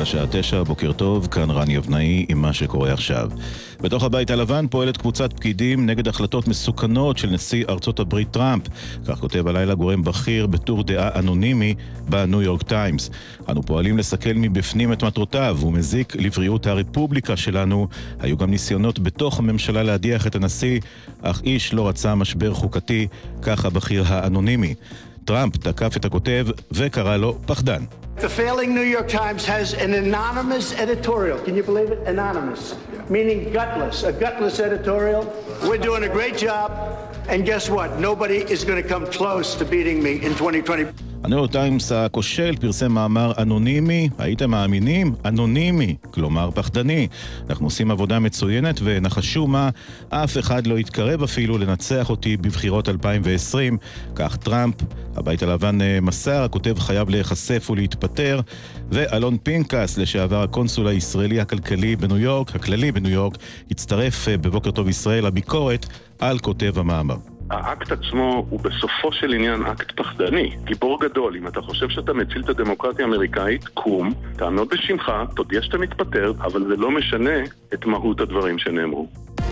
השעה 9, בוקר טוב, כאן רני אבנאי עם מה שקורה עכשיו. בתוך הבית הלבן פועלת קבוצת פקידים נגד החלטות מסוכנות של נשיא ארצות הברית טראמפ. כך כותב הלילה גורם בכיר בטור דעה אנונימי בניו יורק טיימס. אנו פועלים לסכל מבפנים את מטרותיו ומזיק לבריאות הרפובליקה שלנו. היו גם ניסיונות בתוך הממשלה להדיח את הנשיא, אך איש לא רצה משבר חוקתי, כך הבכיר האנונימי. טראמפ תקף את הכותב וקרא לו פחדן. The failing New York Times has an anonymous editorial. Can you believe it? Anonymous. Meaning gutless. A gutless editorial. We're doing a great job. And guess what? Nobody is going to come close to beating me in 2020. הניו יורק טיימס הכושל פרסם מאמר אנונימי, הייתם מאמינים? אנונימי, כלומר פחדני. אנחנו עושים עבודה מצוינת ונחשו מה, אף אחד לא יתקרב אפילו לנצח אותי בבחירות 2020. כך טראמפ, הבית הלבן מסר, הכותב חייב להיחשף ולהתפטר, ואלון פינקס, לשעבר הקונסול הישראלי הכלכלי בניו יורק, הצטרף בבוקר טוב ישראל לביקורת על כותב המאמר. האקט עצמו הוא בסופו של עניין אקט פחדני, גיבור גדול. אם אתה חושב שאתה מציל את הדמוקרטיה האמריקאית, קום, תעמוד בשמך, תודיע שאתה מתפטר, אבל זה לא משנה את מהות הדברים שנאמרו.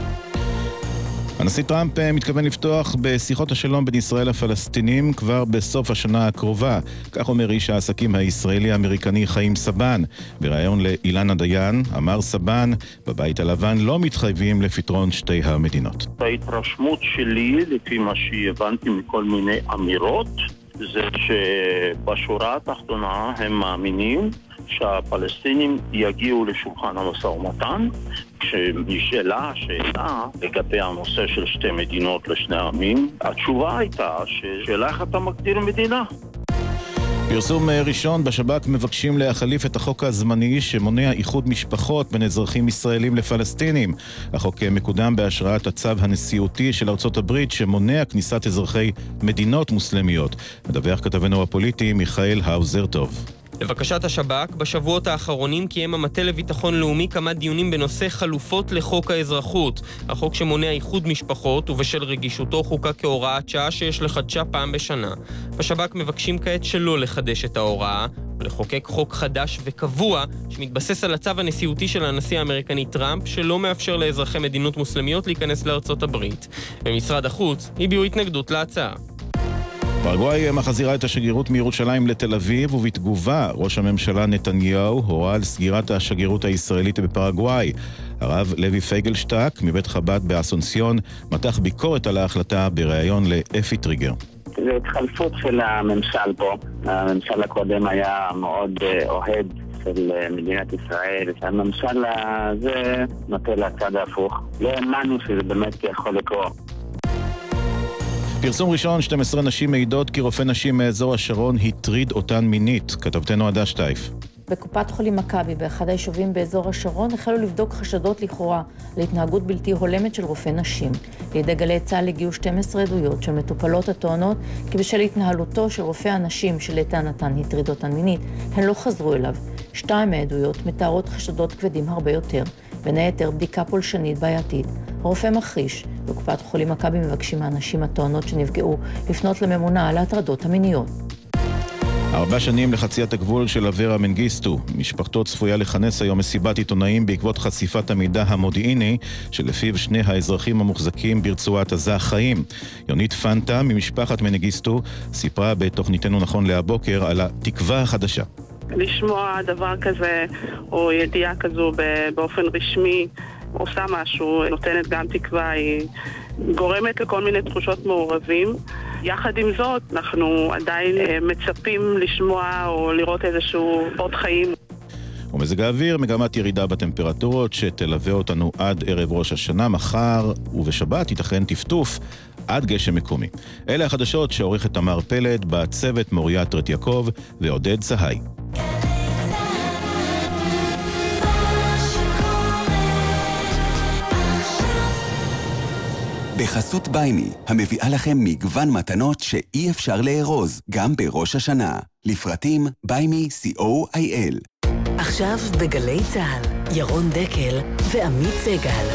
הנשיא טראמפ מתכוון לפתוח בשיחות השלום בין ישראל לפלסטינים כבר בסוף השנה הקרובה. כך אומר איש העסקים הישראלי-אמריקני חיים סבן. בראיון לאילנה דיין אמר סבן, בבית הלבן לא מתחייבים לפתרון שתי המדינות. ההתרשמות שלי, לפי מה שהבנתי מכל מיני אמירות, זה שבשורה התחתונה הם מאמינים שהפלסטינים יגיעו לשולחן המשא ומתן, כשנשאלה השאלה לגבי הנושא של שתי מדינות לשני עמים, התשובה הייתה ששאלה איך אתה מגדיר מדינה. פרסום ראשון, בשב"כ מבקשים להחליף את החוק הזמני שמונע איחוד משפחות בין אזרחים ישראלים לפלסטינים. החוק מקודם בהשראת הצו הנשיאותי של ארצות הברית שמונע כניסת אזרחי מדינות מוסלמיות. מדווח כתבנו הפוליטי מיכאל האוזר טוב. לבקשת השב"כ, בשבועות האחרונים קיים המטה לביטחון לאומי כמה דיונים בנושא חלופות לחוק האזרחות. החוק שמונע איחוד משפחות ובשל רגישותו חוקק כהוראת שעה שיש לחדשה פעם בשנה. בשב"כ מבקשים כעת שלא לחדש את ההוראה ולחוקק חוק חדש וקבוע שמתבסס על הצו הנשיאותי של הנשיא האמריקני טראמפ שלא מאפשר לאזרחי מדינות מוסלמיות להיכנס לארצות הברית. במשרד החוץ הביעו התנגדות להצעה. פרגוואי מחזירה את השגרירות מירושלים לתל אביב, ובתגובה ראש הממשלה נתניהו הורה על סגירת השגרירות הישראלית בפרגוואי. הרב לוי פייגלשטק מבית חב"ד באסונסיון מתח ביקורת על ההחלטה בריאיון לאפי טריגר. זה התחלפות של הממשל פה. הממשל הקודם היה מאוד אוהד של מדינת ישראל, שהממשל הזה נוטה לצד ההפוך. לא האמנו שזה באמת יכול לקרות. פרסום ראשון, 12 נשים מעידות כי רופא נשים מאזור השרון הטריד אותן מינית. כתבתנו עדה שטייף. בקופת חולים מכבי באחד היישובים באזור השרון החלו לבדוק חשדות לכאורה להתנהגות בלתי הולמת של רופא נשים. לידי גלי צה"ל הגיעו 12 עדויות של מטופלות הטוענות כי בשל התנהלותו של רופא הנשים שלטענתן הטריד אותן מינית, הן לא חזרו אליו. 2 מהעדויות מתארות חשדות כבדים הרבה יותר, בין היתר בדיקה פולשנית בעייתית. הרופא מכחיש. בקופת חולים מכבי מבקשים מהנשים הטוענות שנפגעו לפנות לממונה על ההטרדות המיניות. 4 שנים לחציית הגבול של אברה מנגיסטו. משפחתו צפויה לכנס היום מסיבת עיתונאים בעקבות חשיפת המידע המודיעיני שלפיו שני האזרחים המוחזקים ברצועת עזה חיים. יונית פנטה ממשפחת מנגיסטו סיפרה בתוכניתנו נכון להבוקר על התקווה החדשה. לשמוע דבר כזה או ידיעה כזו באופן רשמי עושה משהו, נותנת גם תקווה, היא גורמת לכל מיני תחושות מעורבים. יחד עם זאת, אנחנו עדיין מצפים לשמוע או לראות איזשהו עוד חיים. ומזג האוויר, מגמת ירידה בטמפרטורות שתלווה אותנו עד ערב ראש השנה. מחר ובשבת ייתכן טפטוף עד גשם מקומי. אלה החדשות שעורכת תמר פלד, בצוות מוריה טרת יעקב ועודד צהי. בחסות ביימי, המביאה לכם מגוון מתנות שאי אפשר לארוז, גם בראש השנה. לפרטים, ביימי co.il. עכשיו בגלי צה"ל, ירון דקל ועמית סגל.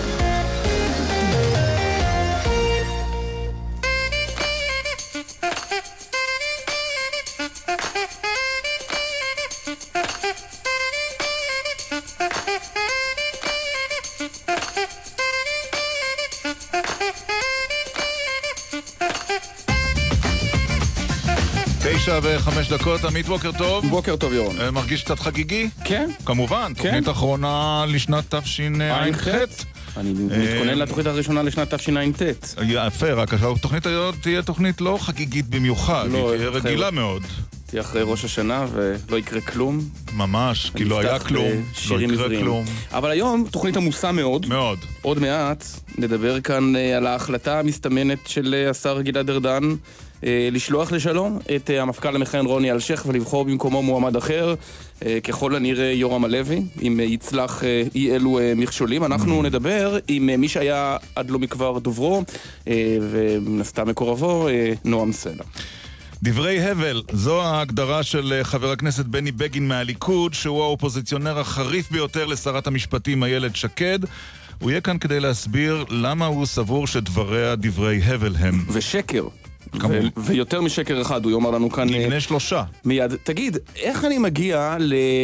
תשע ו5 דקות, עמית, בוקר טוב. בוקר טוב, ירון. מרגיש קצת חגיגי? כן. כמובן, כן. תוכנית אחרונה לשנת תשע"ח. אני מתכונן לתוכנית הראשונה לשנת תשע"ט. יפה, רק התוכנית הזאת תהיה תוכנית לא חגיגית במיוחד, היא תהיה רגילה מאוד. תהיה אחרי ראש השנה ולא יקרה כלום. ממש, כי לא היה כלום, לא יקרה כלום. אבל היום תוכנית עמוסה מאוד. מאוד. עוד מעט נדבר כאן על ההחלטה המסתמנת של השר גלעד ארדן לשלוח לשלום את המפכ"ל המכהן רוני אלשיך ולבחור במקומו מועמד אחר, ככל הנראה יורם הלוי, אם יצלח אי אלו מכשולים. אנחנו נדבר עם מי שהיה עד לא מכבר דוברו ונסתם מקורבו, נועם סלע. דברי הבל, זו ההגדרה של חבר הכנסת בני בגין מהליכוד, שהוא האופוזיציונר החריף ביותר לשרת המשפטים איילת שקד. הוא יהיה כאן כדי להסביר למה הוא סבור שדבריה דברי הבל הם. ושקר. ויותר משקר אחד, הוא יאמר לנו כאן נמנה 3 מיד. תגיד, איך אני מגיע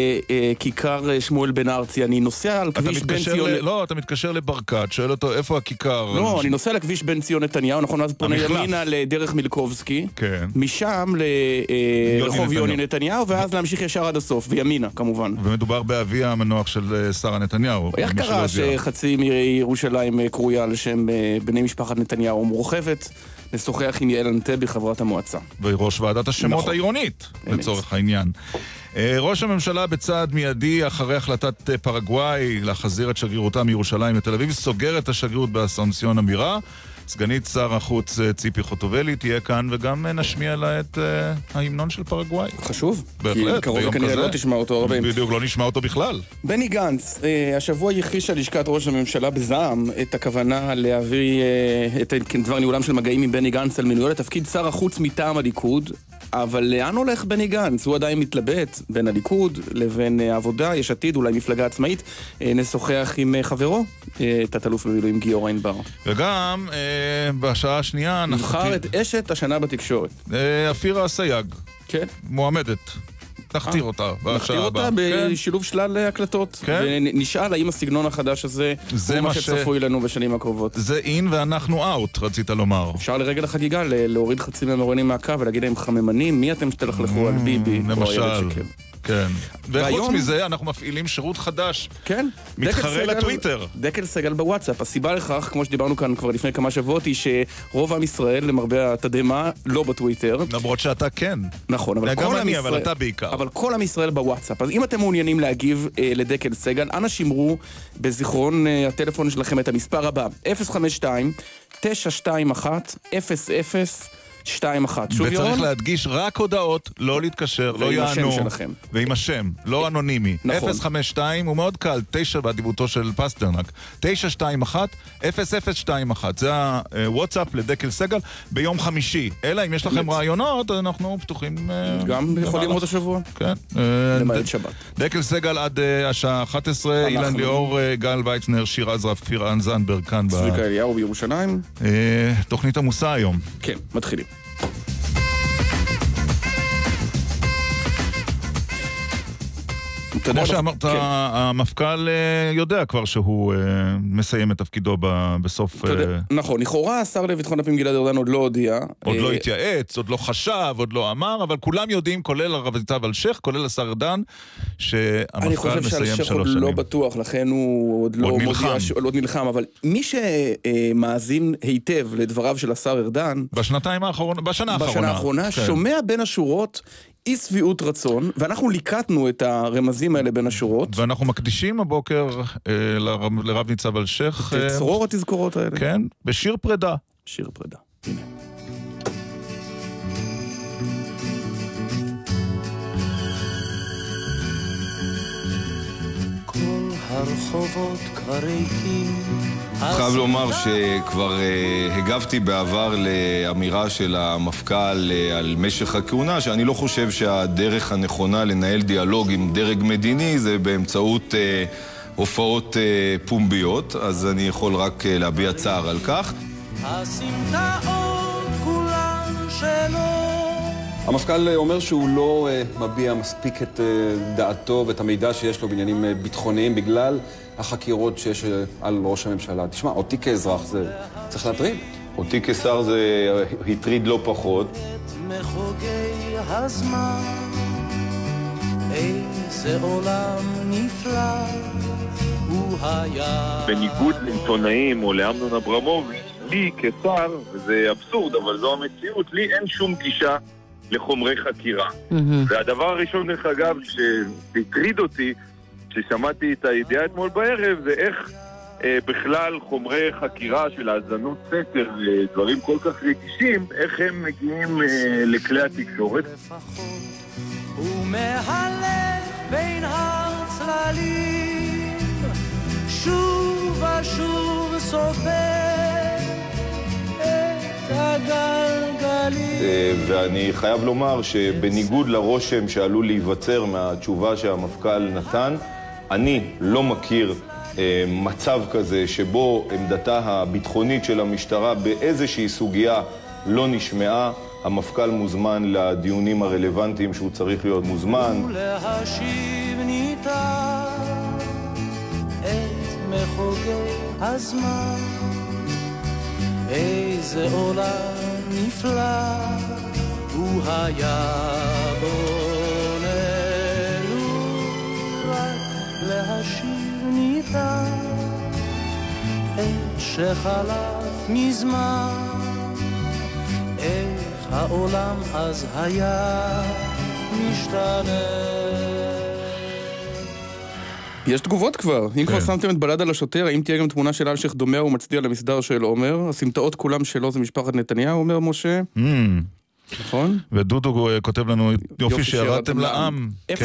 לכיכר שמואל בן ארצי? אני נוסע על כביש בן ציון... לא, אתה מתקשר לברקת, שואל אותו איפה הכיכר. לא, אני נוסע לכביש בן ציון נתניהו, נכון, אז פונה ימינה לדרך מילקובסקי, משם לרחוב יוני נתניהו, ואז להמשיך ישר עד הסוף, וימינה כמובן. ומדובר באבי המנוח של שרה נתניהו. איך קרה שחצי מירושלים קרויה על שם בני משפחת נתניהו מורחבת? נשוחח עם יעל אנטבי, חברת המועצה. וראש ועדת השמות העירונית, לצורך העניין. ראש הממשלה בצעד מיידי, אחרי החלטת פרגוואי להחזיר את שגרירותה מירושלים לתל אביב, סוגר את השגרירות באסונסיון אמירה. סגנית שר החוץ ציפי חוטובלי תהיה כאן, וגם נשמיע לה את ההמנון של פרגוואי. חשוב. בהחלט, כי קרוב כנראה לא תשמע אותו הרבה. בדיוק, לא נשמע אותו בכלל. בני גנץ, השבוע יחישה לשכת ראש הממשלה בזעם את הכוונה להביא את דבר ניהולם של מגעים עם בני גנץ על מינויו לתפקיד שר החוץ מטעם הליכוד. אבל לאן הולך בני גנץ? הוא עדיין מתלבט בין הליכוד לבין העבודה, יש עתיד, אולי מפלגה עצמאית. נשוחח עם חברו, תת-אלוף במילואים גיורא ענבר. וגם בשעה השנייה נבחר את אשת השנה בתקשורת. אפירה אסייג. כן. מועמדת. נכתיר אותה. נכתיר אותה בשילוב שלל הקלטות. ונשאל האם הסגנון החדש הזה הוא מה שצפוי לנו בשנים הקרובות. זה אין ואנחנו אאוט, רצית לומר. אפשר לרגל החגיגה להוריד חצי מהמרואיינים מהקו ולהגיד להם חממנים, מי אתם שתלכלכו על ביבי? למשל. כן. וחוץ מזה אנחנו מפעילים שירות חדש. כן. מתחרה לטוויטר. דקל סגל בוואטסאפ. הסיבה לכך, כמו שדיברנו כאן כבר לפני כמה שבועות, היא שרוב עם ישראל, למרבה התדהמה, לא בטוויטר. למרות שאתה כן. נכון, אבל גם אני, אבל אתה בעיקר. אבל כל עם ישראל בוואטסאפ. אז אם אתם מעוניינים להגיב לדקל סגל, אנא שמרו בזיכרון הטלפון שלכם את המספר הבא, 052-921-0021. שוב ירון? וצריך להדגיש רק הודעות, לא להתקשר, לא יענו. ועם השם שלכם. ועם השם, לא אנונימי. נכון. 052, הוא מאוד קל, 9 באדיבותו של פסטרנק. 921-0021. זה הוואטסאפ לדקל סגל ביום חמישי. אלא אם יש לכם רעיונות, אנחנו פתוחים... גם יכולים עוד השבוע. כן. למעט שבת. דקל סגל עד השעה 11, אילן ליאור, גל ויצנר, שיר עזרא, כפיר זנדברג כאן. צביקה אליהו בירושלים. תוכנית עמוסה היום. כן, מתחילים. כמו שאמרת, המפכ"ל יודע כבר שהוא מסיים את תפקידו בסוף... נכון, לכאורה השר לביטחון הפנים גלעד ארדן עוד לא הודיע. עוד לא התייעץ, עוד לא חשב, עוד לא אמר, אבל כולם יודעים, כולל הרב אלשיך, כולל השר ארדן, שהמפכ"ל מסיים 3 שנים. אני חושב שאלשיך עוד לא בטוח, לכן הוא עוד לא מודיע, עוד נלחם, אבל מי שמאזין היטב לדבריו של השר ארדן... בשנה האחרונה, שומע בין השורות אי סביעות רצון, ואנחנו ליקטנו את הרמזים האלה בין השורות. ואנחנו מקדישים הבוקר לרב ניצב אלשיך. את צרור התזכורות האלה. כן, בשיר פרידה. שיר פרידה, הנה. כל הרחובות כבר ריקים. חייב לומר שכבר הגבתי בעבר לאמירה של המפכ"ל על משך הכהונה, שאני לא חושב שהדרך הנכונה לנהל דיאלוג עם דרג מדיני זה באמצעות הופעות פומביות, אז אני יכול רק להביע צער על כך. הסמטאות כולן שלו, המפכ"ל אומר שהוא לא מביע מספיק את דעתו ואת המידע שיש לו בעניינים ביטחוניים בגלל החקירות שיש על ראש הממשלה. תשמע, אותי כאזרח זה צריך להטריד. אותי כשר זה הטריד לא פחות. את מחוגי הזמן, איזה עולם נפלא הוא היה. בניגוד לעיתונאים או לאמנון אברמוביץ', לי כשר, וזה אבסורד, אבל זו המציאות, לי אין שום גישה לחומרי חקירה. והדבר הראשון, דרך אגב, שהטריד אותי, ששמעתי את הידיעה אתמול בערב, זה איך בכלל חומרי חקירה של האזנות סתר, דברים כל כך רגישים, איך הם מגיעים לכלי התקשורת. הוא מהלך בין הצללים, שוב ושוב סופר את הגלגלים. ואני חייב לומר שבניגוד לרושם שעלול להיווצר מהתשובה שהמפכ"ל נתן, אני לא מכיר מצב כזה שבו עמדתה הביטחונית של המשטרה באיזושהי סוגיה לא נשמעה. המפכ"ל מוזמן לדיונים הרלוונטיים שהוא צריך להיות מוזמן. ולהשיב ניתן את מחוגי הזמן, איזה עולם נפלא הוא היה בוננו, רק להשיב ניתן את שחלף מזמן, איך העולם אז היה משתנה. יש תגובות כבר. אם כבר שמתם את בלד על השוטר, האם תהיה גם תמונה של אלשיך דומע ומצדיע למסדר של עומר? הסמטאות כולם שלו זה משפחת נתניהו, אומר משה. נכון? ודודו כותב לנו, יופי שירדתם לעם. 052-921-00221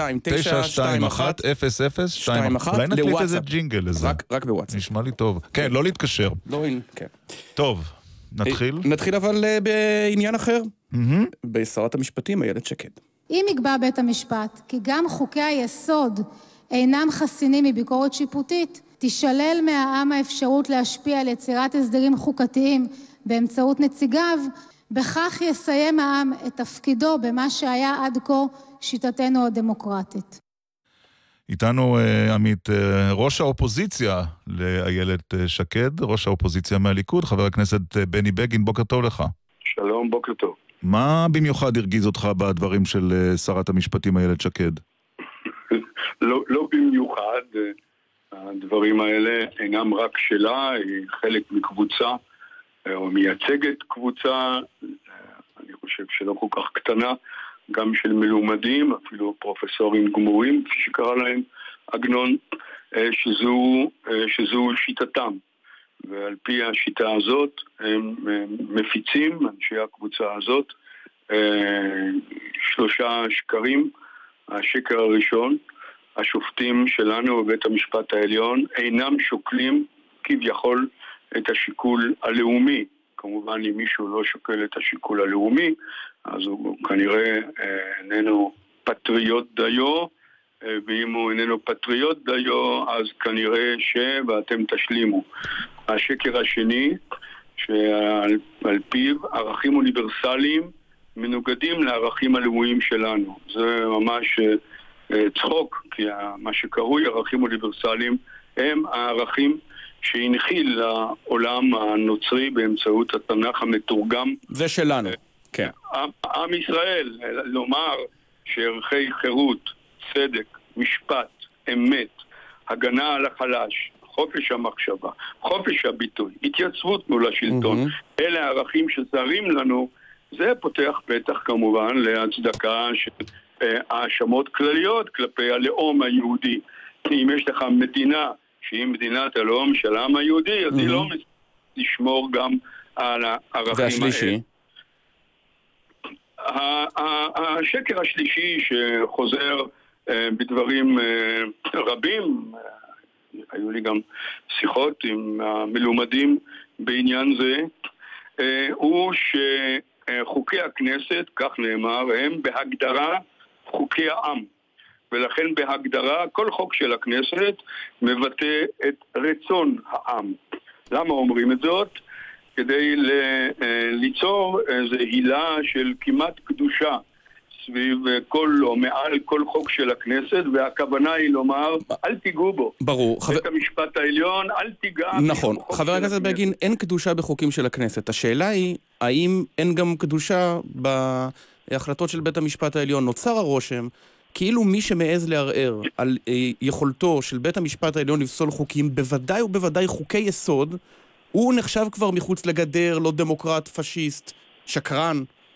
אולי נקליט איזה ג'ינגל לזה. רק בוואטסאפ. נשמע לי טוב. כן, לא להתקשר. לא, כן. טוב, נתחיל? נתחיל אבל בעניין אחר. בשרת המשפטים, איילת שקד. אם יקבע בית המשפט כי גם חוקי היסוד אינם חסינים מביקורת שיפוטית, תישלל מהעם האפשרות להשפיע על יצירת הסדרים חוקתיים באמצעות נציגיו, בכך יסיים העם את תפקידו במה שהיה עד כה שיטתנו הדמוקרטית. איתנו עמית, ראש האופוזיציה לאיילת שקד, ראש האופוזיציה מהליכוד, חבר הכנסת בני בגין, בוקר טוב לך. שלום, בוקר טוב. מה במיוחד הרגיז אותך בדברים של שרת המשפטים איילת שקד? לא במיוחד, הדברים האלה אינם רק שלה, היא חלק מקבוצה, או מייצגת קבוצה, אני חושב שלא כל כך קטנה, גם של מלומדים, אפילו פרופסורים גמורים, כפי שקרא להם עגנון, שזו שיטתם. ועל פי השיטה הזאת הם מפיצים, אנשי הקבוצה הזאת, 3 שקרים. השקר הראשון, השופטים שלנו בבית המשפט העליון אינם שוקלים כביכול את השיקול הלאומי. כמובן אם מישהו לא שוקל את השיקול הלאומי, אז הוא כנראה איננו פטריוט דיו, ואם הוא איננו פטריוט דיו, אז כנראה ואתם תשלימו. השקר השני, שעל פיו ערכים אוניברסליים מנוגדים לערכים הלאומיים שלנו. זה ממש צחוק, כי מה שקרוי ערכים אוניברסליים הם הערכים שהנחיל לעולם הנוצרי באמצעות התנ"ך המתורגם. זה שלנו, כן. עם ישראל, לומר שערכי חירות, צדק, משפט, אמת, הגנה על החלש, חופש המחשבה, חופש הביטוי, התייצבות מול השלטון, אלה הערכים שזרים לנו, זה פותח פתח כמובן להצדקה של האשמות כלליות כלפי הלאום היהודי. אם יש לך מדינה שהיא מדינת הלאום של העם היהודי, אז היא לא לשמור גם על הערכים והשלישי? השקר השלישי שחוזר בדברים רבים, היו לי גם שיחות עם המלומדים בעניין זה, הוא שחוקי הכנסת, כך נאמר, הם בהגדרה חוקי העם. ולכן בהגדרה כל חוק של הכנסת מבטא את רצון העם. למה אומרים את זאת? כדי ליצור איזו הילה של כמעט קדושה סביב כל או מעל כל חוק של הכנסת, והכוונה היא לומר, אל תיגעו בו. ברור. בית המשפט העליון, אל תיגע. נכון. חבר הכנסת בגין, אין קדושה בחוקים של הכנסת. השאלה היא, האם אין גם קדושה בהחלטות של בית המשפט העליון? נוצר הרושם, כאילו מי שמעז לערער על יכולתו של בית המשפט העליון לפסול חוקים, בוודאי ובוודאי חוקי יסוד, הוא נחשב כבר מחוץ לגדר, לא דמוקרט, פשיסט, שקרן.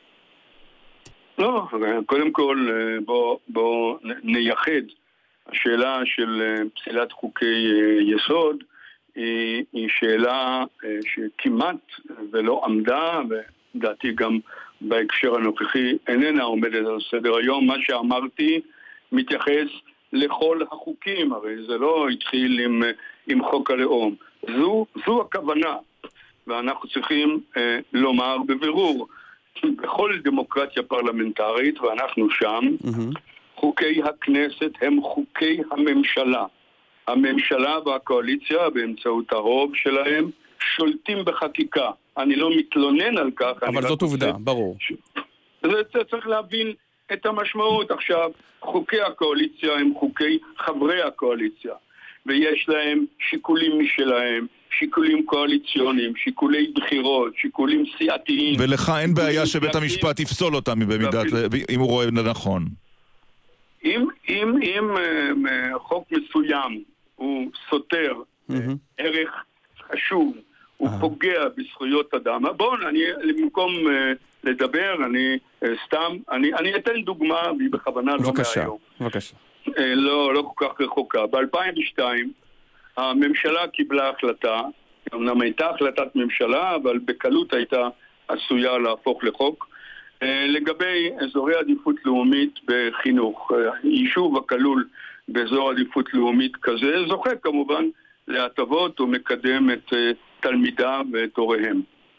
לא, קודם כל בוא נייחד. השאלה של פסילת חוקי יסוד היא שאלה שכמעט ולא עמדה, ודעתי גם בהקשר הנוכחי איננה עומדת על סדר היום. מה שאמרתי מתייחס לכל החוקים, הרי זה לא התחיל עם חוק הלאום. זו הכוונה, ואנחנו צריכים לומר בבירור, בכל דמוקרטיה פרלמנטרית, ואנחנו שם, חוקי הכנסת הם חוקי הממשלה. הממשלה והקואליציה באמצעות הרוב שלהם שולטים בחקיקה. אני לא מתלונן על כך. אבל זאת עובדה, ברור. זה צריך להבין את המשמעות. עכשיו, חוקי הקואליציה הם חוקי חברי הקואליציה, ויש להם שיקולים משלהם, שיקולים קואליציוניים, שיקולי בחירות, שיקולים סיעתיים. ולך אין בעיה שבית המשפט יפסול אותם אם הוא רואה לנכון. אם חוק מסוים הוא סותר ערך חשוב, הוא פוגע בזכויות אדם. בואו, במקום לדבר, אני אתן דוגמה, והיא בכוונה לא מהיום. בבקשה. לא כל כך רחוקה. ב-2002 הממשלה קיבלה החלטה, אמנם הייתה החלטת ממשלה, אבל בקלות הייתה עשויה להפוך לחוק, לגבי אזורי עדיפות לאומית בחינוך. יישוב הכלול באזור עדיפות לאומית כזה זוכה כמובן להטבות ומקדם את תלמידיו ואת הוריהם.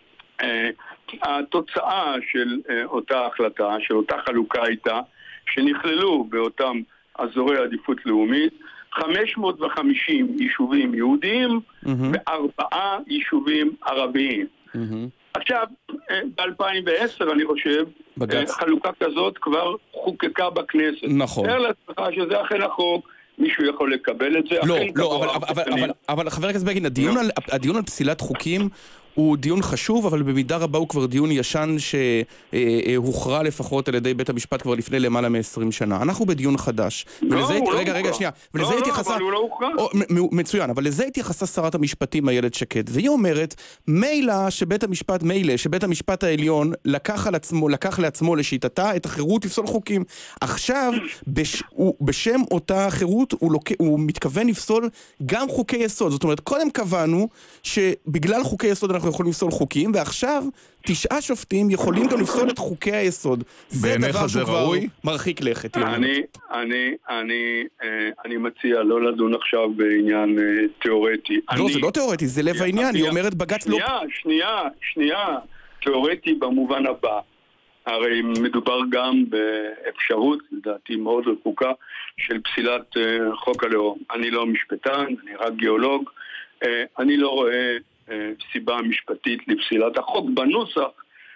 התוצאה של אותה החלטה, של אותה חלוקה הייתה שנכללו באותם אזורי עדיפות לאומית 550 יישובים יהודיים ו4 יישובים ערביים. עכשיו, ב-2010 אני חושב, חלוקה כזאת כבר חוקקה בכנסת. נכון. תאר לעצמך שזה אכן החוק, מישהו יכול לקבל את זה. לא, אבל חבר הכנסת בגין, הדיון על פסילת חוקים הוא דיון חשוב, אבל במידה רבה הוא כבר דיון ישן שהוכרע לפחות על ידי בית המשפט כבר לפני למעלה מ-20 שנה. אנחנו בדיון חדש. רגע, שנייה. לא, אבל הוא לא הוכרע. מצוין, אבל לזה התייחסה שרת המשפטים איילת שקד, והיא אומרת, מילא שבית המשפט העליון לקח לעצמו לשיטתה את החירות לפסול חוקים. עכשיו, בשם אותה חירות, הוא מתכוון לפסול גם חוקי יסוד. זאת אומרת, קודם קבענו שבגלל חוקי יסוד אנחנו יכולים לפסול חוקים, ועכשיו 9 שופטים יכולים גם לפסול את חוקי היסוד. זה דבר שהוא כבר מרחיק לכת. אני מציע לא לדון עכשיו בעניין תיאורטי. לא, זה לא תיאורטי, זה לב העניין. היא אומרת בג"ץ לא... שנייה. תיאורטי במובן הבא. הרי מדובר גם באפשרות, לדעתי מאוד רחוקה, של פסילת חוק הלאום. אני לא משפטן, אני רק גיאולוג. אני לא רואה סיבה משפטית לפסילת החוק בנוסח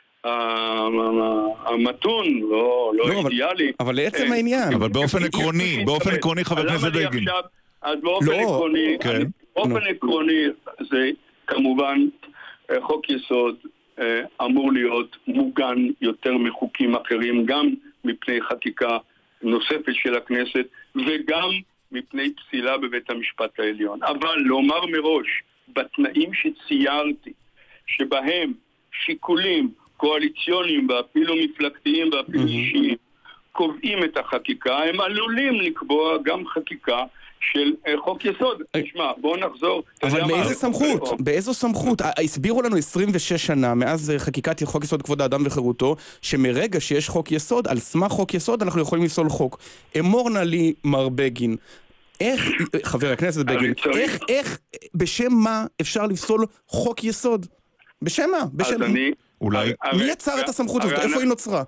המתון, לא אידיאלי. אבל לעצם העניין. אבל באופן עקרוני, חבר הכנסת בגין. אז באופן עקרוני זה כמובן חוק יסוד אמור להיות מוגן יותר מחוקים אחרים, גם מפני חקיקה נוספת של הכנסת וגם מפני פסילה בבית המשפט העליון. אבל לומר מראש, בתנאים שציירתי, שבהם שיקולים קואליציוניים ואפילו מפלגתיים ואפילו אישיים קובעים את החקיקה, הם עלולים לקבוע גם חקיקה של חוק יסוד. תשמע, בואו נחזור. אבל מאיזה סמכות? באיזו סמכות? הסבירו לנו 26 שנה מאז חקיקת חוק יסוד כבוד האדם וחירותו, שמרגע שיש חוק יסוד, על סמך חוק יסוד אנחנו יכולים לפסול חוק. אמור נא לי מר בגין, איך, חבר הכנסת בגין, איך, בשם מה אפשר לפסול חוק יסוד? בשם מה? בשם מה? מי יצר את הסמכות הזאת? איפה היא נוצרה?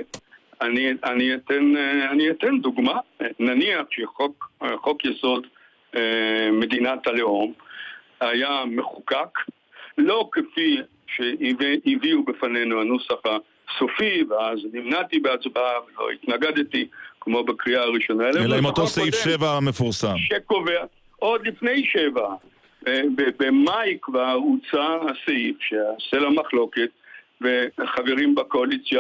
אני אתן דוגמה. נניח שחוק יסוד מדינת הלאום היה מחוקק לא כפי שהביאו בפנינו הנוסח הסופי, ואז נמנעתי בהצבעה ולא התנגדתי כמו בקריאה הראשונה. אלא עם אותו סעיף 7 המפורסם. שקובע, עוד לפני 7, במאי כבר הוצא הסעיף שהסלע מחלוקת, וחברים בקואליציה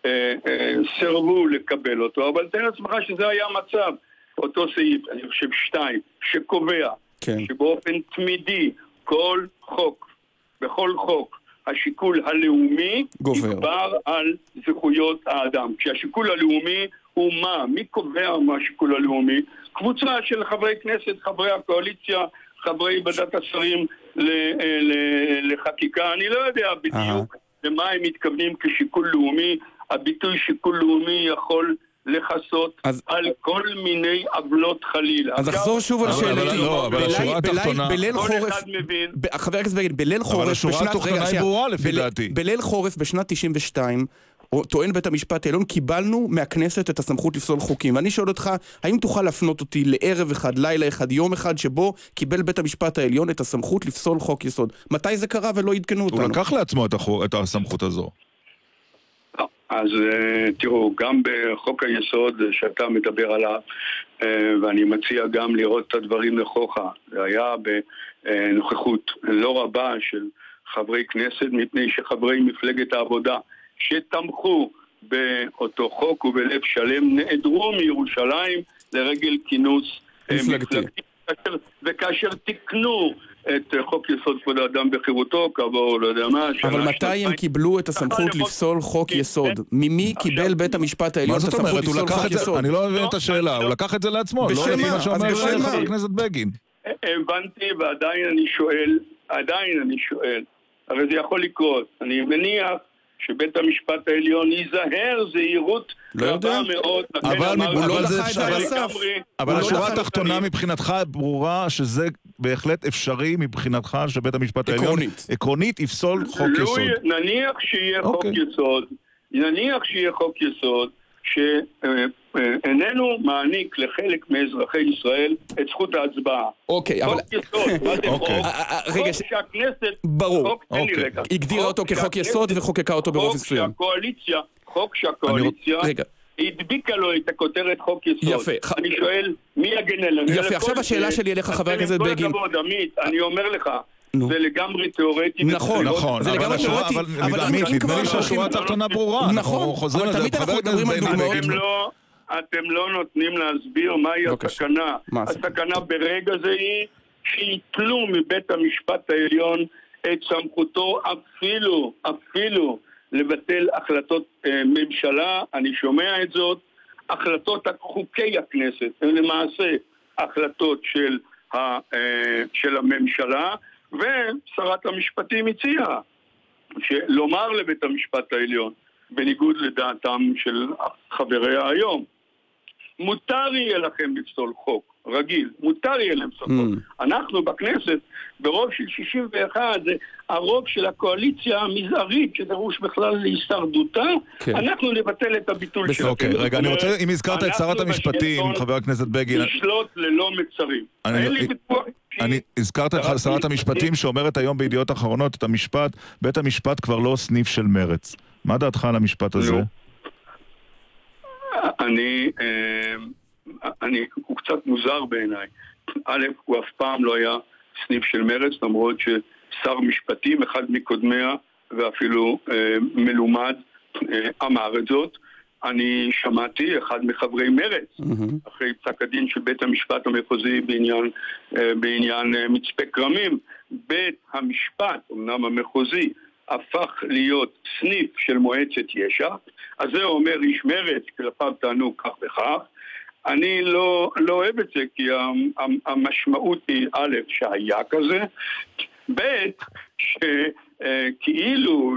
סרבו לקבל אותו, אבל תן לעצמך שזה היה מצב, אותו סעיף, אני חושב 2, שקובע שבאופן תמידי כל חוק, בכל חוק, השיקול הלאומי יגבר על זכויות האדם. כשהשיקול הלאומי הוא מה? מי קובע מה השיקול הלאומי? קבוצה של חברי כנסת, חברי הקואליציה, חברי ועדת השרים לחקיקה. אני לא יודע בדיוק למה הם מתכוונים כשיקול לאומי. הביטוי שיקול לאומי יכול לחסות על כל מיני עוולות חלילה. אז אחזור שוב על שאלתי. אבל השורה התחתונה... חבר הכנסת בגין, בליל חורף... אבל השורה התחתונה היא ברורה לפי דעתי. בליל חורף בשנת 92, טוען בית המשפט העליון, קיבלנו מהכנסת את הסמכות לפסול חוקים. ואני שואל אותך, האם תוכל להפנות אותי לערב אחד, לילה אחד, יום אחד, שבו קיבל בית המשפט העליון את הסמכות לפסול חוק יסוד? מתי זה קרה ולא עדכנו אותנו? הוא לקח לעצמו את הסמכות הזו. אז תראו, גם בחוק היסוד שאתה מדבר עליו, ואני מציע גם לראות את הדברים נכוחה, זה היה בנוכחות לא רבה של חברי כנסת, מפני שחברי מפלגת העבודה שתמכו באותו חוק ובלב שלם נעדרו מירושלים לרגל כינוס מפלגתי. וכאשר תקנו את חוק יסוד כבוד האדם וחירותו, כעבור, לא יודע מה... אבל מתי הם קיבלו את הסמכות לפסול חוק יסוד? ממי קיבל בית המשפט העליון את הסמכות לפסול חוק יסוד? אני לא מבין את השאלה, הוא לקח את זה לעצמו, לא לפי מה שאומר חבר הכנסת בגין. הבנתי, ועדיין אני שואל, הרי זה יכול לקרות, אני מניח שבית המשפט העליון ייזהר זהירות רבה מאוד. אבל השורה התחתונה מבחינתך ברורה שזה בהחלט אפשרי מבחינתך שבית המשפט העליון עקרונית יפסול חוק יסוד. נניח שיהיה חוק יסוד שאיננו מעניק לחלק מאזרחי ישראל את זכות ההצבעה. אוקיי, אבל... חוק יסוד, מה זה חוק? חוק שהכנסת... ברור. הגדירה אותו כחוק יסוד וחוקקה אותו ברוב מסוים. חוק שהקואליציה הדביקה לו את הכותרת חוק יסוד. יפה. אני שואל, מי יגן עלינו? יפה, עכשיו השאלה שלי אליך, חבר הכנסת בגין. אני אומר לך, זה לגמרי תיאורטי. נכון, זה לגמרי תיאורטי. אבל נדמה לי שהשורה התחתונה ברורה. נכון, אבל תמיד אנחנו מדברים על דוגמאות. אתם לא נותנים להסביר מהי הסכנה. הסכנה ברגע זה היא שיתלו מבית המשפט העליון את סמכותו אפילו לבטל החלטות ממשלה. אני שומע את זאת. החלטות חוקי הכנסת הן למעשה החלטות של הממשלה, ושרת המשפטים הציעה לומר לבית המשפט העליון, בניגוד לדעתם של חבריה היום, מותר יהיה לכם לפסול חוק רגיל, מותר יהיה להם לפסול חוק. אנחנו בכנסת ברוב של 61, זה הרוב של הקואליציה המזערית שדרוש בכלל להישרדותה, אנחנו לבטל את הביטול שלנו. אוקיי, רגע, אני רוצה, אם הזכרת את שרת המשפטים, חבר הכנסת בגין, לשלוט ללא מצרים. אני הזכרת את שרת המשפטים שאומרת היום בידיעות אחרונות את המשפט, בית המשפט כבר לא סניף של מרץ. מה דעתך על המשפט הזה? הוא קצת מוזר בעיניי. א', הוא אף פעם לא היה סניף של מרץ, למרות ששר משפטים, אחד מקודמיה ואפילו מלומד, אמר את זאת. אני שמעתי אחד מחברי מרץ, אחרי פסק הדין של בית המשפט המחוזי בעניין מצפה כרמים. בית המשפט, אמנם המחוזי, הפך להיות סניף של מועצת יש"ע, אז זה אומר איש מרץ, כלפיו טענו כך וכך. אני לא אוהב את זה, כי המשמעות היא א', שהיה כזה, ב', שכאילו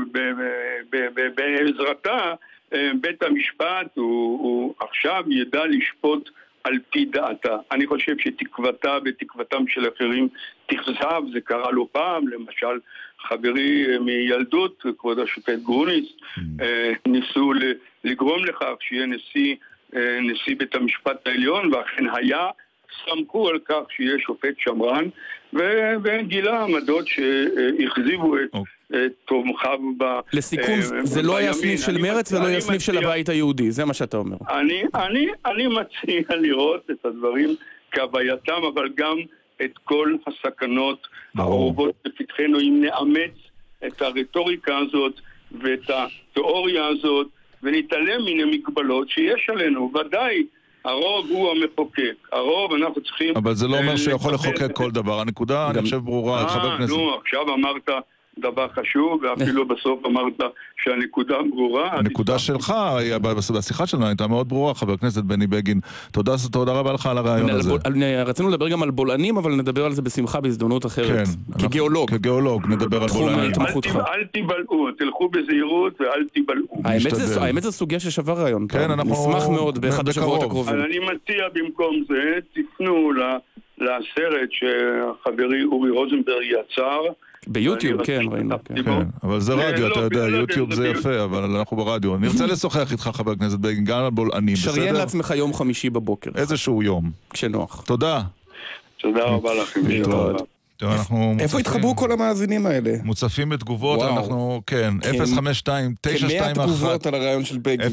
בעזרתה בית המשפט הוא עכשיו ידע לשפוט על פי דעתה. אני חושב שתקוותה ותקוותם של אחרים תכזב, זה קרה לא פעם, למשל חברי מילדות, כבוד השופט גרוניס, ניסו לגרום לכך שיהיה נשיא בית המשפט העליון, ואכן היה, סמכו על כך שיהיה שופט שמרן, וגילה עמדות שהכזיבו תומכיו לסיכום, זה לא היה סניף של מרץ ולא היה סניף של הבית היהודי, זה מה שאתה אומר. אני מציע לראות את הדברים כהווייתם, אבל גם את כל הסכנות האורבות בפתחנו, אם נאמץ את הרטוריקה הזאת ואת התיאוריה הזאת, ונתעלם מן המגבלות שיש עלינו. ודאי, הרוב הוא המחוקק. הרוב אנחנו צריכים... אבל זה לא אומר שיכול לחוקק כל דבר. הנקודה, אני חושב, ברורה. חבר הכנסת... עכשיו אמרת דבר חשוב, ואפילו בסוף אמרת שהנקודה ברורה. הנקודה שלך, בשיחה שלנו, הייתה מאוד ברורה, חבר הכנסת בני בגין. תודה רבה לך על הרעיון הזה. רצינו לדבר גם על בולענים, אבל נדבר על זה בשמחה בהזדמנות אחרת. כגיאולוג. כגיאולוג, נדבר על בולענים. אל תיבלעו, תלכו בזהירות ואל תיבלעו. האמת זו סוגיה ששווה רעיון. כן, אנחנו נשמח מאוד באחד השבועות הקרובים. אני מציע במקום זה, תפנו לסרט שחברי אורי רוזנברג יצר, ביוטיוב, כן, ראינו. אבל זה רדיו, אתה יודע, יוטיוב זה יפה, אבל אנחנו ברדיו. אני רוצה לשוחח איתך, חבר הכנסת בגין, גם על בולענים, בסדר? שריין לעצמך יום חמישי בבוקר. איזשהו יום. כשנוח. תודה. תודה רבה לכם. איפה התחברו כל המאזינים האלה? מוצפים בתגובות, אנחנו, כן, 052-921 תגובות על הרעיון של בגין.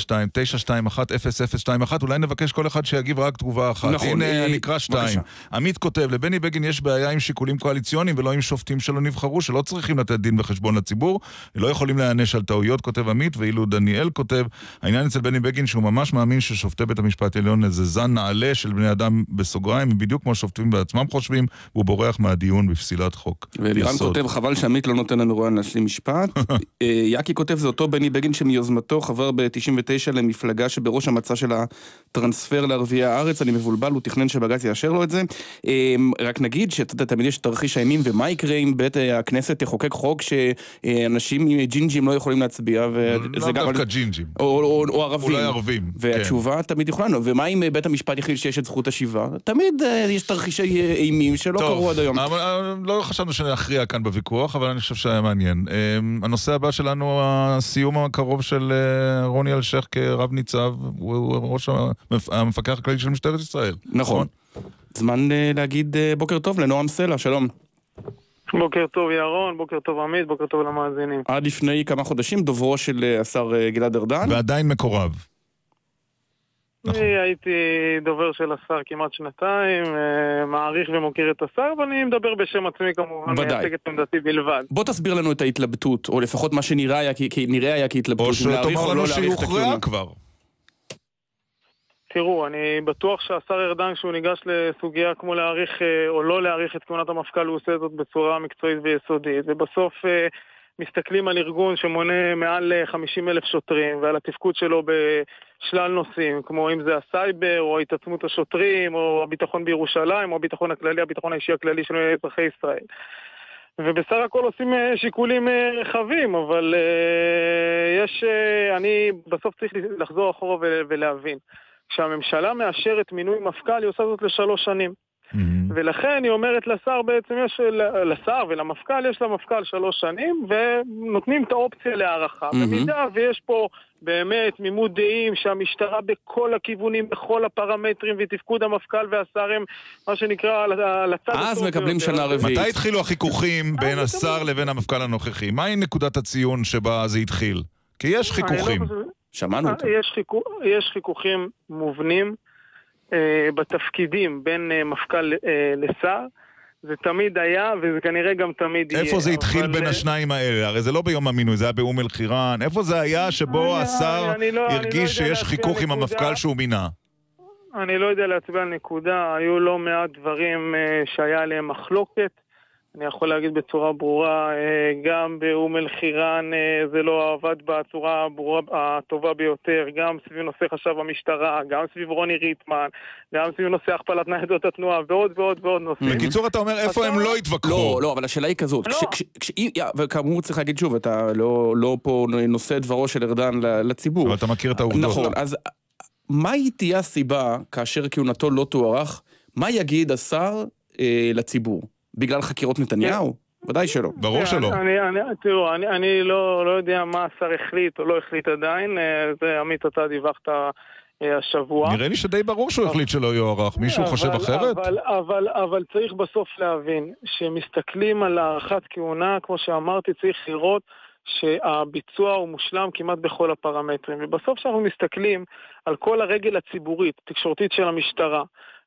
052-921-0021, אולי נבקש כל אחד שיגיב רק תגובה אחת. נכון. הנה, נקרא 2. עמית כותב, לבני בגין יש בעיה עם שיקולים קואליציוניים ולא עם שופטים שלא נבחרו, שלא צריכים לתת דין וחשבון לציבור, לא יכולים להיענש על טעויות, כותב עמית, ואילו דניאל כותב, העניין אצל בני בגין שהוא ממש מאמין ששופטי בית המשפט העליון איזה זן נעלה של בני אדם בסוגריים, בדיוק כמו שופטים בעצמם חושבים, והוא בורח דיון בפסילת חוק. ולירן כותב, חבל שעמית לא נותן לנו רעיון להשלים משפט. יקי כותב, זה אותו בני בגין שמיוזמתו חבר ב-99 למפלגה שבראש המצע של הטרנספר לערביי הארץ, אני מבולבל, הוא תכנן שבג"ץ יאשר לו את זה. רק נגיד שתמיד יש תרחיש האימים, ומה יקרה אם בית הכנסת תחוקק חוק שאנשים עם ג'ינג'ים לא יכולים להצביע, לא דווקא ג'ינג'ים. או ערבים. אולי ערבים. והתשובה תמיד יכולה לנו. ומה אם בית המשפט יחליט שיש את זכות השיבה? תמיד יש תרחישי אימים שלא קרו עד היום. לא חשבנו שנכריע כאן בוויכוח, אבל אני חושב שהיה מעניין. הנושא הבא שלנו, הסיום הקרוב של רוני אלשיך כרב ניצב, הוא ראש המפקח הכללי של משטרת ישראל. נכון. זמן להגיד בוקר טוב לנועם סלע, שלום. בוקר טוב ירון, בוקר טוב עמית, בוקר טוב למאזינים. עד לפני כמה חודשים דוברו של השר גלעד ארדן. ועדיין מקורב. אני הייתי דובר של השר כמעט שנתיים, מעריך ומוקיר את השר, ואני מדבר בשם עצמי כמובן, מייצג את עמדתי בלבד. בוא תסביר לנו את ההתלבטות, או לפחות מה שנראה היה כהתלבטות. או שתאמר לנו שיוכרע כבר. תראו, אני בטוח שהשר ארדן, כשהוא ניגש לסוגיה כמו להאריך או לא להאריך את כהונת המפכ"ל, הוא עושה זאת בצורה מקצועית ויסודית, ובסוף מסתכלים על ארגון שמונה מעל 50,000 שוטרים ועל התפקוד שלו בשלל נושאים, כמו אם זה הסייבר או התעצמות השוטרים או הביטחון בירושלים או הביטחון הכללי, הביטחון האישי הכללי של אזרחי ישראל. ובסך הכל עושים שיקולים רחבים, אבל אני בסוף צריך לחזור אחורה ולהבין. כשהממשלה מאשרת מינוי מפכ"ל, היא עושה זאת ל3 שנים. ולכן היא אומרת לשר בעצם, לשר ולמפכ"ל יש למפכ"ל 3 שנים, ונותנים את האופציה להערכה. במידה ויש פה באמת מימוד דעים שהמשטרה בכל הכיוונים, בכל הפרמטרים, ותפקוד המפכ"ל והשר הם מה שנקרא לצד הטוב. אז מקבלים שנה רביעית. מתי התחילו החיכוכים בין השר לבין המפכ"ל הנוכחי? מהי נקודת הציון שבה זה התחיל? כי יש חיכוכים. שמענו אותו. יש חיכוכים מובנים בתפקידים בין מפכ"ל לשר, זה תמיד היה וזה כנראה גם תמיד יהיה. איפה זה התחיל בין השניים האלה? הרי זה לא ביום המינוי, זה היה באום אל-חיראן. איפה זה היה שבו השר הרגיש שיש חיכוך עם המפכ"ל שהוא מינה? אני לא יודע להצביע על נקודה, היו לא מעט דברים שהיה עליהם מחלוקת. אני יכול להגיד בצורה ברורה, גם באום אל-חיראן זה לא עבד בצורה הטובה ביותר, גם סביב נושא חשב המשטרה, גם סביב רוני ריטמן, גם סביב נושא הכפלת ניידות התנועה, ועוד ועוד ועוד נושאים. בקיצור, אתה אומר, איפה הם לא התווכחו? לא, אבל השאלה היא כזאת, וכאמור צריך להגיד שוב, אתה לא פה נושא דברו של ארדן לציבור. אבל אתה מכיר את העובדות. נכון, אז מה תהיה הסיבה כאשר כהונתו לא תוארך? מה יגיד השר לציבור? בגלל חקירות נתניהו? ודאי שלא. ברור שלא. תראו, אני לא יודע מה השר החליט או לא החליט עדיין. זה עמית, אתה דיווחת השבוע. נראה לי שדי ברור שהוא החליט שלא יוארך. מישהו חושב אחרת? אבל צריך בסוף להבין שמסתכלים על הארכת כהונה, כמו שאמרתי, צריך לראות שהביצוע הוא מושלם כמעט בכל הפרמטרים. ובסוף שאנחנו מסתכלים על כל הרגל הציבורית, תקשורתית של המשטרה,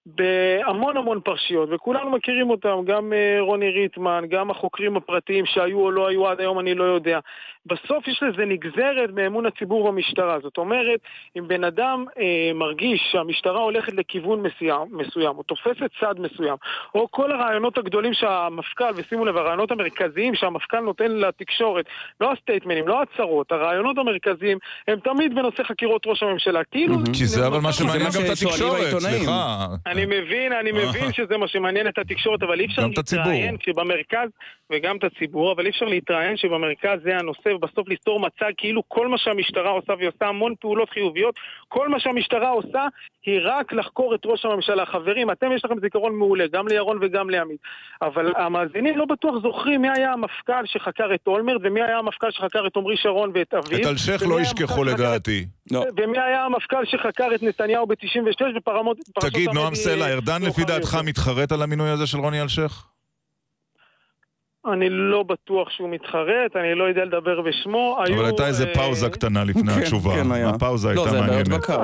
בהמון פרשיות, וכולנו מכירים אותם, גם רוני ריטמן, גם החוקרים הפרטיים שהיו או לא היו עד היום, אני לא יודע. בסוף יש לזה נגזרת מאמון הציבור במשטרה. זאת אומרת, אם בן אדם מרגיש שהמשטרה הולכת לכיוון מסוים, או תופסת צד מסוים, או כל הרעיונות הגדולים שהמפכ"ל, ושימו לב, הרעיונות המרכזיים שהמפכ"ל נותן לתקשורת, לא הסטייטמנים, לא הצהרות, הרעיונות המרכזיים, הם תמיד בנושא חקירות ראש הממשלה. כי זה אבל מה שמעניין גם את התקשורת, סליחה. אני מבין שזה מה שמעניין את התקשורת, אבל אי אפשר להתראיין שבמרכז, וגם את הציבור, אבל אי אפשר להתראיין שבמרכז זה הנושא, ובסוף לסתור מצג כאילו כל מה שהמשטרה עושה, והיא עושה המון פעולות חיוביות, כל מה שהמשטרה עושה היא רק לחקור את ראש הממשלה. חברים, אתם יש לכם זיכרון מעולה, גם לירון וגם לעמית, אבל המאזינים לא בטוח זוכרים מי היה המפכ"ל שחקר את אולמרט, ומי היה המפכ"ל שחקר את עמרי שרון ואת אביב. את אלשך לא ישכחו לדעתי. ומי היה המפכ"ל שחקר את נתניהו ב-96 ופרמות... תגיד, נועם סלע, ארדן לפי דעתך מתחרט על המינוי הזה של רוני אלשך? אני לא בטוח שהוא מתחרט, אני לא יודע לדבר בשמו. אבל הייתה איזה פאוזה קטנה לפני התשובה. הפאוזה הייתה מעניינת.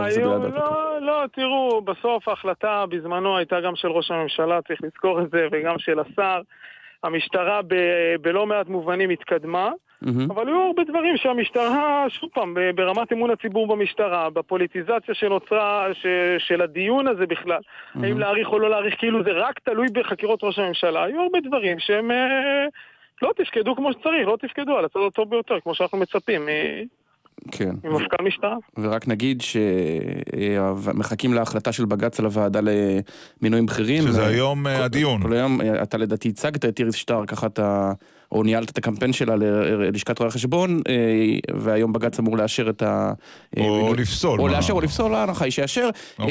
לא, תראו, בסוף ההחלטה בזמנו הייתה גם של ראש הממשלה, צריך לזכור את זה, וגם של השר. המשטרה בלא מעט מובנים התקדמה, אבל היו הרבה דברים שהמשטרה, שוב פעם, ברמת אמון הציבור במשטרה, בפוליטיזציה שנוצרה של הדיון הזה בכלל, האם להאריך או לא להאריך, כאילו זה רק תלוי בחקירות ראש הממשלה, היו הרבה דברים שהם לא תפקדו כמו שצריך, לא תפקדו על הצד הטוב ביותר, כמו שאנחנו מצפים כן. ממפכ"ל משטרה. ורק נגיד שמחכים להחלטה של בג"ץ על הוועדה למינויים בכירים. שזה היום הדיון. כל היום, אתה לדעתי הצגת את איריס שטר, ככה אתה, או ניהלת את הקמפיין שלה ללשכת רואי החשבון, והיום בג"ץ אמור לאשר את ה... או לפסול. או לאשר או לפסול, ההנחה היא שיאשר.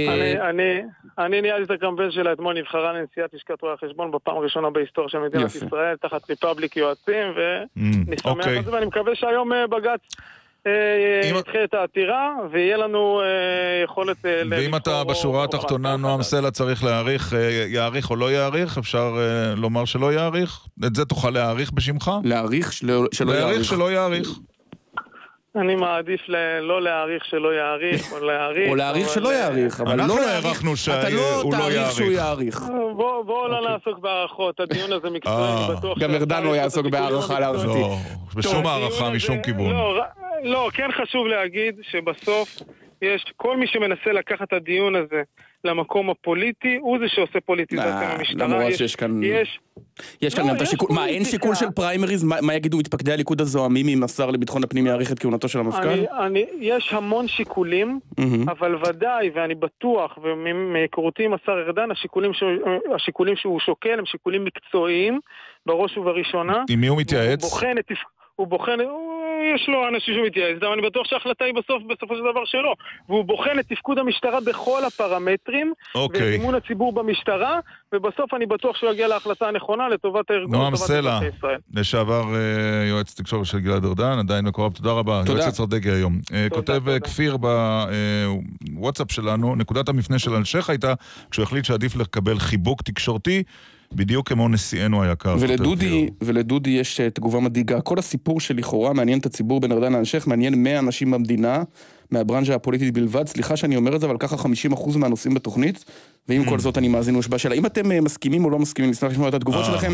אני ניהלתי את הקמפיין שלה, אתמול נבחרה לנשיאת לשכת רואי החשבון בפעם הראשונה בהיסטוריה של מדינת ישראל, תחת ריפבליק יועצים, ואני שמח על זה, ואני מקווה שהיום בג"ץ נדחה את העתירה, ויהיה לנו יכולת... ואם אתה בשורה התחתונה, נועם סלע, צריך להאריך, יאריך או לא יאריך, אפשר לומר שלא יאריך? את זה תוכל להאריך בשמך? להאריך שלא יאריך. להאריך שלא יאריך. אני מעדיף לא להאריך שלא יאריך, או להאריך. או להאריך שלא יאריך, אבל לא להאריך. אתה לא תאריך שהוא יאריך. בואו לא נעסוק בהערכות, הדיון הזה מקצועי, בטוח... גם ארדן לא יעסוק בהערכה להערכתי. לא, בשום הערכה, משום כיוון. לא, כן חשוב להגיד שבסוף יש כל מי שמנסה לקחת את הדיון הזה למקום הפוליטי, הוא זה שעושה פוליטיזציה במשטרה. למרות שיש כאן... יש כאן גם את השיקול... מה, אין שיקול של פריימריז? מה יגידו מתפקדי הליכוד הזוהמים אם השר לביטחון הפנים יאריך את כהונתו של המפכ"ל? יש המון שיקולים, אבל ודאי, ואני בטוח, ומהיכרותי עם השר ארדן, השיקולים שהוא שוקל הם שיקולים מקצועיים, בראש ובראשונה. עם מי הוא מתייעץ? הוא בוחן, יש לו אנשים שמתייעץ, אבל אני בטוח שההחלטה היא בסופו של דבר שלו. והוא בוחן את תפקוד המשטרה בכל הפרמטרים, ואת אמון הציבור במשטרה, ובסוף אני בטוח שהוא יגיע להחלטה הנכונה לטובת הארגון. נועם סלע, לשעבר יועץ תקשורת של גלעד ארדן, עדיין מקורב, תודה רבה. יועץ אסטרטגי היום. כותב כפיר בוואטסאפ שלנו, נקודת המפנה של אלשך הייתה, כשהוא החליט שעדיף לקבל חיבוק תקשורתי, בדיוק כמו נשיאנו היקר. ולדודי יש תגובה מדאיגה. כל הסיפור שלכאורה מעניין את הציבור בין ארדן לאלשך, מעניין 100 אנשים במדינה, מהברנז'ה הפוליטית בלבד. סליחה שאני אומר את זה, אבל ככה 50% מהנושאים בתוכנית, ועם כל זאת אני מאזין ושבא שלה. אם אתם מסכימים או לא מסכימים, נשמח לשמוע את התגובות שלכם.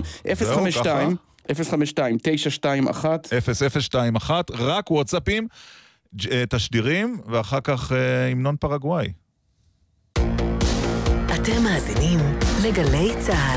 052-921 רק וואטסאפים, תשדירים, ואחר כך המנון פרגוואי. אתם מאזינים לגלי צהל.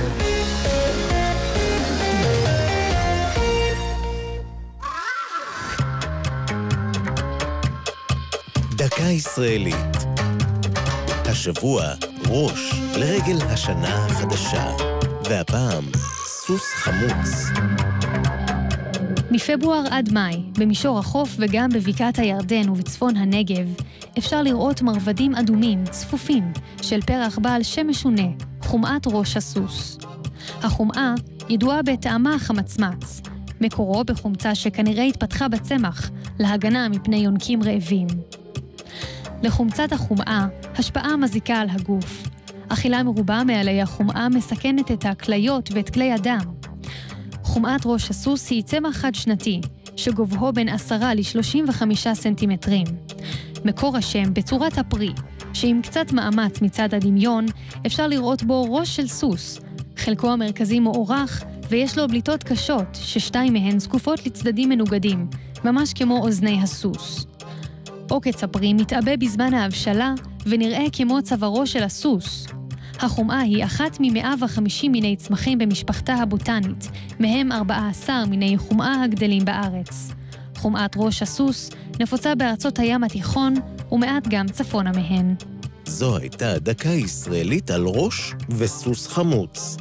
דקה ישראלית. השבוע ראש לרגל השנה החדשה, והפעם סוס חמוץ. מפברואר עד מאי, במישור החוף וגם בבקעת הירדן ובצפון הנגב, אפשר לראות מרבדים אדומים, צפופים, של פרח בעל שם משונה, חומאת ראש הסוס. החומאה ידועה בטעמה החמצמץ, מקורו בחומצה שכנראה התפתחה בצמח, להגנה מפני יונקים רעבים. לחומצת החומאה השפעה מזיקה על הגוף. אכילה מרובה מעלי החומאה מסכנת את הכליות ואת כלי הדם. חומאת ראש הסוס היא צמח חד שנתי, שגובהו בין 10 ל-35 סנטימטרים. מקור השם בצורת הפרי, שעם קצת מאמץ מצד הדמיון, אפשר לראות בו ראש של סוס. חלקו המרכזי מוארך, ויש לו בליטות קשות, ששתיים מהן זקופות לצדדים מנוגדים, ממש כמו אוזני הסוס. עוקץ הפרי מתעבה בזמן ההבשלה, ונראה כמו צווארו של הסוס. החומאה היא אחת מ-150 מיני צמחים במשפחתה הבוטנית, מהם 14 מיני חומאה הגדלים בארץ. חומאת ראש הסוס נפוצה בארצות הים התיכון, ומעט גם צפונה מהן. זו הייתה דקה ישראלית על ראש וסוס חמוץ.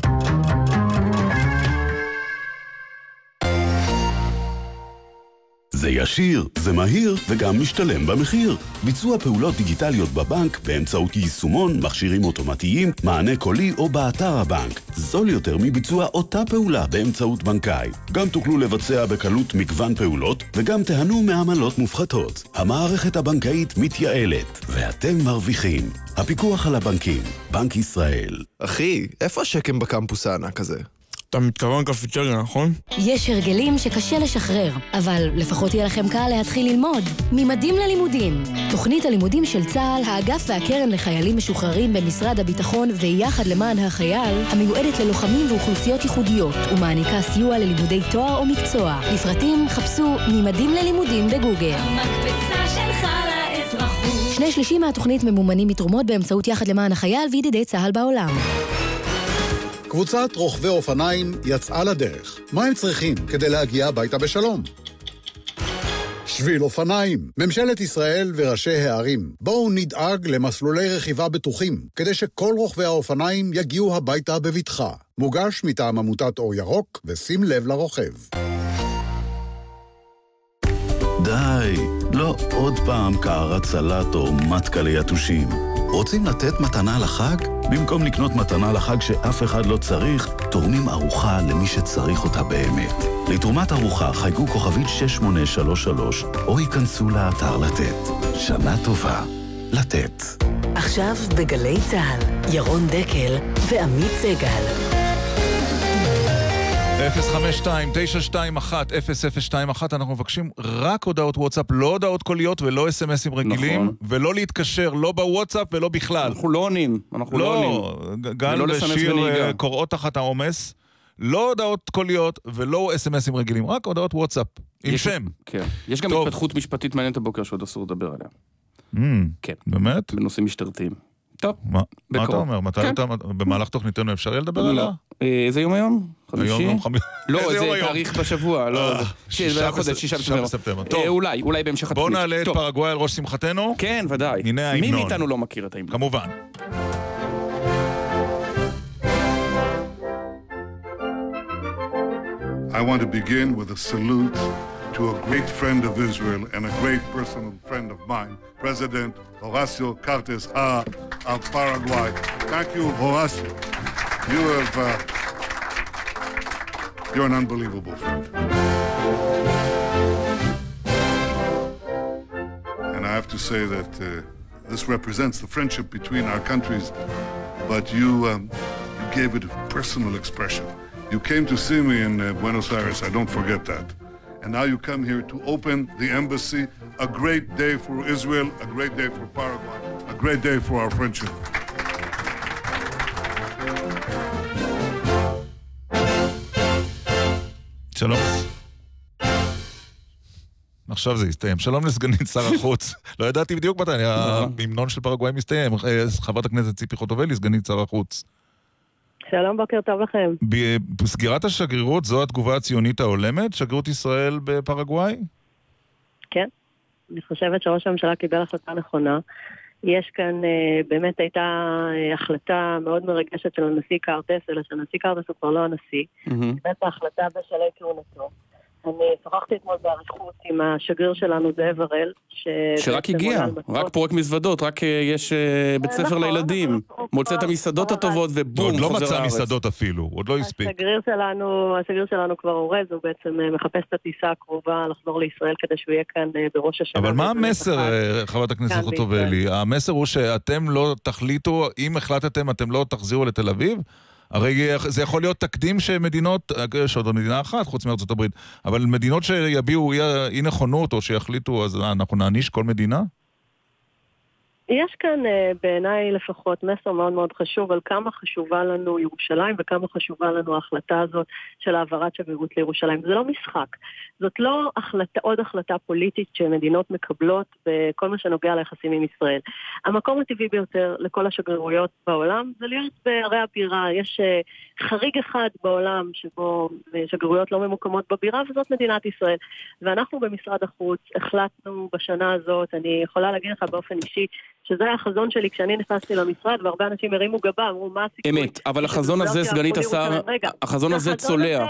זה ישיר, זה מהיר וגם משתלם במחיר. ביצוע פעולות דיגיטליות בבנק באמצעות יישומון, מכשירים אוטומטיים, מענה קולי או באתר הבנק. זול יותר מביצוע אותה פעולה באמצעות בנקאי. גם תוכלו לבצע בקלות מגוון פעולות וגם תהנו מעמלות מופחתות. המערכת הבנקאית מתייעלת ואתם מרוויחים. הפיקוח על הבנקים, בנק ישראל. אחי, איפה השקם בקמפוס הענק הזה? אתה מתכוון קפיטריה, נכון? יש הרגלים שקשה לשחרר, אבל לפחות יהיה לכם קל להתחיל ללמוד. ממדים ללימודים. תוכנית הלימודים של צה"ל, האגף והקרן לחיילים משוחררים במשרד הביטחון ויחד למען החייל, המיועדת ללוחמים ואוכלוסיות ייחודיות, ומעניקה סיוע ללימודי תואר או מקצוע. לפרטים חפשו ממדים ללימודים בגוגל. המקפצה שלך לאזרחות. 2/3 מהתוכנית ממומנים מתרומות באמצעות יחד למען החייל וידידי צה"ל בעולם. קבוצת רוכבי אופניים יצאה לדרך. מה הם צריכים כדי להגיע הביתה בשלום? שביל אופניים. ממשלת ישראל וראשי הערים, בואו נדאג למסלולי רכיבה בטוחים, כדי שכל רוכבי האופניים יגיעו הביתה בבטחה. מוגש מטעם עמותת אור ירוק, ושים לב לרוכב. די, לא עוד פעם קערת סלט או מתקה ליתושים. רוצים לתת מתנה לחג? במקום לקנות מתנה לחג שאף אחד לא צריך, תורמים ארוחה למי שצריך אותה באמת. לתרומת ארוחה חייגו כוכבית 6833 או ייכנסו לאתר לתת. שנה טובה. לתת. עכשיו בגלי צהל, ירון דקל ועמית סגל. 052-921-0021, אנחנו מבקשים רק הודעות וואטסאפ, לא הודעות קוליות ולא אס-אמסים רגילים, נכון. ולא להתקשר, לא בוואטסאפ ולא בכלל. אנחנו לא עונים, גל ושיר קוראות תחת העומס, לא הודעות קוליות ולא אס-אמסים רגילים, רק הודעות וואטסאפ, עם שם. כן. יש גם התפתחות משפטית מעניינת הבוקר שעוד אסור לדבר עליה. כן. באמת? בנושאים משטרתיים. טוב, מה אתה אומר? במהלך תוכניתנו אפשר לדבר עליה? איזה יום היום? חמישי? לא, זה זה תאריך בשבוע, לא, זה החודש, 6 בספטמבר. אולי בהמשך התוכנית. בוא נעלה את פרגוואי על ראש שמחתנו. כן, ודאי. הנה ההמנון. מי מאיתנו לא מכיר את ההמנון? כמובן. I want to begin with a salute to a great friend of Israel and a great personal friend of mine, President Horacio Cartes of Paraguay. Thank you, Horacio. You're an unbelievable friend. And I have to say that this represents the friendship between our countries, but you gave it a personal expression. You came to see me in Buenos Aires, I don't forget that. And now you come here to open the embassy. A great day for Israel, a great day for Paraguay, a great day for our friendship. שלום. עכשיו זה יסתיים. שלום לסגנית שר החוץ. לא ידעתי בדיוק מתי, ההמנון של פרגוואי מסתיים. חברת הכנסת ציפי חוטובלי, סגנית שר החוץ. שלום, בוקר טוב לכם. בסגירת השגרירות זו התגובה הציונית ההולמת? שגרירות ישראל בפרגוואי? כן. אני חושבת שראש הממשלה קיבל החלטה נכונה. יש כאן, באמת הייתה החלטה מאוד מרגשת של הנשיא קרטס, אלא שהנשיא קרטס הוא כבר לא הנשיא. באמת ההחלטה בשלהי כהונתו. אני שוחחתי אתמול באריכות עם השגריר שלנו זאב הראל, שרק הגיע, רק פורק מזוודות, רק יש בית ספר לילדים, מוצא את המסעדות הטובות ובום, עוד לא מצא מסעדות אפילו, עוד לא הספיק. השגריר שלנו כבר אורז, הוא בעצם מחפש את הטיסה הקרובה לחזור לישראל כדי שהוא יהיה כאן בראש השנה. אבל מה המסר, חברת הכנסת חוטובלי? המסר הוא שאתם לא תחליטו, אם החלטתם אתם לא תחזירו לתל אביב? הרי זה יכול להיות תקדים שמדינות, יש עוד מדינה אחת חוץ מארצות הברית, אבל מדינות שיביעו אי נכונות או שיחליטו, אז אנחנו נעניש כל מדינה? יש כאן בעיניי לפחות מסר מאוד מאוד חשוב על כמה חשובה לנו ירושלים וכמה חשובה לנו ההחלטה הזאת של העברת שגרירות לירושלים. זה לא משחק, זאת לא עוד החלטה פוליטית שמדינות מקבלות בכל מה שנוגע ליחסים עם ישראל. המקום הטבעי ביותר לכל השגרירויות בעולם זה להיות בערי הבירה. יש חריג אחד בעולם שבו שגרירויות לא ממוקמות בבירה, וזאת מדינת ישראל. ואנחנו במשרד החוץ החלטנו בשנה הזאת, אני יכולה להגיד לך באופן אישי, שזה היה החזון שלי כשאני נכנסתי למשרד, והרבה אנשים הרימו גבה, אמרו מה הסיכוי. אמת, אבל החזון הזה, סגנית השר, החזון הזה צולע.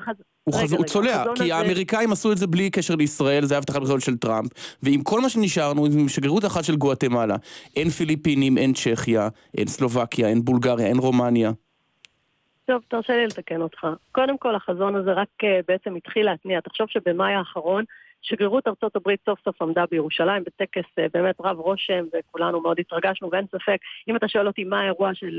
הוא צולע, כי האמריקאים עשו את זה בלי קשר לישראל, זה היה הבטחת בחירות של טראמפ, ועם כל מה שנשארנו, עם שגרירות אחת של גואטמלה, אין פיליפינים, אין צ'כיה, אין סלובקיה, אין בולגריה, אין רומניה. טוב, תרשה לי לתקן אותך. קודם כל, החזון הזה רק בעצם התחיל להתניע. תחשוב שבמאי האחרון, שגרירות ארצות הברית סוף סוף עמדה בירושלים בטקס באמת רב רושם, וכולנו מאוד התרגשנו, ואין ספק, אם אתה שואל אותי מה האירוע של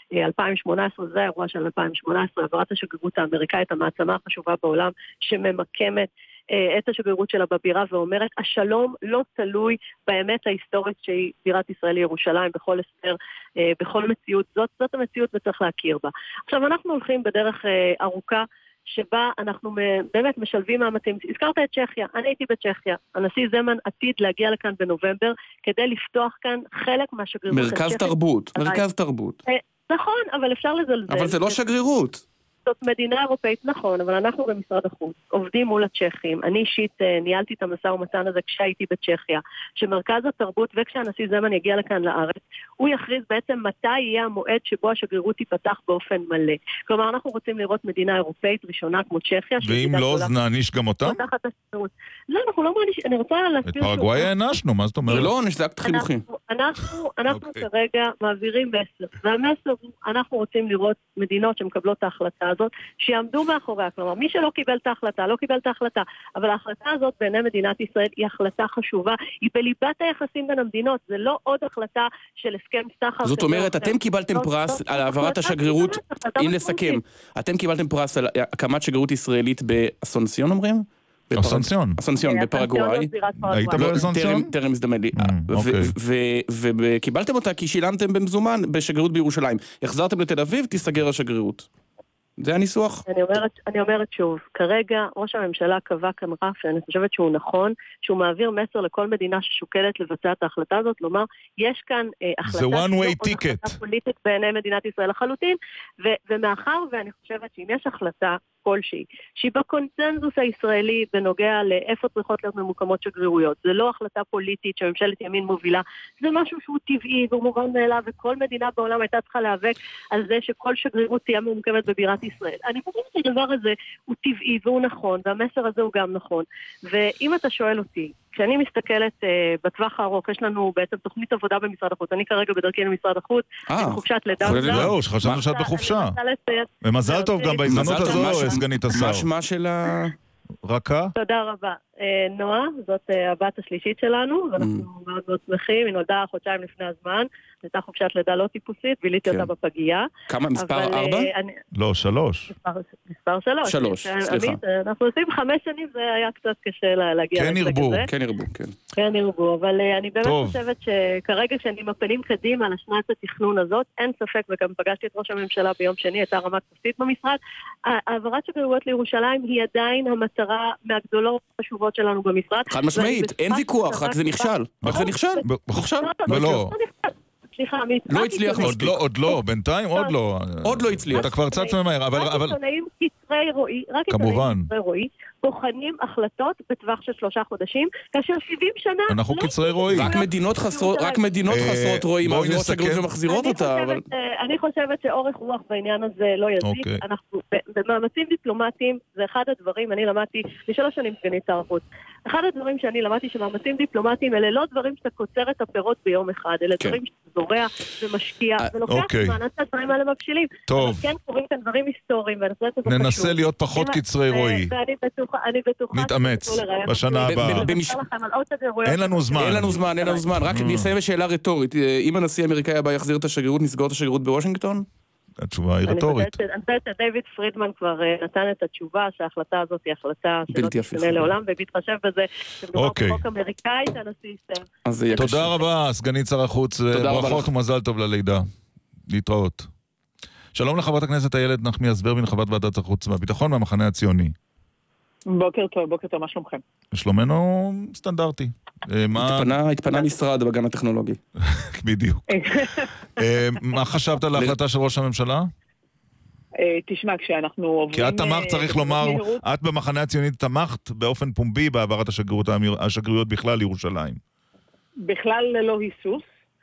2018, זה האירוע של 2018, העברת השגרירות האמריקאית, המעצמה החשובה בעולם, שממקמת את השגרירות שלה בבירה ואומרת, השלום לא תלוי באמת ההיסטורית שהיא בירת ישראל לירושלים, בכל הסדר, בכל מציאות, זאת המציאות וצריך להכיר בה. עכשיו אנחנו הולכים בדרך ארוכה, שבה אנחנו באמת משלבים מאמצים. הזכרת את צ'כיה, אני הייתי בצ'כיה. הנשיא זמן עתיד להגיע לכאן בנובמבר, כדי לפתוח כאן חלק מהשגרירות. מרכז תרבות, מרכז תרבות. נכון, אבל אפשר לזלזל. אבל זה לא שגרירות. זאת מדינה אירופאית, נכון, אבל אנחנו במשרד החוץ עובדים מול הצ'כים. אני אישית ניהלתי את המשא ומתן הזה כשהייתי בצ'כיה, שמרכז התרבות וכשהנשיא זמן יגיע לכאן לארץ, הוא יכריז בעצם מתי יהיה המועד שבו השגרירות תיפתח באופן מלא. כלומר, אנחנו רוצים לראות מדינה אירופאית ראשונה כמו צ'כיה. ואם לא, אז נעניש גם אותם? לא, אנחנו לא מעניש, אני רוצה להסביר... את פרגוואי הענשנו, מה זאת אומרת? זה לא עונש, זה אקט חינוכי. אנחנו כרגע מעבירים מסר, והמסר הוא, אנחנו רוצים לראות מדינות שמקבלות את ההחלטה הזאת, שיעמדו מאחוריה, כלומר, מי שלא קיבל את ההחלטה, לא קיבל את ההחלטה, אבל ההחלטה הזאת בעיני מדינת ישראל היא החלטה חשובה, היא בליבת היחסים בין המדינות, זה לא עוד החלטה של הסכם סחר. זאת אומרת, אתם קיבלתם פרס על העברת השגרירות, אם נסכם, אתם קיבלתם פרס על הקמת שגרירות ישראלית באסונסיון, אומרים? אסונסיון. אסונסיון, בפרגוואי. היית באסונסיון? טרם הזדמן לי. וקיבלתם אותה כי שילמתם במזומן בשגרירות בירושלים. החזרתם לתל אביב, תיסגר השגרירות. זה הניסוח? אני אומרת שוב, כרגע ראש הממשלה קבע כאן רף, שאני חושבת שהוא נכון, שהוא מעביר מסר לכל מדינה ששוקלת לבצע את ההחלטה הזאת, לומר, יש כאן החלטה... זה one way ticket. פוליטית בעיני מדינת ישראל לחלוטין, ומאחר ואני חושבת שאם יש החלטה כלשהי, שהיא בקונצנזוס הישראלי בנוגע לאיפה צריכות להיות ממוקמות שגרירויות, זה לא החלטה פוליטית שממשלת ימין מובילה, זה משהו שהוא טבעי והוא מובן מאליו, וכל מדינה בעולם הייתה צריכה להיאבק על זה שכל שגרירות תהיה ממוקמת בבירת ישראל. אני חושבת שהדבר הזה הוא טבעי והוא נכון, והמסר הזה הוא גם נכון. ואם אתה שואל אותי, כשאני מסתכלת בטווח הארוך, יש לנו בעצם תוכנית עבודה במשרד החוץ. אני כרגע בדרכי למשרד החוץ, חופשת לידה. זהו, שחשבנו שאת בחופשה. ומזל טוב גם בהזדמנות הזו, סגנית השר. מה שמה של רכה? תודה רבה. נועה, זאת הבת השלישית שלנו, ואנחנו מאוד מאוד שמחים, היא נולדה חודשיים לפני הזמן, הייתה חופשת לידה לא טיפוסית, ביליתי אותה בפגייה. כמה? מספר 4? לא, 3. מספר 3. 3, סליחה. אנחנו עושים 5 שנים, זה היה קצת קשה להגיע לזה כזה. כן ירבו, אבל אני באמת חושבת שכרגע כשאני מפנים קדימה לשנת התכנון הזאת, אין ספק, וגם פגשתי את ראש הממשלה ביום שני, הייתה רמת כוסית במשרד, העברת שגרירויות לירושלים היא עדיין המטרה מהגדולות חשובות שלנו במשרד. חד משמעית, אין ויכוח, רק זה נכשל. רק זה נכשל. ולא. סליחה, לא הצליח מספיק. עוד לא, בינתיים עוד לא. עוד לא הצליח. אתה כבר צץ ממהר, אבל... קצרי רואי, רק כמובן. קצרי רואי, בוחנים החלטות בטווח של 3 חודשים, כאשר 70 שנה... אנחנו קצרי רואי. רק מדינות חסרות רואים, מעבירות שגרירות ומחזירות אותה, אבל... אני חושבת שאורך רוח בעניין הזה לא יזיק. אנחנו במאמצים דיפלומטיים, זה אחד הדברים, אני למדתי, ל3 שנים סגנית שר החוץ. אחד הדברים שאני למדתי שמאמצים דיפלומטיים, אלה לא דברים שאתה קוצר את הפירות ביום אחד, אלה דברים שאתה זורע ומשקיע, ולוקח זמן עד שהדברים האלה מבשילים. טוב. אבל כן קוראים כאן דברים היסטוריים, ואני חושבת שזה ננסה חשוב. להיות פחות קצרי רואי. ואני בטוחה... נתאמץ בשנה הבאה. אין לנו זמן. רק נסיים בשאלה רטורית. אם הנשיא האמריקאי הבא יחזיר את השגרירות, נסגור את השגרירות בוושינגטון? התשובה היא רטורית. אני חושבת שדייוויד פרידמן כבר נתן את התשובה שההחלטה הזאת היא החלטה שלא תשתנה לעולם, ובהתחשב בזה שמדובר בחוק אמריקאי שהנשיא יישם. תודה רבה, סגנית שר החוץ, ברכות ומזל טוב ללידה. להתראות. שלום לחברת הכנסת איילת נחמיאס ורבין, חברת ועדת החוץ והביטחון מהמחנה הציוני. בוקר טוב, מה שלומכם? שלומנו סטנדרטי. התפנה משרד בגן הטכנולוגי. בדיוק. מה חשבת על ההחלטה של ראש הממשלה? תשמע, כשאנחנו עוברים... כי את תמכת, צריך לומר, את במחנה הציוני תמכת באופן פומבי בהעברת השגרירויות בכלל לירושלים. בכלל ללא היסוס,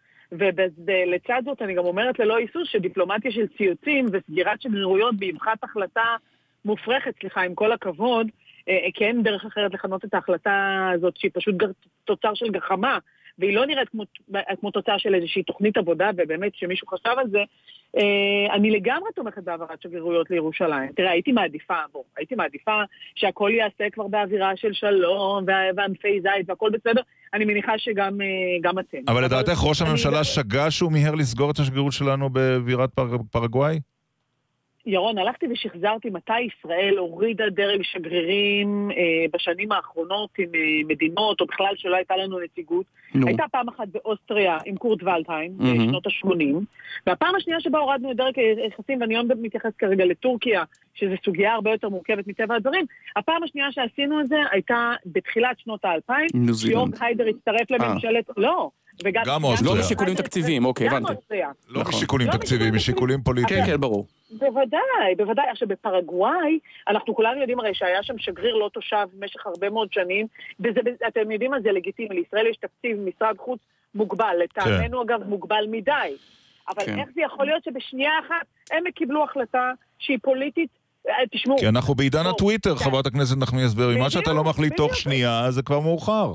ולצד זאת אני גם אומרת ללא היסוס שדיפלומטיה של ציוצים וסגירת שגרירויות באבחת החלטה מופרכת, עם כל הכבוד, כי אין דרך אחרת לכנות את ההחלטה הזאת שהיא פשוט תוצר של גחמה, והיא לא נראית כמו תוצאה של איזושהי תוכנית עבודה, ובאמת שמישהו חשב על זה, אני לגמרי תומכת בהעברת שגרירויות לירושלים. תראה, הייתי מעדיפה שהכל יעשה כבר באווירה של שלום, וענפי זית, והכל בסדר, אני מניחה שגם אתם. אבל לדעתך ראש הממשלה שגה שהוא מיהר לסגור את השגרירות שלנו בבירת פרגוואי? ירון, הלכתי ושחזרתי מתי ישראל הורידה דרג שגרירים בשנים האחרונות עם מדינות, או בכלל שלא הייתה לנו נציגות. הייתה פעם אחת באוסטריה עם קורט ולדהיים, בשנות ה-80, והפעם השנייה שבה הורדנו את דרג היחסים, ואני היום מתייחס כרגע לטורקיה, שזו סוגיה הרבה יותר מורכבת מטבע הדברים, הפעם השנייה שעשינו את זה הייתה בתחילת שנות ה-2000, שיורג היידר הצטרף לממשלת... גם אוסטריה. לא משיקולים תקציביים, אוקיי, הבנתי. לא משיקולים תקציביים, משיקולים פוליטיים. כן, ברור. בוודאי. עכשיו, בפרגוואי, אנחנו כולנו יודעים הרי שהיה שם שגריר לא תושב במשך הרבה מאוד שנים, ואתם יודעים מה זה לגיטימי, לישראל יש תקציב משרד חוץ מוגבל, לטעמנו אגב מוגבל מדי. אבל איך זה יכול להיות שבשנייה אחת הם קיבלו החלטה שהיא פוליטית, תשמעו. כי אנחנו בעידן הטוויטר, חברת הכנסת נחמיאס ורבין, מה שאתה לא מחליט תוך שנייה, זה כבר מאוחר.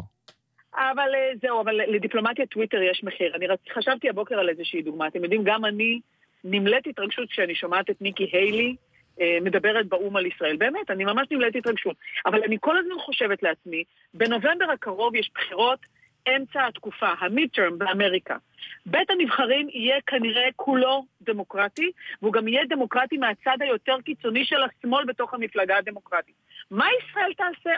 אבל לדיפלומטיה טוויטר יש מחיר. אני חשבתי הבוקר על איזושהי דוגמה. אתם יודעים, גם אני נמלאת התרגשות כשאני שומעת את ניקי היילי מדברת באום על ישראל. באמת, אני ממש נמלאת התרגשות. אבל אני כל הזמן חושבת לעצמי, בנובמבר הקרוב יש בחירות אמצע התקופה, המידטרם באמריקה. בית הנבחרים יהיה כנראה כולו דמוקרטי, והוא גם יהיה דמוקרטי מהצד היותר קיצוני של השמאל בתוך המפלגה הדמוקרטית. מה ישראל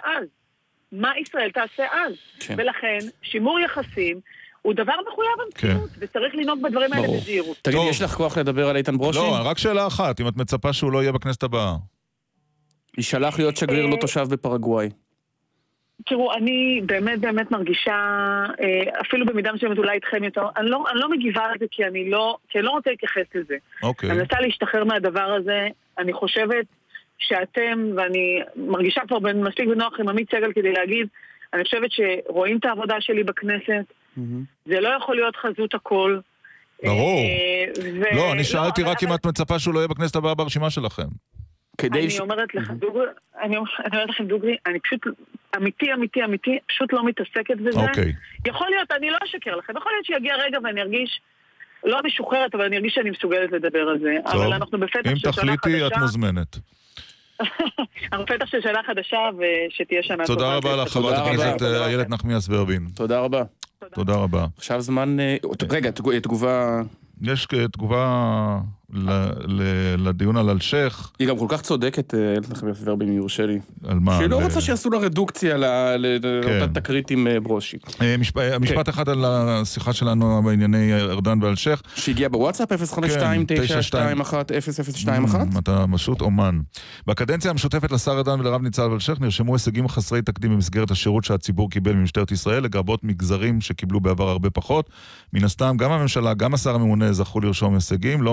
תעשה אז? ולכן, שימור יחסים הוא דבר מחויב המציאות, וצריך לנהוג בדברים האלה בזהירות. תגיד, יש לך כוח לדבר על איתן ברושי? לא, רק שאלה אחת, אם את מצפה שהוא לא יהיה בכנסת הבאה. יישלח להיות שגריר לא תושב בפרגוואי. תראו, אני באמת מרגישה, אפילו במידה מסוימת אולי איתכם יותר, אני לא מגיבה על זה כי אני לא רוצה להתייחס לזה. אני רוצה להשתחרר מהדבר הזה, אני חושבת שאתם, ואני מרגישה כבר מספיק בנוח עם עמית סגל כדי להגיד, אני חושבת שרואים את העבודה שלי בכנסת, זה לא יכול להיות חזות הכל. ברור. לא, אני שאלתי רק אם את מצפה שהוא לא יהיה בכנסת הבאה ברשימה שלכם. אני אומרת לכם דוגרי, אני פשוט אמיתי, פשוט לא מתעסקת בזה. יכול להיות, אני לא אשקר לכם, יכול להיות שיגיע רגע ואני ארגיש לא משוחררת, אבל אני ארגיש שאני מסוגלת לדבר על זה. אבל אנחנו בפתח של שנה חדשה. אם תחליטי, את מוזמנת. אנחנו בפתח של שנה חדשה ושתהיה שנה טובה. תודה רבה לך, חברת הכנסת איילת נחמיאס ורבין. תודה רבה. תודה רבה. עכשיו זמן... רגע, תגובה... יש תגובה לדיון על אלשך. היא גם כל כך צודקת, איילת נחמיאס ורבין, יורשה לי. על מה? שהיא לא רוצה שיעשו לה רדוקציה לאותה תקרית עם ברושי. משפט אחד על השיחה שלנו בענייני ארדן ואלשך. שהגיע בוואטסאפ 052-921-0021. אתה פשוט אומן. בקדנציה המשותפת לשר ארדן ולרב ניצב אלשך נרשמו הישגים חסרי תקדים במסגרת השירות שהציבור קיבל ממשטרת ישראל, לגבות מגזרים שקיבלו בעבר הרבה פחות. מן הסתם, גם הממשלה, גם השר הממונה זכו לרשום הישגים, לא מעט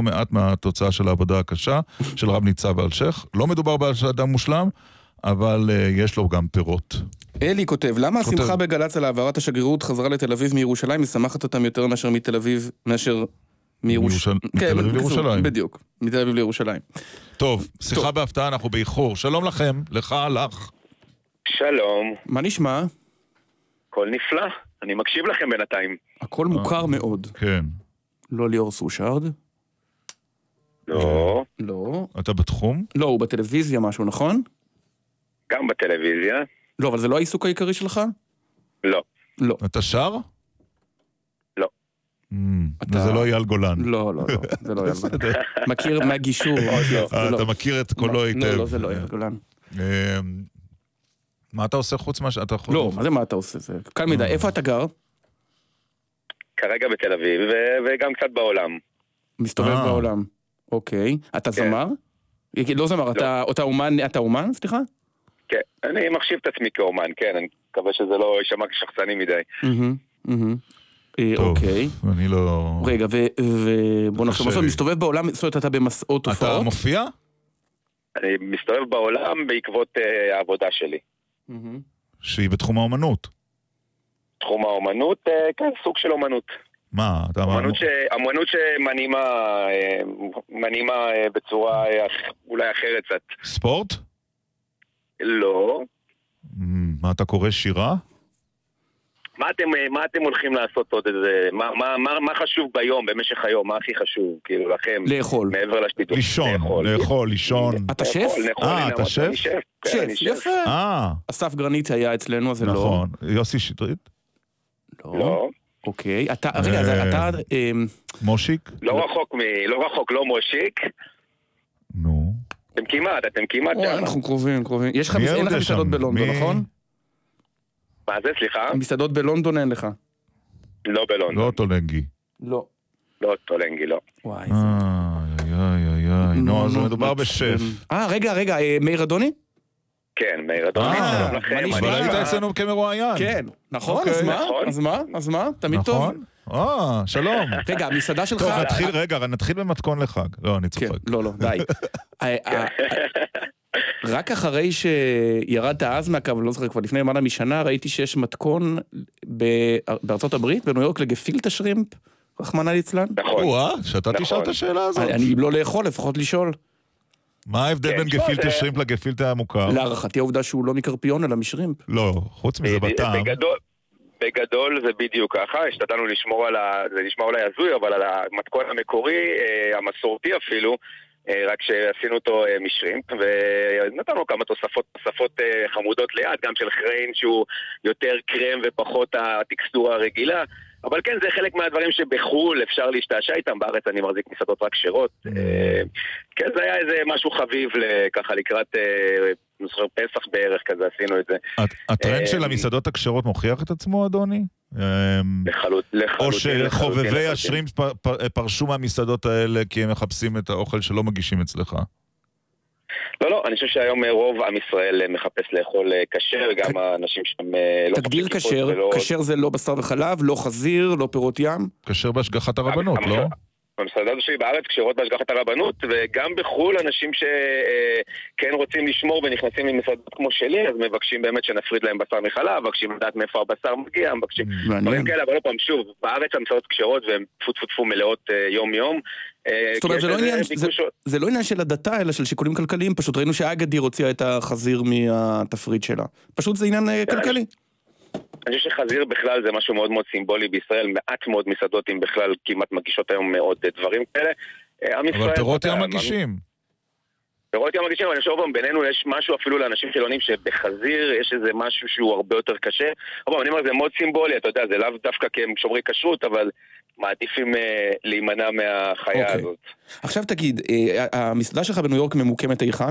התוצאה של העבודה הקשה של רב ניצב אלשיך. לא מדובר באדם מושלם, אבל יש לו גם פירות. אלי כותב, למה השמחה בגלץ על העברת השגרירות חזרה לתל אביב מירושלים משמחת אותם יותר מאשר מתל אביב, מאשר מתל אביב לירושלים. בדיוק, מתל אביב לירושלים. טוב, שיחה בהפתעה, אנחנו באיחור. שלום לכם, לך, לך. שלום. מה נשמע? הכל נפלא, אני מקשיב לכם בינתיים. הכל מוכר מאוד. כן. לא ליאור סושארד? לא. לא. אתה בתחום? לא, הוא בטלוויזיה משהו, נכון? גם בטלוויזיה. לא, אבל זה לא העיסוק העיקרי שלך? לא. לא. אתה שר? לא. זה לא אייל גולן. לא, זה לא אייל גולן. מכיר מהגישור. אתה מכיר את קולו היטב. לא, זה לא אייל גולן. מה אתה עושה חוץ מה שאתה יכול? לא, מה זה מה אתה עושה? זה קל מדי. איפה אתה גר? כרגע בתל אביב, וגם קצת בעולם. מסתובב בעולם. אוקיי. אתה זמר? לא זמר, אתה אומן, סליחה? כן, אני מחשיב את עצמי כאומן, כן, אני מקווה שזה לא יישמע כשחצני מדי. אוקיי. אני לא... רגע, ובוא נחשוב, מסתובב בעולם, זאת אומרת, אתה במסעות תופעות? אתה מופיע? אני מסתובב בעולם בעקבות העבודה שלי. שהיא בתחום האומנות. תחום האומנות, כן, סוג של אומנות. מה? אמנות שמנימה בצורה אולי אחרת קצת. ספורט? לא. מה, אתה קורא שירה? מה אתם הולכים לעשות עוד איזה... מה חשוב ביום, במשך היום? מה הכי חשוב, כאילו, לכם? לאכול. מעבר לשתיתות. לאכול, לישון. אתה שף? אתה שף? שף, יפה. אסף גרנית היה אצלנו, אז זה לא... נכון. יוסי שטרית? לא. אוקיי. רגע, אתה... מושיק? לא רחוק, לא מושיק. נו. אתם כמעט שם. אנחנו קרובים. אין לך מסעדות בלונדון, נכון? מה זה, סליחה? מסעדות בלונדון אין לך. לא בלונדון. לא טולנגי. לא. לא טולנגי, לא. וואי. נו, אז מדובר בשף. רגע, מאיר אדוני? כן, מאיר אדוני, שלום לכם. אבל היית אצלנו כמרואיין. כן, נכון, אז מה? תמיד טוב. שלום. רגע, המסעדה שלך... טוב, נתחיל במתכון לחג. לא, אני צוחק. לא, די. רק אחרי שירדת אז מהקו, לא זוכר, כבר לפני למעלה משנה, ראיתי שיש מתכון בארצות הברית, בניו יורק, לגפילטה שרימפ, רחמנא ליצלן. נכון. שאתה תשאל את השאלה הזאת. אני לא לאכול, לפחות לשאול. מה ההבדל בין גפילטה שרימפ לגפילטה המוכר? להערכתי העובדה שהוא לא מקרפיון, אלא משרימפ. לא, חוץ מזה בטעם. בגדול זה בדיוק ככה, השתדלנו לשמור זה נשמע אולי הזוי, אבל על המתכון המקורי, המסורתי אפילו, רק שעשינו אותו משרימפ, ונתנו כמה תוספות חמודות ליד, גם של חריין שהוא יותר קרם ופחות הטקסטורה הרגילה, אבל כן, זה חלק מהדברים שבחול אפשר להשתעשע איתם, בארץ אני מחזיק מסעדות רק שרות. כן, זה היה איזה משהו חביב ככה לקראת פסח בערך כזה, עשינו את זה. הטרנד של המסעדות הכשרות מוכיח את עצמו, אדוני? או שחובבי השרימפ פרשו מהמסעדות האלה כי הם מחפשים את האוכל שלא מגישים אצלך? לא, אני חושב שהיום רוב עם ישראל מחפש לאכול כשר, גם האנשים שם לא... תגדיר כשר, כשר זה לא בשר וחלב, לא חזיר, לא פירות ים? כשר בהשגחת הרבנות, לא? במסעדות שלי בארץ כשרות בהשגחת הרבנות, וגם בחול אנשים שכן רוצים לשמור ונכנסים למסעדות כמו שלי, אז מבקשים באמת שנפריד להם בשר מחלב, מבקשים לדעת מאיפה הבשר מגיע, מבקשים דברים כאלה, אבל לא פעם שוב, בארץ המסעדות כשרות והן טפו מלאות יום-יום. זאת אומרת, זה לא עניין של הדתה, אלא של שיקולים כלכליים, פשוט ראינו שהאגדיר הוציאה את החזיר מהתפריד שלה. פשוט זה עניין כלכלי. אני חושב שחזיר בכלל זה משהו מאוד מאוד סימבולי בישראל, מעט מאוד מסעדות אם בכלל כמעט מגישות היום מאוד דברים כאלה. אבל פירות ים מגישים. פירות ים מגישים, אבל אני חושב בינינו יש משהו אפילו לאנשים חילונים שבחזיר יש איזה משהו שהוא הרבה יותר קשה. אני אומר, זה מאוד סימבולי, אתה יודע, זה לאו דווקא כי הם שומרי כשרות, אבל מעדיפים להימנע מהחיה הזאת. עכשיו תגיד, המסעדה שלך בניו יורק ממוקמת היכן?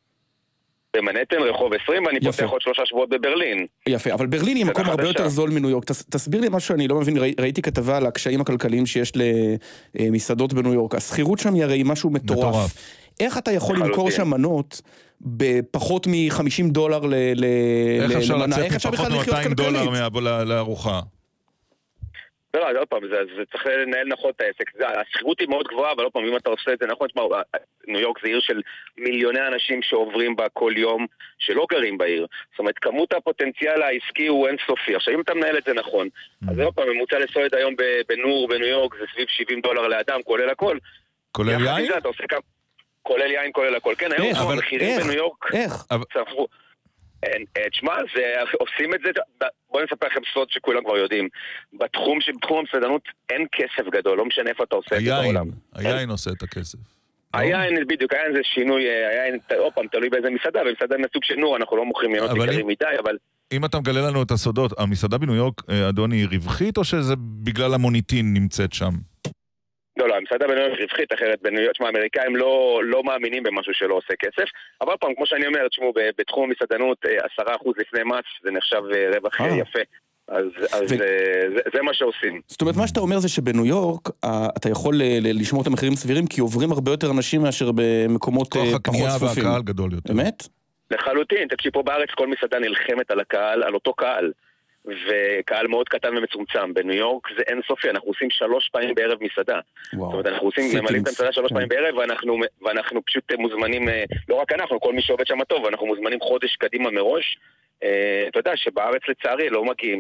במנהטן, רחוב 20, ואני פותח עוד 3 שבועות בברלין. יפה, אבל ברלין היא מקום הרבה יותר זול מניו יורק. תסביר לי משהו שאני לא מבין, ראיתי כתבה על הקשיים הכלכליים שיש למסעדות בניו יורק. הסחירות שם היא הרי משהו מטורף. איך אתה יכול למכור שם מנות בפחות $50 למנה? איך אפשר לצאת פחות $200 לארוחה? לא, עוד פעם, זה צריך לנהל נכון את העסק. השכירות היא מאוד גבוהה, אבל עוד פעם, אם אתה עושה את זה נכון, ניו יורק זה עיר של מיליוני אנשים שעוברים בה כל יום, שלא גרים בעיר. זאת אומרת, כמות הפוטנציאל העסקי הוא אינסופי. עכשיו, אם אתה מנהל את זה נכון, אז עוד פעם, ממוצע לסועד היום בנור, בניו יורק, זה סביב $70 לאדם, כולל הכל. כולל יין? כולל יין, כולל הכל. כן, היום המחירים בניו יורק צפרו. תשמע, עושים את זה, בואו נספר לכם סוד שכולם כבר יודעים. בתחום המסעדנות אין כסף גדול, לא משנה איפה אתה עושה את זה בעולם. היין עושה את הכסף. היין, בדיוק, היין זה שינוי, היין, עוד פעם, תלוי באיזה מסעדה, ומסעדה מסוג של נור, אנחנו לא מוכרים ינות יקרים מדי, אבל... אם אתה מגלה לנו את הסודות, המסעדה בניו יורק, אדוני, היא רווחית, או שזה בגלל המוניטין נמצאת שם? לא, המסעדה בניו יורק רווחית, אחרת בניו יורק, שמה, האמריקאים לא מאמינים במשהו שלא עושה כסף, אבל פעם, כמו שאני אומר, תשמעו, בתחום המסעדנות, 10% לפני מס, זה נחשב רווח יפה. אז זה מה שעושים. זאת אומרת, מה שאתה אומר זה שבניו יורק אתה יכול לשמור את המחירים סבירים, כי עוברים הרבה יותר אנשים מאשר במקומות פחות צפופים. כוח הקנייה והקהל גדול יותר. באמת? לחלוטין, תקשיב, פה בארץ כל מסעדה נלחמת על הקהל, על אותו קהל. וקהל מאוד קטן ומצומצם. בניו יורק זה אינסופי, אנחנו עושים 3 פעמים בערב מסעדה. זאת אומרת, אנחנו ממלאים את המסעדה 3 פעמים בערב, ואנחנו פשוט מוזמנים, לא רק אנחנו, כל מי שעובד שם טוב, אנחנו מוזמנים חודש קדימה מראש. אתה יודע שבארץ לצערי לא מגיעים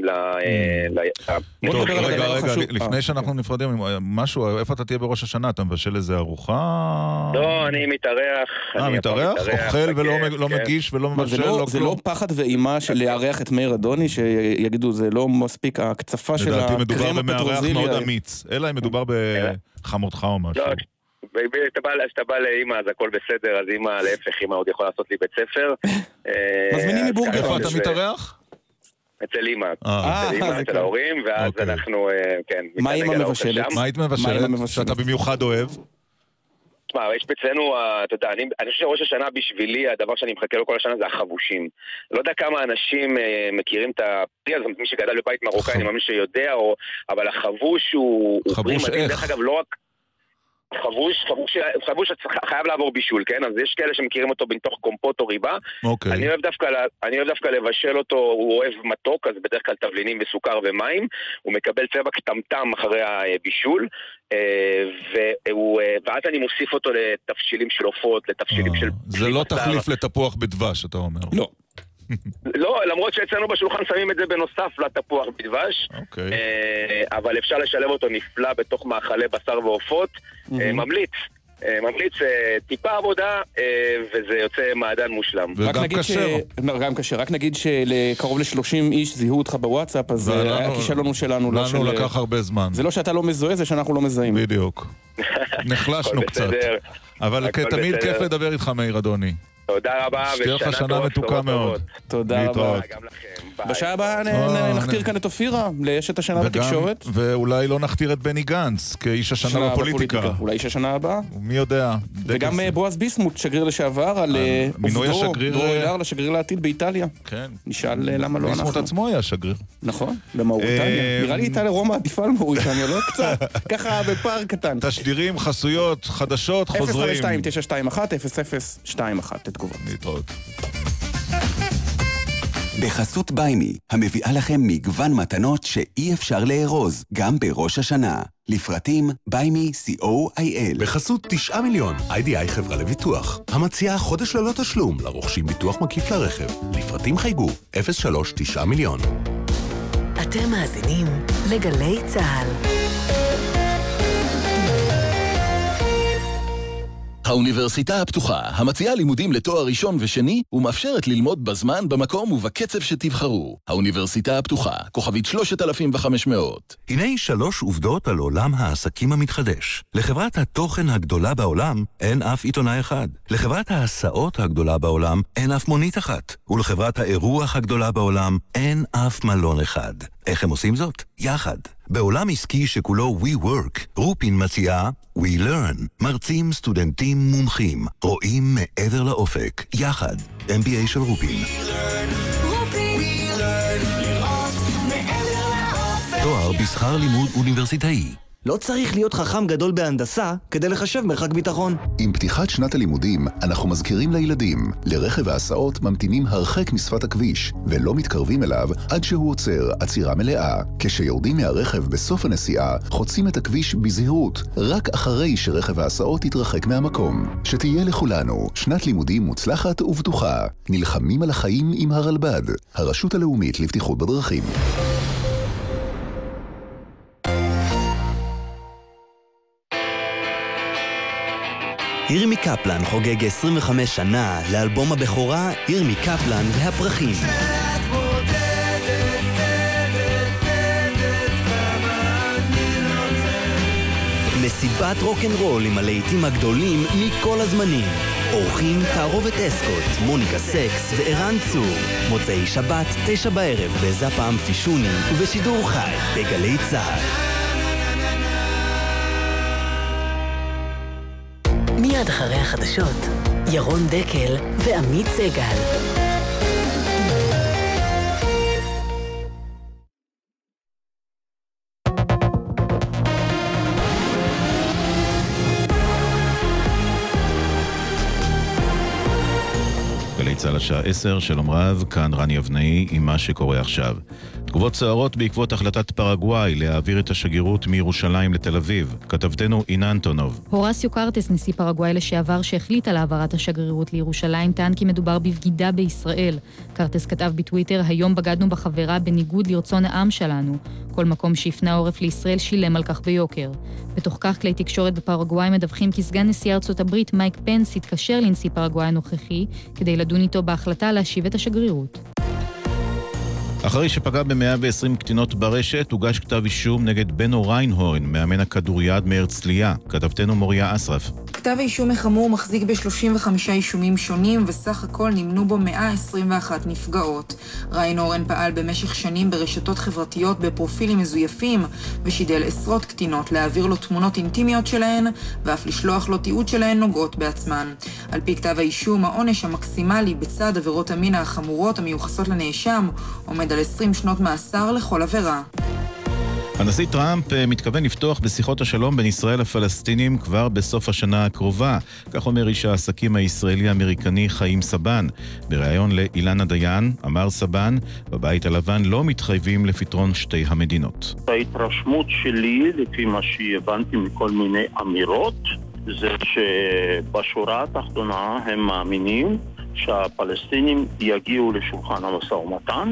טוב, רגע, לפני שאנחנו נפרדים משהו, איפה אתה תהיה בראש השנה? אתה מבשל איזה ארוחה? לא, אני מתארח. מתארח? אוכל ולא מגיש ולא מבשל? זה לא פחד ואימה של לארח את מאיר אדוני, שיגידו זה לא מספיק הקצפה של הקרם הפטרוזיליה. לדעתי מדובר במארח מאוד אמיץ, אלא אם מדובר בחמותך או משהו. כשאתה בא לאמא אז הכל בסדר, אז אמא להפך, אמא עוד יכולה לעשות לי בית ספר. מזמינים מבורגר. איפה אתה מתארח? אצל אמא, אצל ההורים, ואז אנחנו, כן. מה אמא מבשלת? מה היית מבשלת? שאתה במיוחד אוהב? תשמע, יש אצלנו, אתה יודע, אני חושב שראש השנה בשבילי, הדבר שאני מחכה לו כל השנה זה החבושים. לא יודע כמה אנשים מכירים את הפרי הזה, מי שגדל בבית מרוקאי, אני מאמין שיודע, אבל החבוש הוא פרי מדהים, דרך אגב, לא רק חבוש חייב לעבור בישול, כן? אז יש כאלה שמכירים אותו בתוך קומפוט או ריבה. אני אוהב דווקא לבשל אותו, הוא אוהב מתוק, אז בדרך כלל תבלינים וסוכר ומים. הוא מקבל צבע קטמטם אחרי הבישול, ואז אני מוסיף אותו לתבשילים של עופות, לתבשילים של... זה לא תחליף לתפוח בדבש, אתה אומר. לא. לא, למרות שאצלנו בשולחן שמים את זה בנוסף לתפוח בדבש, אבל אפשר לשלב אותו נפלא בתוך מאכלי בשר ועופות. ממליץ טיפה עבודה, וזה יוצא מעדן מושלם. וגם קשר. גם קשר. רק נגיד שלקרוב ל-30 איש זיהו אותך בוואטסאפ, אז היה כישלון שלנו. לנו לקח הרבה זמן. זה לא שאתה לא מזוהה, זה שאנחנו לא מזהים. בדיוק. נחלשנו קצת. אבל תמיד כיף לדבר איתך, מאיר אדוני. תודה רבה, שתהיה לך שנה מתוקה מאוד. תודה רבה. בשעה הבאה נכתיר כאן את אופירה, לאשת השנה בתקשורת. ואולי לא נכתיר את בני גנץ, כאיש השנה בפוליטיקה. אולי איש השנה הבאה. מי יודע. וגם בועז ביסמוט, שגריר לשעבר, על עובדו, דרור אלהר לשגריר לעתיד באיטליה. כן. נשאל למה לא אנחנו. ביסמוט עצמו היה שגריר. נכון, במאוריטניה. נראה לי איטליה רומא עדיפה על מאוריטניה, לא קצת? ככה בפער קטן. תשדירים, חסויות, חדשות, חוזרים. 052-921-0021, תתגובות. להתראות. בחסות ביימי, המביאה לכם מגוון מתנות שאי אפשר לארוז, גם בראש השנה. לפרטים, ביימי co.il. בחסות 9 מיליון, IDI חברה לביטוח. המציעה חודש ללא תשלום, לרוכשים ביטוח מקיף לרכב. לפרטים חייגו, 03-9 מיליון. אתם מאזינים לגלי צהל. האוניברסיטה הפתוחה, המציעה לימודים לתואר ראשון ושני, ומאפשרת ללמוד בזמן, במקום ובקצב שתבחרו. האוניברסיטה הפתוחה, כוכבית 3500. הנה 3 עובדות על עולם העסקים המתחדש. לחברת התוכן הגדולה בעולם, אין אף עיתונאי אחד. לחברת ההסעות הגדולה בעולם, אין אף מונית אחת. ולחברת האירוח הגדולה בעולם, אין אף מלון אחד. איך הם עושים זאת? יחד. בעולם עסקי שכולו WeWork, רופין מציעה We Learn, מרצים, סטודנטים, מומחים, רואים מעבר לאופק, יחד, MBA של רופין. תואר בשכר לימוד אוניברסיטאי. לא צריך להיות חכם גדול בהנדסה כדי לחשב מרחק ביטחון. עם פתיחת שנת הלימודים, אנחנו מזכירים לילדים, לרכב ההסעות ממתינים הרחק משפת הכביש, ולא מתקרבים אליו עד שהוא עוצר עצירה מלאה. כשיורדים מהרכב בסוף הנסיעה, חוצים את הכביש בזהירות, רק אחרי שרכב ההסעות יתרחק מהמקום. שתהיה לכולנו שנת לימודים מוצלחת ובטוחה. נלחמים על החיים עם הרלב"ד, הרשות הלאומית לבטיחות בדרכים. ירמי קפלן חוגג 25 שנה לאלבום הבכורה ירמי קפלן והפרחים. מסיבת רוק'נ'רול עם הלהיטים הגדולים מכל הזמנים. אורחים תערובת אסקוט, מוניקה סקס וערן צור. מוצאי שבת 9 בערב בזאפה אמפישוני ובשידור חי בגלי צהל. מיד אחרי החדשות, ירון דקל ועמית סגל. גלי צהל השעה 10, שלום רב, כאן רני אבנאי עם מה שקורה עכשיו. תגובות סערות בעקבות החלטת פרגוואי להעביר את השגרירות מירושלים לתל אביב. כתבתנו אינה אנטונוב. הורסיו קרטס, נשיא פרגוואי לשעבר שהחליט על העברת השגרירות לירושלים, טען כי מדובר בבגידה בישראל. קרטס כתב בטוויטר, היום בגדנו בחברה בניגוד לרצון העם שלנו. כל מקום שהפנה עורף לישראל שילם על כך ביוקר. בתוך כך כלי תקשורת בפרגוואי מדווחים כי סגן נשיא ארצות הברית מייק פנס התקשר לנשיא פרגוואי הנוכחי כדי לדון איתו בהחלטה להשיב את השגרירות. אחרי שפגע ב-120 קטינות ברשת, הוגש כתב אישום נגד בנו ריינהורן, מאמן הכדוריד מהרצליה. כתבתנו מוריה אסרף. כתב האישום החמור מחזיק ב-35 אישומים שונים, וסך הכל נמנו בו 121 נפגעות. ריינהורן פעל במשך שנים ברשתות חברתיות בפרופילים מזויפים, ושידל עשרות קטינות להעביר לו תמונות אינטימיות שלהן, ואף לשלוח לו תיעוד שלהן נוגעות בעצמן. על פי כתב האישום, העונש המקסימלי בצד עבירות המין החמורות המיוחסות לנאשם עומד על 20 שנות מאסר לכל עבירה. הנשיא טראמפ מתכוון לפתוח בשיחות השלום בין ישראל לפלסטינים כבר בסוף השנה הקרובה. כך אומר איש העסקים הישראלי-אמריקני חיים סבן. בריאיון לאילנה דיין, אמר סבן, בבית הלבן לא מתחייבים לפתרון שתי המדינות. ההתרשמות שלי, לפי מה שהבנתי מכל מיני אמירות, זה שבשורה התחתונה הם מאמינים שהפלסטינים יגיעו לשולחן המשא ומתן.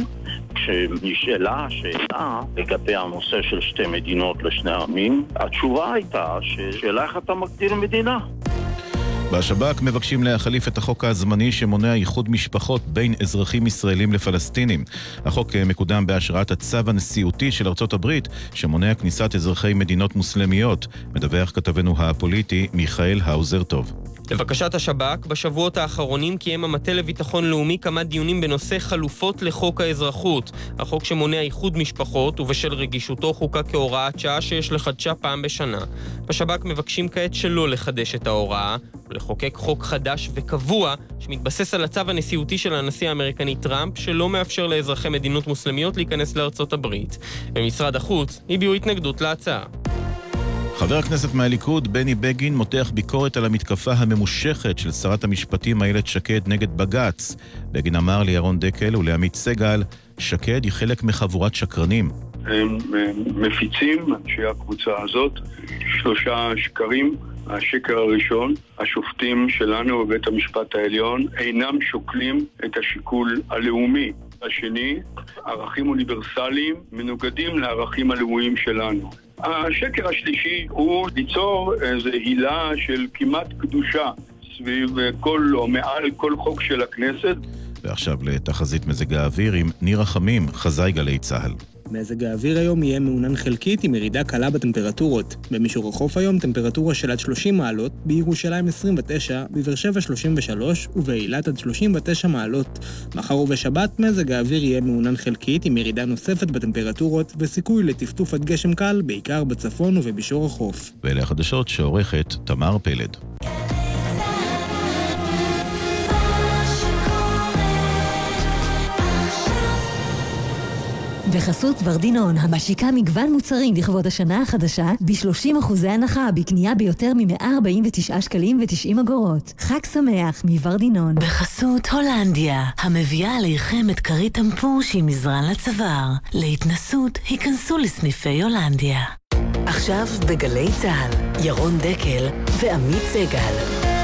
כשנשאלה השאלה לגבי הנושא של שתי מדינות לשני עמים, התשובה הייתה ששאלה איך אתה מגדיר מדינה. בשב"כ מבקשים להחליף את החוק הזמני שמונע איחוד משפחות בין אזרחים ישראלים לפלסטינים. החוק מקודם בהשראת הצו הנשיאותי של ארצות הברית שמונע כניסת אזרחי מדינות מוסלמיות. מדווח כתבנו הפוליטי מיכאל האוזר טוב. לבקשת השב"כ, בשבועות האחרונים קיים המטה לביטחון לאומי כמה דיונים בנושא חלופות לחוק האזרחות. החוק שמונע איחוד משפחות ובשל רגישותו חוקה כהוראת שעה שיש לחדשה פעם בשנה. בשב"כ מבקשים כעת שלא לחדש את ההוראה ולחוקק חוק חדש וקבוע שמתבסס על הצו הנשיאותי של הנשיא האמריקני טראמפ שלא מאפשר לאזרחי מדינות מוסלמיות להיכנס לארצות הברית. במשרד החוץ הביעו התנגדות להצעה. חבר הכנסת מהליכוד, בני בגין, מותח ביקורת על המתקפה הממושכת של שרת המשפטים איילת שקד נגד בג"ץ. בגין אמר לירון דקל ולעמית סגל, שקד היא חלק מחבורת שקרנים. הם מפיצים, אנשי הקבוצה הזאת, 3 שקרים. השקר הראשון, השופטים שלנו בבית המשפט העליון אינם שוקלים את השיקול הלאומי. השני, ערכים אוניברסליים מנוגדים לערכים הלאומיים שלנו. השקר השלישי הוא ליצור איזו הילה של כמעט קדושה סביב כל או מעל כל חוק של הכנסת. ועכשיו לתחזית מזג האוויר עם ניר רחמים, חזאי גלי צהל. מזג האוויר היום יהיה מעונן חלקית עם ירידה קלה בטמפרטורות. במישור החוף היום טמפרטורה של עד 30 מעלות, בירושלים 29, בבאר שבע 33 ובאילת עד 39 מעלות. מחר ובשבת מזג האוויר יהיה מעונן חלקית עם ירידה נוספת בטמפרטורות וסיכוי לטפטוף עד גשם קל, בעיקר בצפון ובמישור החוף. ואלה החדשות שעורכת תמר פלד. בחסות ורדינון, המשיקה מגוון מוצרים לכבוד השנה החדשה, ב-30% הנחה בקנייה ביותר מ-149 שקלים ו90 אגורות. חג שמח מוורדינון. בחסות הולנדיה, המביאה עליכם את קרית טמפור שהיא מזרן לצוואר. להתנסות, היכנסו לסניפי הולנדיה. עכשיו בגלי צהל, ירון דקל ועמית סגל.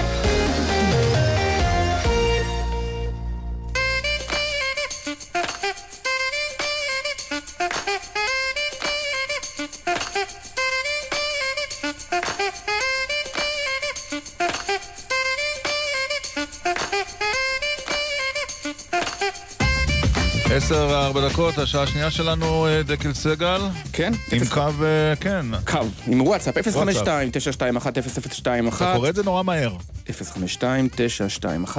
עשר 4 דקות, השעה השנייה שלנו, דקל סגל. כן. עם קו, כן. קו, עם וואטסאפ, 052-921-00221. אתה קורא את זה נורא מהר. 052-921-0021.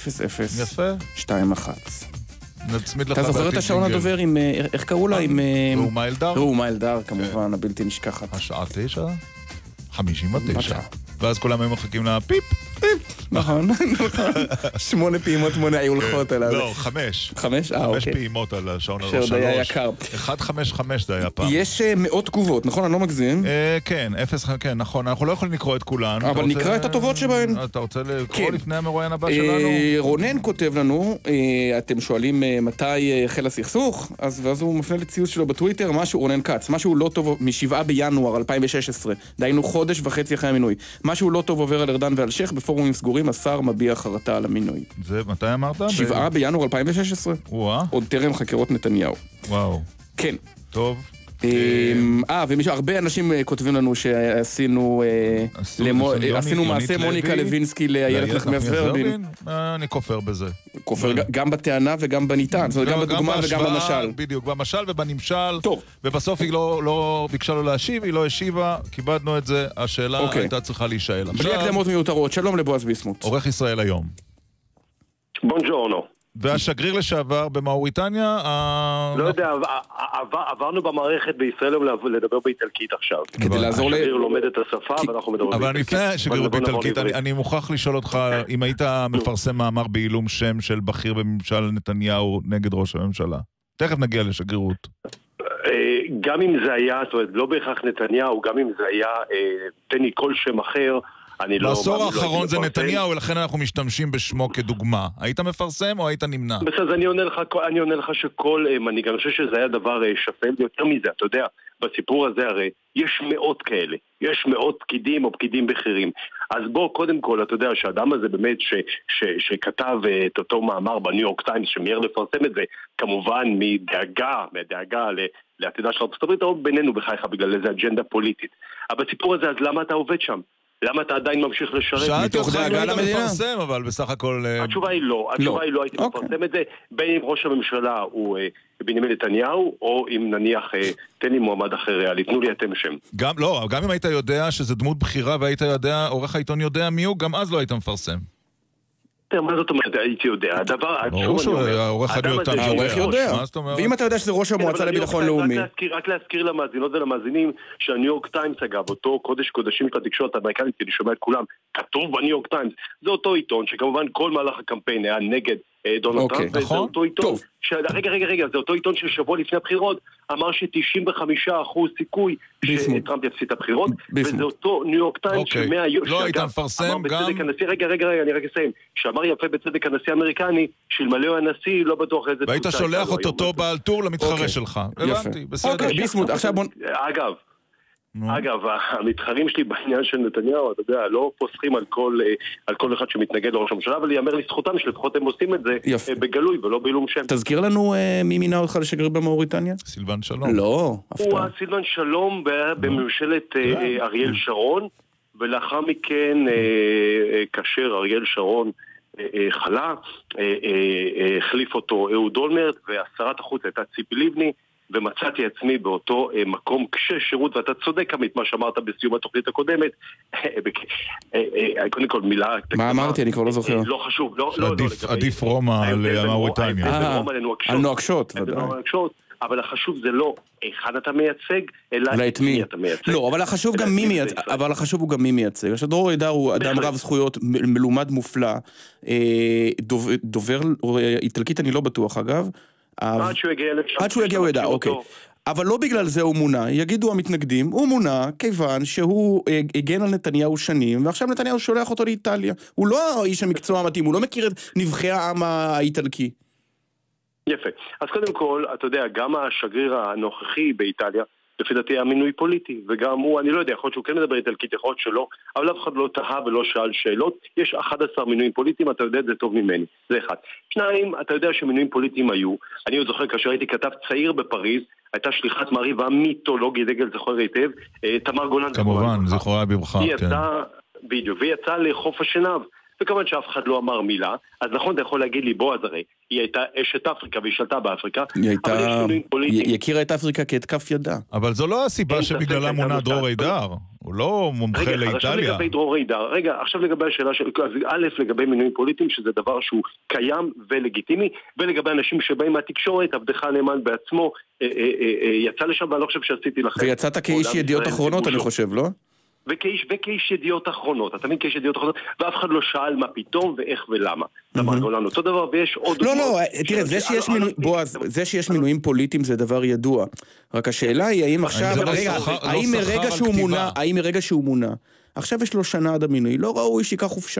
נצמיד לך. אתה זוכר את השעון הדובר עם, איך קראו לה? עם... ראומה אלדר? ראומה אלדר, כמובן, הבלתי נשכחת. השעה 9:59. ואז כולם היו מחכים לה פיפ. נכון, 8 פעימות מונה היו הולכות עליו. לא, 5. 5? אוקיי. 5 פעימות על השעון הראש. שעוד היה יקר. 155 זה היה פעם. יש מאות תגובות, נכון? אני לא מגזים. כן, 0, כן, נכון. אנחנו לא יכולים לקרוא את כולן. אבל נקרא את הטובות שבהן. אתה רוצה לקרוא לפני המרואיין הבא שלנו? רונן כותב לנו, אתם שואלים מתי החל הסכסוך, ואז הוא מפנה לציוץ שלו בטוויטר, רונן קץ, משהו לא טוב מ7 בינואר 2016, דיינו חודש וחצי אחרי המינוי. משהו לא טוב עובר על ארדן ועל שייך, בפורומים סגורים השר מביע חרטה על המינוי. זה מתי אמרת? 7 בינואר 2016. עוד טרם חקירות נתניהו. וואו. כן. טוב. הרבה אנשים כותבים לנו שעשינו מעשה מוניקה לוינסקי לאיילת נחמיאס ורבין. אני כופר בזה. כופר גם בטענה וגם בניתן, זאת אומרת גם בדוגמה וגם במשל. בדיוק, במשל ובנמשל. ובסוף היא לא ביקשה לו להשיב, היא לא השיבה, כיבדנו את זה, השאלה הייתה צריכה להישאל. בלי הקדמות מיותרות, שלום לבועז ביסמוט. עורך ישראל היום. בונג'ורנו. והשגריר לשעבר במאוריטניה... לא יודע, עברנו במערכת בישראל לדבר באיטלקית עכשיו. כדי לעזור ל... השגריר לומד את השפה ואנחנו מדברים באיטלקית. אבל לפני השגריר באיטלקית, אני מוכרח לשאול אותך, אם היית מפרסם מאמר בעילום שם של בכיר בממשל נתניהו נגד ראש הממשלה. תכף נגיע לשגרירות. גם אם זה היה, זאת אומרת, לא בהכרח נתניהו, גם אם זה היה, תן לי כל שם אחר, בעשור האחרון זה נתניהו, ולכן אנחנו משתמשים בשמו כדוגמה. היית מפרסם או היית נמנע? בסדר, אני עונה לך שכל מנהיג, אני חושב שזה היה דבר שפל יותר מזה, אתה יודע, בסיפור הזה הרי יש מאות כאלה, יש מאות פקידים או פקידים בכירים. אז בוא, קודם כל, אתה יודע שהאדם הזה באמת שכתב את אותו מאמר בניו יורק טיימס, שמיהר לפרסם את זה, כמובן מדאגה לעתידה של ארצות הברית, או בינינו בחייך בגלל איזה אג'נדה פוליטית. אבל בסיפור הזה, אז למה אתה עובד שם? למה אתה עדיין ממשיך לשרת? שאלתי אותך אם היית מפרסם, אבל בסך הכל... התשובה היא לא, הייתי מפרסם את זה, בין אם ראש הממשלה הוא בנימין נתניהו, או אם נניח תן לי מועמד אחר ריאלי, תנו לי אתם שם. גם אם היית יודע שזה דמות בחירה, והיית יודע, עורך העיתון יודע מי הוא, גם אז לא היית מפרסם. מה זאת אומרת, הייתי יודע, ברור שהעורך יודע, ואם אתה יודע שזה ראש המועצה לביטחון לאומי. רק להזכיר למאזינות ולמאזינים שהניו יורק טיימס, אגב, אותו קודש קודשים של התקשורת האמריקנית, אני שומע את כולם, כתוב בניו יורק טיימס, זה אותו עיתון שכמובן כל מהלך הקמפיין היה נגד דונלד טראמפ, וזה אותו עיתון, רגע, זה אותו עיתון ששבוע לפני הבחירות אמר ש95% סיכוי שטראמפ יפסיד את הבחירות, וזה אותו ניו יורק טיימס לא היית מפרסם גם... רגע, אני רק אסיים, שאמר יפה בצדק הנשיא האמריקני, שאלמלא הנשיא לא בטוח איזה... והיית שולח אותו בעל טור למתחרה שלך. הבנתי, בסדר. ביסמוט, עכשיו בוא... אגב, המתחרים שלי בעניין של נתניהו, אתה יודע, לא פוסחים על כל אחד שמתנגד לראש הממשלה, אבל יאמר לזכותם שלפחות הם עושים את זה בגלוי ולא בעילום שם. תזכיר לנו מי מינה אותך לשגריר במאוריטניה? סילבן שלום. לא, הוא סילבן שלום בממשלת אריאל שרון, ולאחר מכן כאשר אריאל שרון חלה, החליף אותו אהוד אולמרט, והשרת החוץ הייתה ציפי לבני, ומצאתי עצמי באותו מקום כששירות, ואתה צודק עמית מה שאמרת בסיום התוכנית הקודמת. קודם כל מילה... מה אמרתי? אני כבר לא זוכר. לא חשוב. עדיף רומא על מאוריטניה. על נואקשות. אבל החשוב זה לא היכן אתה מייצג, אלא את מי אתה מייצג. לא, אבל החשוב הוא גם מי מייצג. דרור אידר הוא אדם רב זכויות, מלומד מופלא, דובר איטלקית אני לא בטוח אגב, עד שהוא יגיע לשם. עד שהוא יגיע הוא ידע, אוקיי. אבל לא בגלל זה הוא מונה, יגידו המתנגדים, הוא מונה כיוון שהוא הגן על נתניהו שנים, ועכשיו נתניהו שולח אותו לאיטליה. הוא לא האיש המקצוע המתאים, הוא לא מכיר את נבחי העם האיטלקי. יפה. אז קודם כל, אתה יודע, גם השגריר הנוכחי באיטליה, לפי דעתי המינוי פוליטי, וגם הוא, אני לא יודע, יכול להיות שהוא כן מדבר איטלקית, יכול להיות שלא, אבל אף אחד לא תהה ולא שאל שאלות. יש 11 מינויים פוליטיים, אתה יודע את זה טוב ממני. זה אחד. שניים, אתה יודע שמינויים פוליטיים היו. אני עוד זוכר, כאשר הייתי כתב צעיר בפריז, הייתה שליחת מעריב המיתולוגי, דגל זוכר היטב, תמר גולן. כמובן, זכורה בברכה, כן. בדיוק, והיא יצאה לחוף השנהב. וכמובן שאף אחד לא אמר מילה, אז נכון, אתה יכול להגיד לי, בוא, אז הרי, היא הייתה אשת אפריקה והיא שלטה באפריקה, היא הכירה את אפריקה כאת כף ידה. אבל זו לא הסיבה שבגללה מונה דרור אידר, הוא לא מומחה לאיטליה. עכשיו לגבי דרור אידר, עכשיו לגבי השאלה של, א', לגבי מינויים פוליטיים, שזה דבר שהוא קיים ולגיטימי, ולגבי אנשים שבאים מהתקשורת, עבדך נאמן בעצמו, יצא לשם, ואני לא חושב שעשיתי לכם. ויצאת כאיש ידיעות אחרונות, אני חושב, לא? וכאיש ידיעות אחרונות, אתה מבין כאיש ידיעות אחרונות, ואף אחד לא שאל מה פתאום ואיך ולמה. אמרנו לנו אותו דבר, ויש עוד... לא, תראה, זה שיש מינויים פוליטיים זה דבר ידוע. רק השאלה היא, האם עכשיו, האם מרגע שהוא מונה, עכשיו יש לו שנה עד המינוי, לא ראוי שיקח חופשה.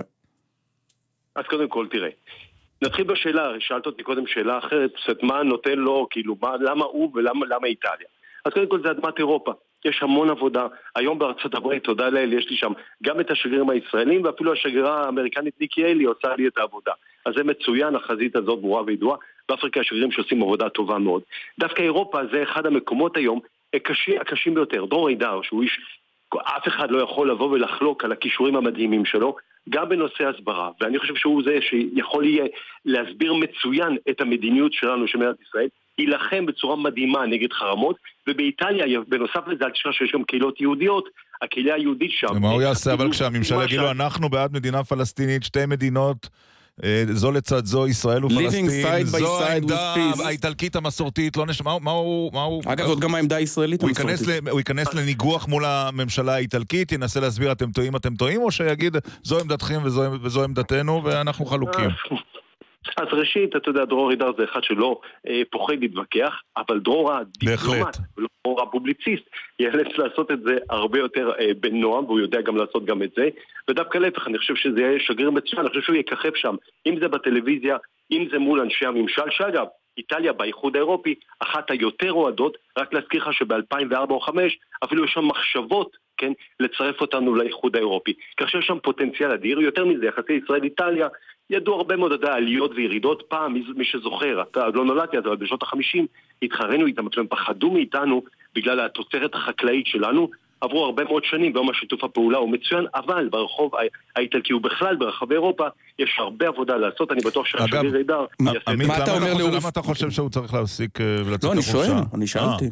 אז קודם כל, תראה. נתחיל בשאלה, שאלת אותי קודם שאלה אחרת, מה נותן לו, כאילו, למה הוא ולמה איטליה? אז קודם כל זה אדמת אירופה. יש המון עבודה. היום בארצות הברית, תודה לאל, יש לי שם גם את השגרירים הישראלים, ואפילו השגרירה האמריקנית ניקי היילי עושה לי את העבודה. אז זה מצוין, החזית הזאת ברורה וידועה. באפריקה השגרירים שעושים עבודה טובה מאוד. דווקא אירופה זה אחד המקומות היום הקשים ביותר. דרור אידר, שהוא איש, אף אחד לא יכול לבוא ולחלוק על הכישורים המדהימים שלו, גם בנושא הסברה. ואני חושב שהוא זה שיכול יהיה להסביר מצוין את המדיניות שלנו של מדינת ישראל, ילחם בצורה מדהימה נגד חרמות, ובאיטליה, בנוסף לזה, אל תשכח שיש גם קהילות יהודיות, הקהילה היהודית שם. ומה הוא יעשה, אבל כשהממשל יגידו, אנחנו בעד מדינה פלסטינית, שתי מדינות, זו לצד זו, ישראל ופלסטין, זו העמדה האיטלקית המסורתית, לא נשמע, מה הוא... אגב, זאת גם העמדה הישראלית המסורתית. הוא ייכנס לניגוח מול הממשלה האיטלקית, ינסה להסביר אתם טועים, או שיגיד, זו עמדתכם וזו עמדתנו, ואנחנו חלוקים. אז ראשית, אתה יודע, דרור אידר זה אחד שלא פוחד להתווכח, אבל דרור הדיפלומט, דרור הפובליציסט, ייאלץ לעשות את זה הרבה יותר בנועם, והוא יודע גם לעשות גם את זה, ודווקא להפך, אני חושב שזה יהיה שגריר מצוין, אני חושב שהוא יככב שם, אם זה בטלוויזיה, אם זה מול אנשי הממשל, שאגב, איטליה באיחוד האירופי, אחת היותר אוהדות, רק להזכיר לך שב-2004 או 2005, אפילו יש שם מחשבות, כן, לצרף אותנו לאיחוד האירופי. כך שיש שם פוטנציאל אדיר, יותר מזה, יחסי ישראל-איטליה, ידעו הרבה מאוד עליות וירידות. פעם, מי שזוכר, אתה לא נולדתי, אבל בשנות ה-50 התחרנו איתם, הם פחדו מאיתנו בגלל התוצרת החקלאית שלנו, עברו הרבה מאוד שנים, ביום השיתוף הפעולה הוא מצוין, אבל ברחוב האיטלקי וברחבי ברחבי אירופה יש הרבה עבודה לעשות, אני בטוח שהשגריר אידר יעשה את זה. למה אתה חושב שהוא צריך להפסיק ולצאת החופשה? לא, אני שאלתי.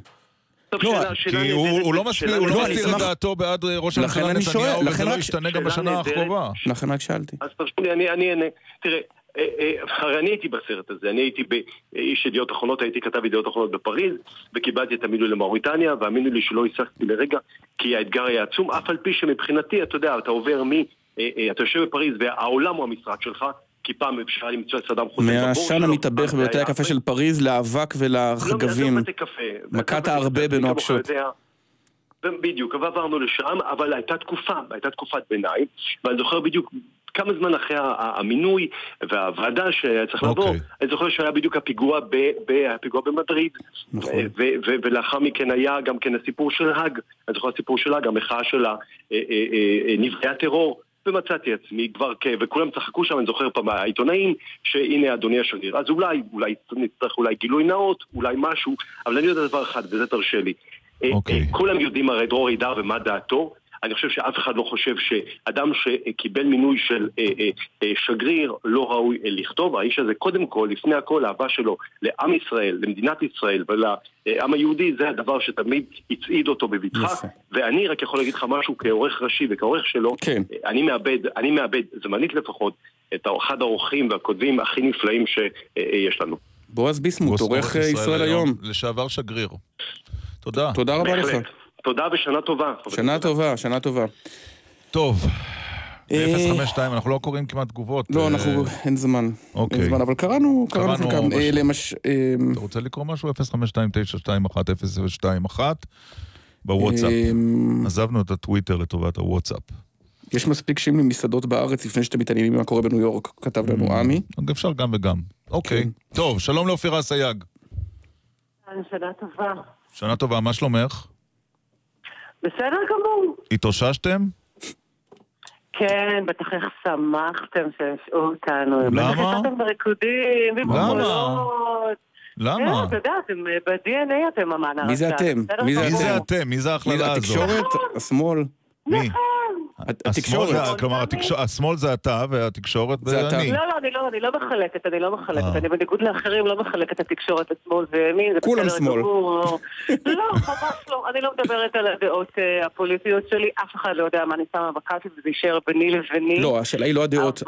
כי הוא לא מסתיר את דעתו בעד ראש הממשלה נתניהו, וזה לא ישתנה גם בשנה הקרובה. לכן רק שאלתי. אז תרשו לי, אני אענה. תראה, הרי אני הייתי בסרט הזה, אני הייתי באיש ידיעות אחרונות, הייתי כתב ידיעות אחרונות בפריז, וקיבלתי את המינוי למאוריטניה, והאמינו לי שלא היססתי לרגע, כי האתגר היה עצום, אף על פי שמבחינתי, אתה יודע, אתה עובר אתה יושב בפריז, והעולם הוא המשרד שלך, כי פעם אפשר למצוא את סדאם חוסיין. מהשן המתאבך בבתי הקפה של פריז לאבק ולחגבים. מכת הרבה בנוקשות. בדיוק, ועברנו לשם, אבל הייתה תקופת ביניים, ואני זוכר בדיוק כמה זמן אחרי המינוי והוועדה שצריך לעבור, אני זוכר שהיה בדיוק הפיגוע במדריד, ולאחר מכן היה גם כן הסיפור של האג, אני זוכר הסיפור של האג, המחאה של נפגעי הטרור, ומצאתי עצמי כבר וכולם צחקו שם, אני זוכר פעם העיתונאים, שהנה אדוני השגריר. אז אולי נצטרך גילוי נאות, אולי משהו, אבל אני יודע דבר אחד, וזה תרשה לי. כולם יודעים הרי דרור אידר ומה דעתו, אני חושב שאף אחד לא חושב שאדם שקיבל מינוי של שגריר לא ראוי לכתוב. האיש הזה קודם כל, לפני הכל, האהבה שלו לעם ישראל, למדינת ישראל ולעם היהודי, זה הדבר שתמיד הצעיד אותו בבטחה. ואני רק יכול להגיד לך משהו כעורך ראשי וכעורך שלו, אני מאבד זמנית לפחות את אחד האורחים והכותבים הכי נפלאים שיש לנו. בועז ביסמוט, עורך ישראל היום, לשעבר שגריר. תודה. תודה רבה לך. תודה ושנה טובה. שנה טובה. טוב, ב-052, אנחנו לא קוראים כמעט תגובות. לא, אנחנו, אין זמן. אוקיי. אבל קראנו חלקם. אתה רוצה לקרוא משהו? 052-921-021 בוואטסאפ. עזבנו את הטוויטר לטובת הוואטסאפ. יש מספיק שירים למסעדות בארץ לפני שאתם מתעניינים מה קורה בניו יורק, כתב לנו עמי. אפשר גם וגם. אוקיי. טוב, שלום לאופירה סייג. שנה טובה. שנה טובה, מה שלומך? בסדר גמור. התאוששתם? כן, בטח איך שמחתם שהשאו אותנו. למה? בטח יצאתם בריקודים, ובחולות. למה? אתה יודע, אתם ב-DNA אתם אמן הרצה. מי זה אתם? מי זה ההכללה הזו? התקשורת? השמאל? מי? התקשורת. כלומר, השמאל זה אתה והתקשורת זה אני. לא, אני לא מחלקת. אני בניגוד לאחרים לא מחלקת את התקשורת לשמאל וימין. כולם שמאל. לא, ממש לא. אני לא מדברת על הדעות הפוליטיות שלי. אף אחד לא יודע מה אני שמה בקלפי וזה יישאר ביני לביני. לא, השאלה היא לא הדעות.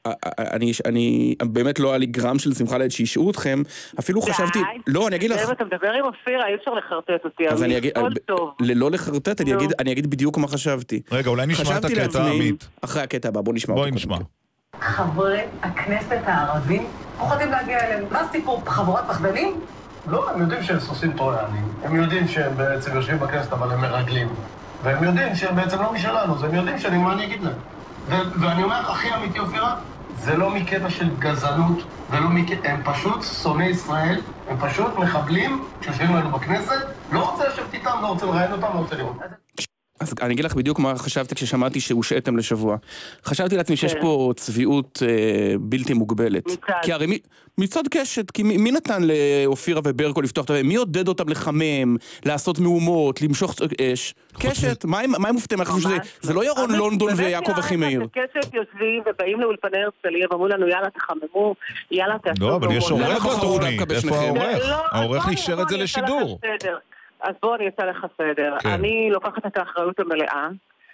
אני באמת לא היה לי גרם של שמחה ליד שישעו אתכם. אפילו חשבתי... לא, אני אגיד לך... אתה מדבר עם אופירה, אי אפשר לחרטט אותי. אז אני אגיד... ללא לחרטט, אני אגיד בדיוק מה חשבתי. רגע, אולי נשמע את הקטע העמית. אחרי הקטע הבא, בוא נשמע אותו. בואי נשמע. חברי הכנסת הערבים פוחדים להגיע אליהם. מה הסיפור? חבורת פחדנים? לא, הם יודעים שהם סוסים טרויאנים. הם יודעים שהם בעצם יושבים בכנסת, אבל הם מרגלים. והם יודעים שהם בעצם לא משלנו, אז הם יודעים מה אני אגיד להם. ואני אומר, הכי אמיתי אופירה, זה לא מקטע של גזענות, הם פשוט שונאי ישראל, הם פשוט מחבלים שיושבים לנו בכנסת, לא רוצה לשבת איתם, לא רוצה לראיין אותם, לא רוצה לראות. אז אני אגיד לך בדיוק מה חשבתי כששמעתי שהושעתם לשבוע. חשבתי לעצמי שיש פה צביעות בלתי מוגבלת. כי הרי מצד קשת, כי מי נתן לאופירה וברקו לפתוח את זה? מי עודד אותם לחמם, לעשות מהומות, למשוך אש? קשת, מה הם מופתעים? זה לא ירון לונדון ויעקב אחימאיר. קשת יושבים ובאים לאולפני הרצליה ואמרו לנו יאללה תחממו, יאללה תעשו. לא, אבל יש עורך בתוכנית. איפה העורך? העורך נשאר את זה לשידור. אז בוא אני אצא לך סדר. אני לוקחת את האחריות המלאה,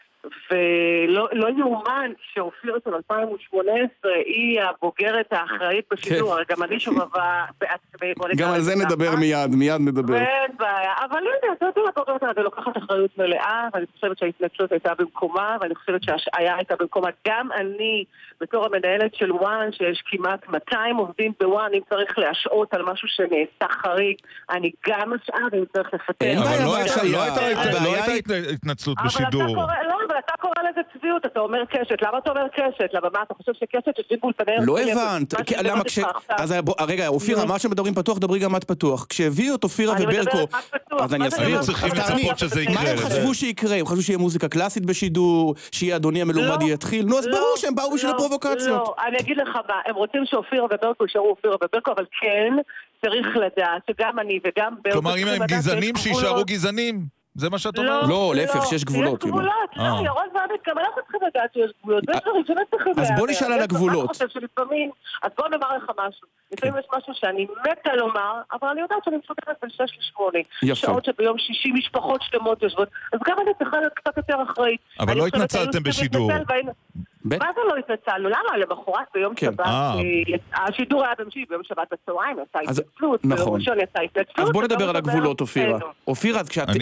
ולא יאומן שאופירה של 2018 היא הבוגרת האחראית בשידור, גם אני שובבה בעצמי. גם על זה נדבר מיד נדבר. אין בעיה, אבל הנה, אתה יודע, הבוגרת הזאת לוקחת אחריות מלאה, ואני חושבת שההתנצלות הייתה במקומה, ואני חושבת שההשעיה הייתה במקומה. גם אני, בתור המנהלת של וואן, שיש כמעט 200 עובדים בוואן, אם צריך להשעות על משהו שנעשה חריג, אני גם השעה, ואם צריך לפתח. אבל לא הייתה התנצלות בשידור. אבל אתה קורא לזה צביעות, אתה אומר קשת. למה אתה אומר קשת? למה מה, אתה חושב שקשת יושבים באולפני הרצליה? לא הבנת. למה אז רגע, אופירה, מה שמדברים פתוח, דברי גם את פתוח. כשהביאו את אופירה וברקו, אז אני אסביר. צריכים לצפות שזה יקרה. מה הם חשבו שיקרה? הם חשבו שיהיה מוזיקה קלאסית בשידור, שיהיה אדוני המלומד יתחיל. נו, אז ברור שהם באו בשביל הפרובוקציות. לא, אני אגיד לך מה, הם רוצים שאופירה וברקו יישארו אופירה וברקו, אבל כן, צריך לדעת שגם אני וגם ברקו... כלומר, אם הם גזענים, שישארו גזענים. זה מה שאת אומרת? לא, להפך, שיש גבולות. יש גבולות, לא, ירון ועדת, גם אנחנו צריכים לדעת שיש גבולות. אז בוא נשאל על הגבולות. אז בוא נאמר לך משהו. לפעמים יש משהו שאני מתה לומר, אבל אני יודעת שאני מפתחת בין 6 ל-8. שעות שביום 60 משפחות שלמות יושבות. אז גם אני צריכה להיות קצת יותר אחראית. אבל לא התנצלתם בשידור. מה זה לא התנצלנו? למה? למחרת ביום שבת, השידור היה ביום שבת בצהריים, יצא התנצלות, ביום ראשון יצא התנצלות. אז בוא נדבר על הגבולות, אופירה. אופירה,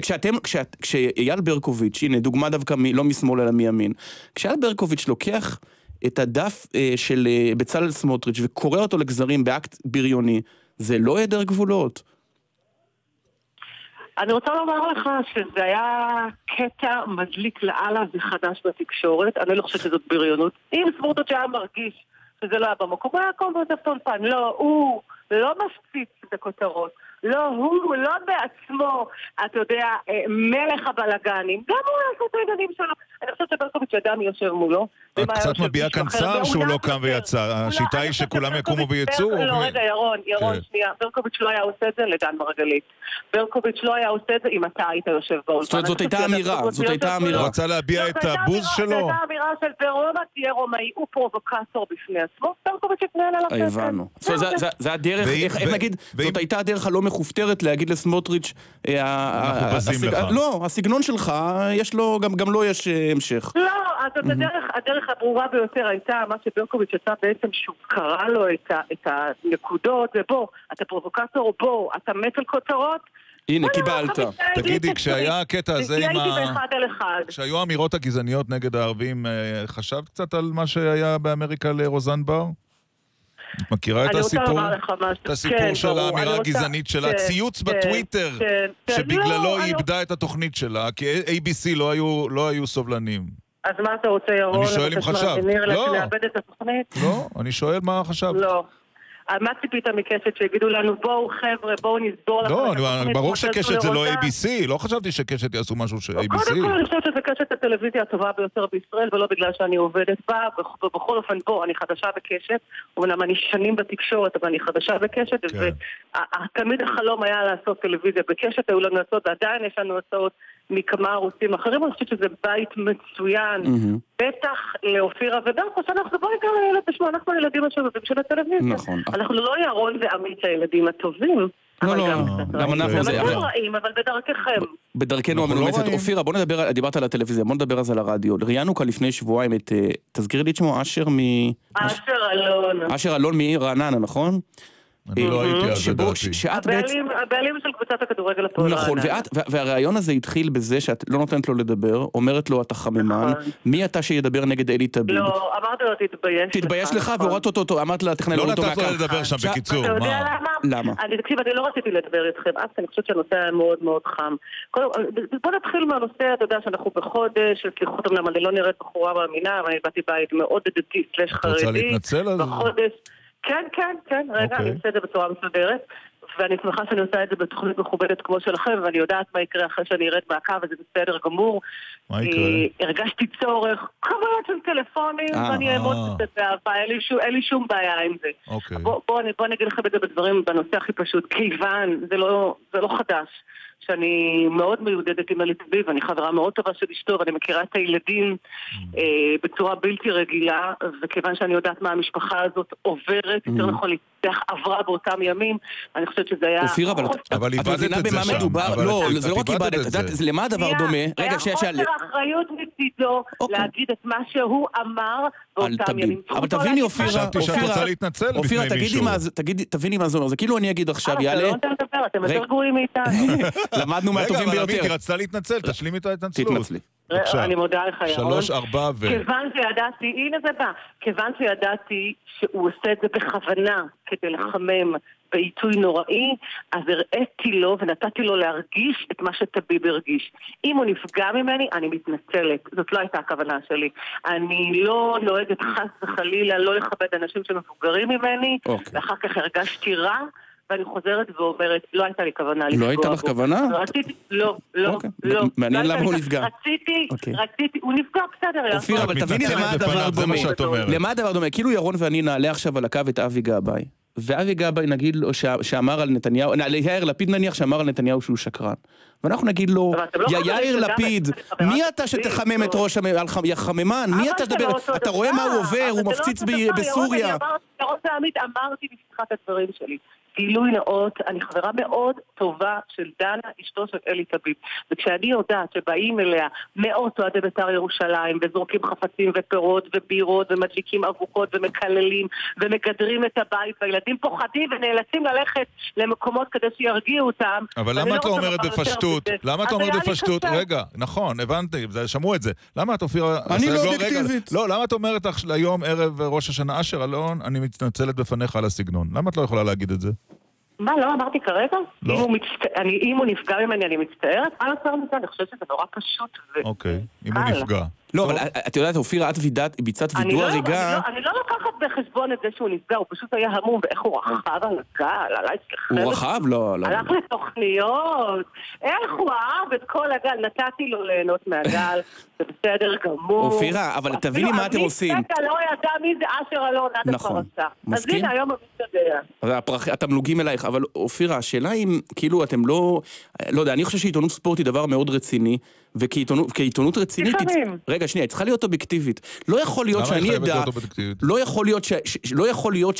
כשאייל ברקוביץ', הנה דוגמה דווקא לא משמאל אלא מימין, כשאייל ברקוביץ' לוקח את הדף של בצלאל סמוטריץ' וקורא אותו לגזרים באקט בריוני, זה לא היעדר גבולות. אני רוצה לומר לך שזה היה קטע מדליק לעלה וחדש בתקשורת. אני לא חושבת שזאת בריונות. אם סמוטריץ' היה מרגיש שזה לא היה במקום, הוא היה קום בטלפון פן. לא, הוא לא מפציץ את הכותרות. לא, הוא לא בעצמו, אתה יודע, מלך הבלגנים. גם הוא היה עושה את העניינים שלו. אני חושבת שברקוביץ' ידע מי יושב מולו. את קצת מביעה כאן צער שהוא לא קם ויצא. השיטה היא שכולם יקומו ויצאו? לא, רגע, ירון, שנייה. ברקוביץ' לא היה עושה את זה לדן מרגלית. ברקוביץ' לא היה עושה את זה אם אתה היית יושב באולפן. זאת הייתה אמירה. הוא רצה להביע את הבוז שלו? זאת הייתה אמירה של ברומא תהיה רומאי, הוא פרובוקטור בפני עצמו. ברקוביץ' התנהל על הפסק. הבנו. זה הדרך, איך נגיד, זאת הייתה הדרך הלא מכופתרת להגיד לסמוטריץ' לא, הסגנון שלך, יש לו, גם לו יש המשך. לא, אז הדרך הברורה ביותר הייתה מה שברקוביץ' יצא בעצם שהוא קרא לו את הנקודות, ובוא, אתה פרובוקטור, בוא, אתה מת על כותרות, הנה, קיבלת. תגידי, כשהיה הקטע הזה עם הייתי באחד על אחד. כשהיו האמירות הגזעניות נגד הערבים, חשבת קצת על מה שהיה באמריקה לרוזן בר? את מכירה את הסיפור? את הסיפור של האמירה הגזענית שלה, ציוץ בטוויטר, שבגללו היא איבדה את התוכנית שלה, כי ABC לא היו סובלנים. אז מה אתה רוצה, ירון? אני שואל אם חשב. לאבד את התוכנית? לא, אני שואל מה חשב. לא. מה ציפית מקשת שיגידו לנו, בואו חבר'ה, בואו נסבור לכם את התוכנית? לא, ברור שקשת זה לא ABC, לא חשבתי שקשת יעשו משהו ש-ABC. קודם כל אני חושבת שזה קשת הטלוויזיה הטובה ביותר בישראל, ולא בגלל שאני עובדת בה, ובכל אופן בוא, אני חדשה בקשת, אומנם אני שנים בתקשורת, אבל אני חדשה בקשת, ותמיד החלום היה לעשות טלוויזיה בקשת, היו לנו הצעות, ועדיין יש לנו הצעות מכמה ערוצים אחרים, אני חושבת שזה בית מצוין, בטח לאופירה ודרכו, שאנחנו בואי גם לילד תשמע, אנחנו הילדים השובבים של הטלוויזיה. אנחנו לא ירון ועמית הילדים הטובים. לא, גם אנחנו זה. אנחנו רעים, אבל בדרככם. בדרכנו המנומסת. אופירה, בוא נדבר, דיברת על הטלוויזיה, בוא נדבר אז על הרדיו. ראיינו כאן לפני שבועיים את, תזכירי לי את שמו, אשר אלון מרעננה, נכון? אני לא הייתי אז לדעתי. הבעלים של קבוצת הכדורגל הפועל רעננה. נכון, והרעיון הזה התחיל בזה שאת לא נותנת לו לדבר, אומרת לו אתה חממן, מי אתה שידבר נגד אלי טביב? לא, אמרת לו תתבייש לך. תתבייש לך והורדת אותו, אמרת לה תכנן אותו מהקו. לא נתת לו לדבר שם בקיצור, אתה יודע למה? תקשיב, אני לא רציתי לדבר איתכם, אז אני חושבת שהנושא היה מאוד מאוד חם. בוא נתחיל מהנושא, אתה יודע שאנחנו בחודש של סליחות, אמנם אני לא נראית בחורה מאמינה, אבל אני באתי בית מאוד דתי/חרדי. כן, רגע, אני עושה את זה בצורה מסודרת, ואני שמחה שאני עושה את זה בתוכנית מכובדת כמו שלכם, ואני יודעת מה יקרה אחרי שאני ארד מהקו, וזה בסדר גמור. מה יקרה? הרגשתי צורך, כמובן של טלפונים, ואני אעמוד בזה באהבה, אין לי שום בעיה עם זה. בוא נגיד לכם את זה בדברים, בנושא הכי פשוט, כיוון, זה לא חדש. שאני מאוד מיודדת עם אלי טביב, אני חברה מאוד טובה של אשתו, ואני מכירה את הילדים בצורה בלתי רגילה, וכיוון שאני יודעת מה המשפחה הזאת עוברת, יותר נכון עברה באותם ימים, אני חושבת שזה היה... אופירה, אבל את מבינה במה מדובר? לא, זה לא רק איבדת, למה הדבר דומה? היה חוסר אחריות מצידו להגיד את מה שהוא אמר באותם ימים. אבל תביני, אופירה, חשבתי שאת רוצה להתנצל בפני מישהו. תביני מה זה אומר, זה כאילו אני אגיד עכשיו, יעלה... אתה לא נותן לדבר, אתם יותר גרועים מאיתנו. למדנו מהטובים ביותר. רגע, אבל עמית, היא רצתה להתנצל, תשלימי את ההתנצלות. תתנצלי. אני מודה לך, ירון. 3-4 כיוון שידעתי, הנה זה בא, כיוון שידעתי שהוא עושה את זה בכוונה כדי לחמם בעיתוי נוראי, אז הראיתי לו ונתתי לו להרגיש את מה שטביב הרגיש. אם הוא נפגע ממני, אני מתנצלת. זאת לא הייתה הכוונה שלי. אני לא נוהגת חס וחלילה לא לכבד אנשים שמבוגרים ממני, ואחר כך הרגשתי רע, ואני חוזרת ואומרת, לא הייתה לי כוונה לפגוע בו. לא הייתה לך כוונה? רציתי, לא. מעניין למה הוא נפגע. רציתי, הוא נפגע, בסדר. אופירה, אבל תביני למה הדבר דומה. למה הדבר דומה? כאילו ירון ואני נעלה עכשיו על הקו את אבי גבאי. ואבי גבאי נגיד לו שאמר על נתניהו, יאיר לפיד נניח שאמר על נתניהו שהוא שקרן. ואנחנו נגיד לו, יאיר לפיד, מי אתה שתחמם את ראש החממן? מי אתה שתדבר? אתה רואה מה הוא עובר, הוא מפציץ בסוריה. אמרתי בפתיחת הדברים שלי. גילוי נאות, אני חברה מאוד טובה של דנה, אשתו של אלי טביב. וכשאני יודעת שבאים אליה מאות אוהדי בית"ר ירושלים, וזורקים חפצים ופירות ובירות, ומדליקים אבוקות ומקללים, ומגדרים את הבית, והילדים פוחדים ונאלצים ללכת למקומות כדי שירגיעו אותם. אבל למה את לא אומרת בפשטות? למה את אומרת בפשטות? רגע, נכון, הבנתי, שמעו את זה. למה את אופירה... אני לא אובייקטיבית. לא, למה את אומרת היום ערב ראש השנה, אשר אלון, אני מתנצלת בפניך על הסגנון? למה את לא יכולה להגיד את זה? מה, לא אמרתי כרגע? לא. אם הוא נפגע ממני, אני מצטערת? אני חושבת שזה נורא פשוט. אוקיי, אם הוא נפגע. לא, אבל את יודעת, אופירה, את ביצעת וידוא הריגה... אני לא לוקחת בחשבון את זה שהוא נפגע, הוא פשוט היה המום, ואיך הוא רכב על הגל, עליי סכחרת. הוא רכב? לא. הלך לתוכניות, איך הוא אהב את כל הגל, נתתי לו ליהנות מהגל, זה בסדר גמור. אופירה, אבל תביני מה אתם עושים. אני לא ידע מי זה אשר אלון עד הפרצה. אז הנה, היום המסתדר. התמלוגים אלייך, אבל אופירה, השאלה אם, כאילו, אתם לא יודע, אני חושב שעיתונות ספורט היא דבר מאוד רציני, וכעיתונות רצינית... רגע, שנייה, צריכה להיות אובייקטיבית. לא יכול להיות שאני אדע... לא יכול להיות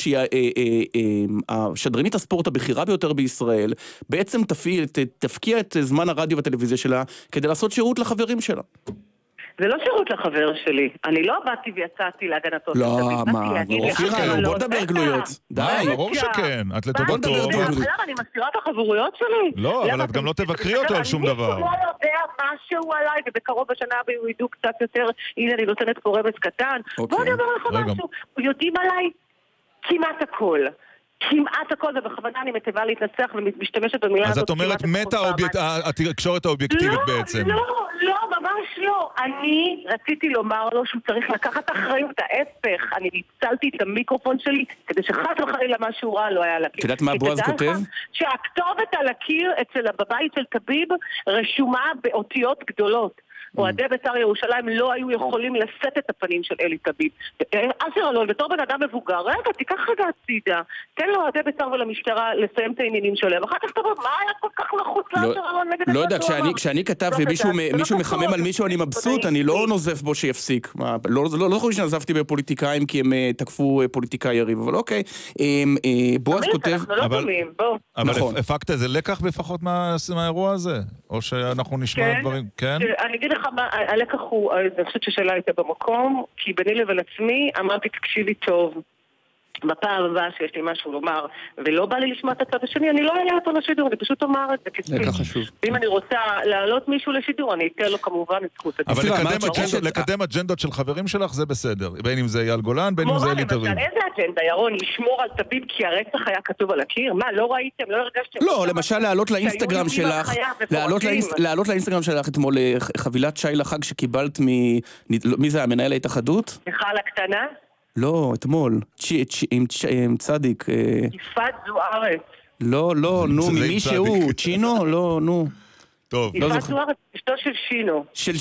שהשדרנית הספורט הבכירה ביותר בישראל בעצם תפקיע את זמן הרדיו והטלוויזיה שלה כדי לעשות שירות לחברים שלה. זה לא שירות לחבר שלי. אני לא באתי ויצאתי להגנתו. לא, מה? אופירה, בוא נדבר גלויות. די. ברור שכן, את לטובתו. אני מסתירה את החברויות שלי? לא, אבל את גם לא תבקרי אותו על שום דבר. אני לא יודע משהו עליי, ובקרוב בשנה הבאה הוא ידעו קצת יותר, הנה אני נותנת פה רמז קטן. בוא נדבר לך משהו. יודעים עליי כמעט הכל. כמעט הכל, ובכוונה אני מטבעה להתנצח ומשתמשת במילה הזאת. אז את אומרת התקשורת האובייקטיבית בעצם. לא, ממש לא. אני רציתי לומר לו שהוא צריך לקחת אחריות, ההפך. אני ניצלתי את המיקרופון שלי כדי שחס וחלילה משהו רע לא היה על הקיר. את יודעת מה בועז כותב? שהכתובת על הקיר בבית של טביב רשומה באותיות גדולות. אוהדי בית"ר ירושלים לא היו יכולים לשאת את הפנים של אלי טביב. אשר אלון, בתור בן אדם מבוגר, רגע, תיקח רגע הצידה, תן לו אוהדי בית"ר ולמשטרה לסיים את העניינים שלהם. אחר כך תבוא, מה היה כל כך נחוץ לאשר אלון נגד... לא יודע, כשאני כתב ומישהו מחמם על מישהו אני מבסוט, אני לא נוזף בו שיפסיק. לא חושב שנזפתי בפוליטיקאים כי הם תקפו פוליטיקאי יריב, אבל אוקיי. בועז כותב... אבל הפקת איזה לקח בפחות מהאירוע הזה? או שאנחנו נשמע דברים... כן? אני אגיד לך מה, הלקח הוא, אני חושבת ששאלה הייתה במקום, כי ביני לבין עצמי אמרתי תקשיבי טוב, בפעם הבאה שיש לי משהו לומר, ולא בא לי לשמוע את הצד השני, אני לא אעלה אותו לשידור, אני פשוט אומר את זה כספי. ואם אני רוצה להעלות מישהו לשידור, אני אתן לו כמובן את זכות הדיבור. אבל לקדם אג'נדות של חברים שלך זה בסדר, בין אם זה אייל גולן, בין אם זה אלי טביב. איזה אג'נדה, ירון? לשמור על טביב כי הרצח היה כתוב על הקיר? מה, לא ראיתם? לא הרגשתם? לא, למשל להעלות לאינסטגרם שלך, להעלות לאינסטגרם שלך אתמול חבילת שי לחג שקיבלת מי זה, המנהל ההתאחדות? מיכל הקטנה? לא, אתמול, עם צדיק. יפעת זוארץ. לא, נו, ממישהו, צ'ינו? לא, נו. טוב. יפעת זוארץ, אשתו של שינו.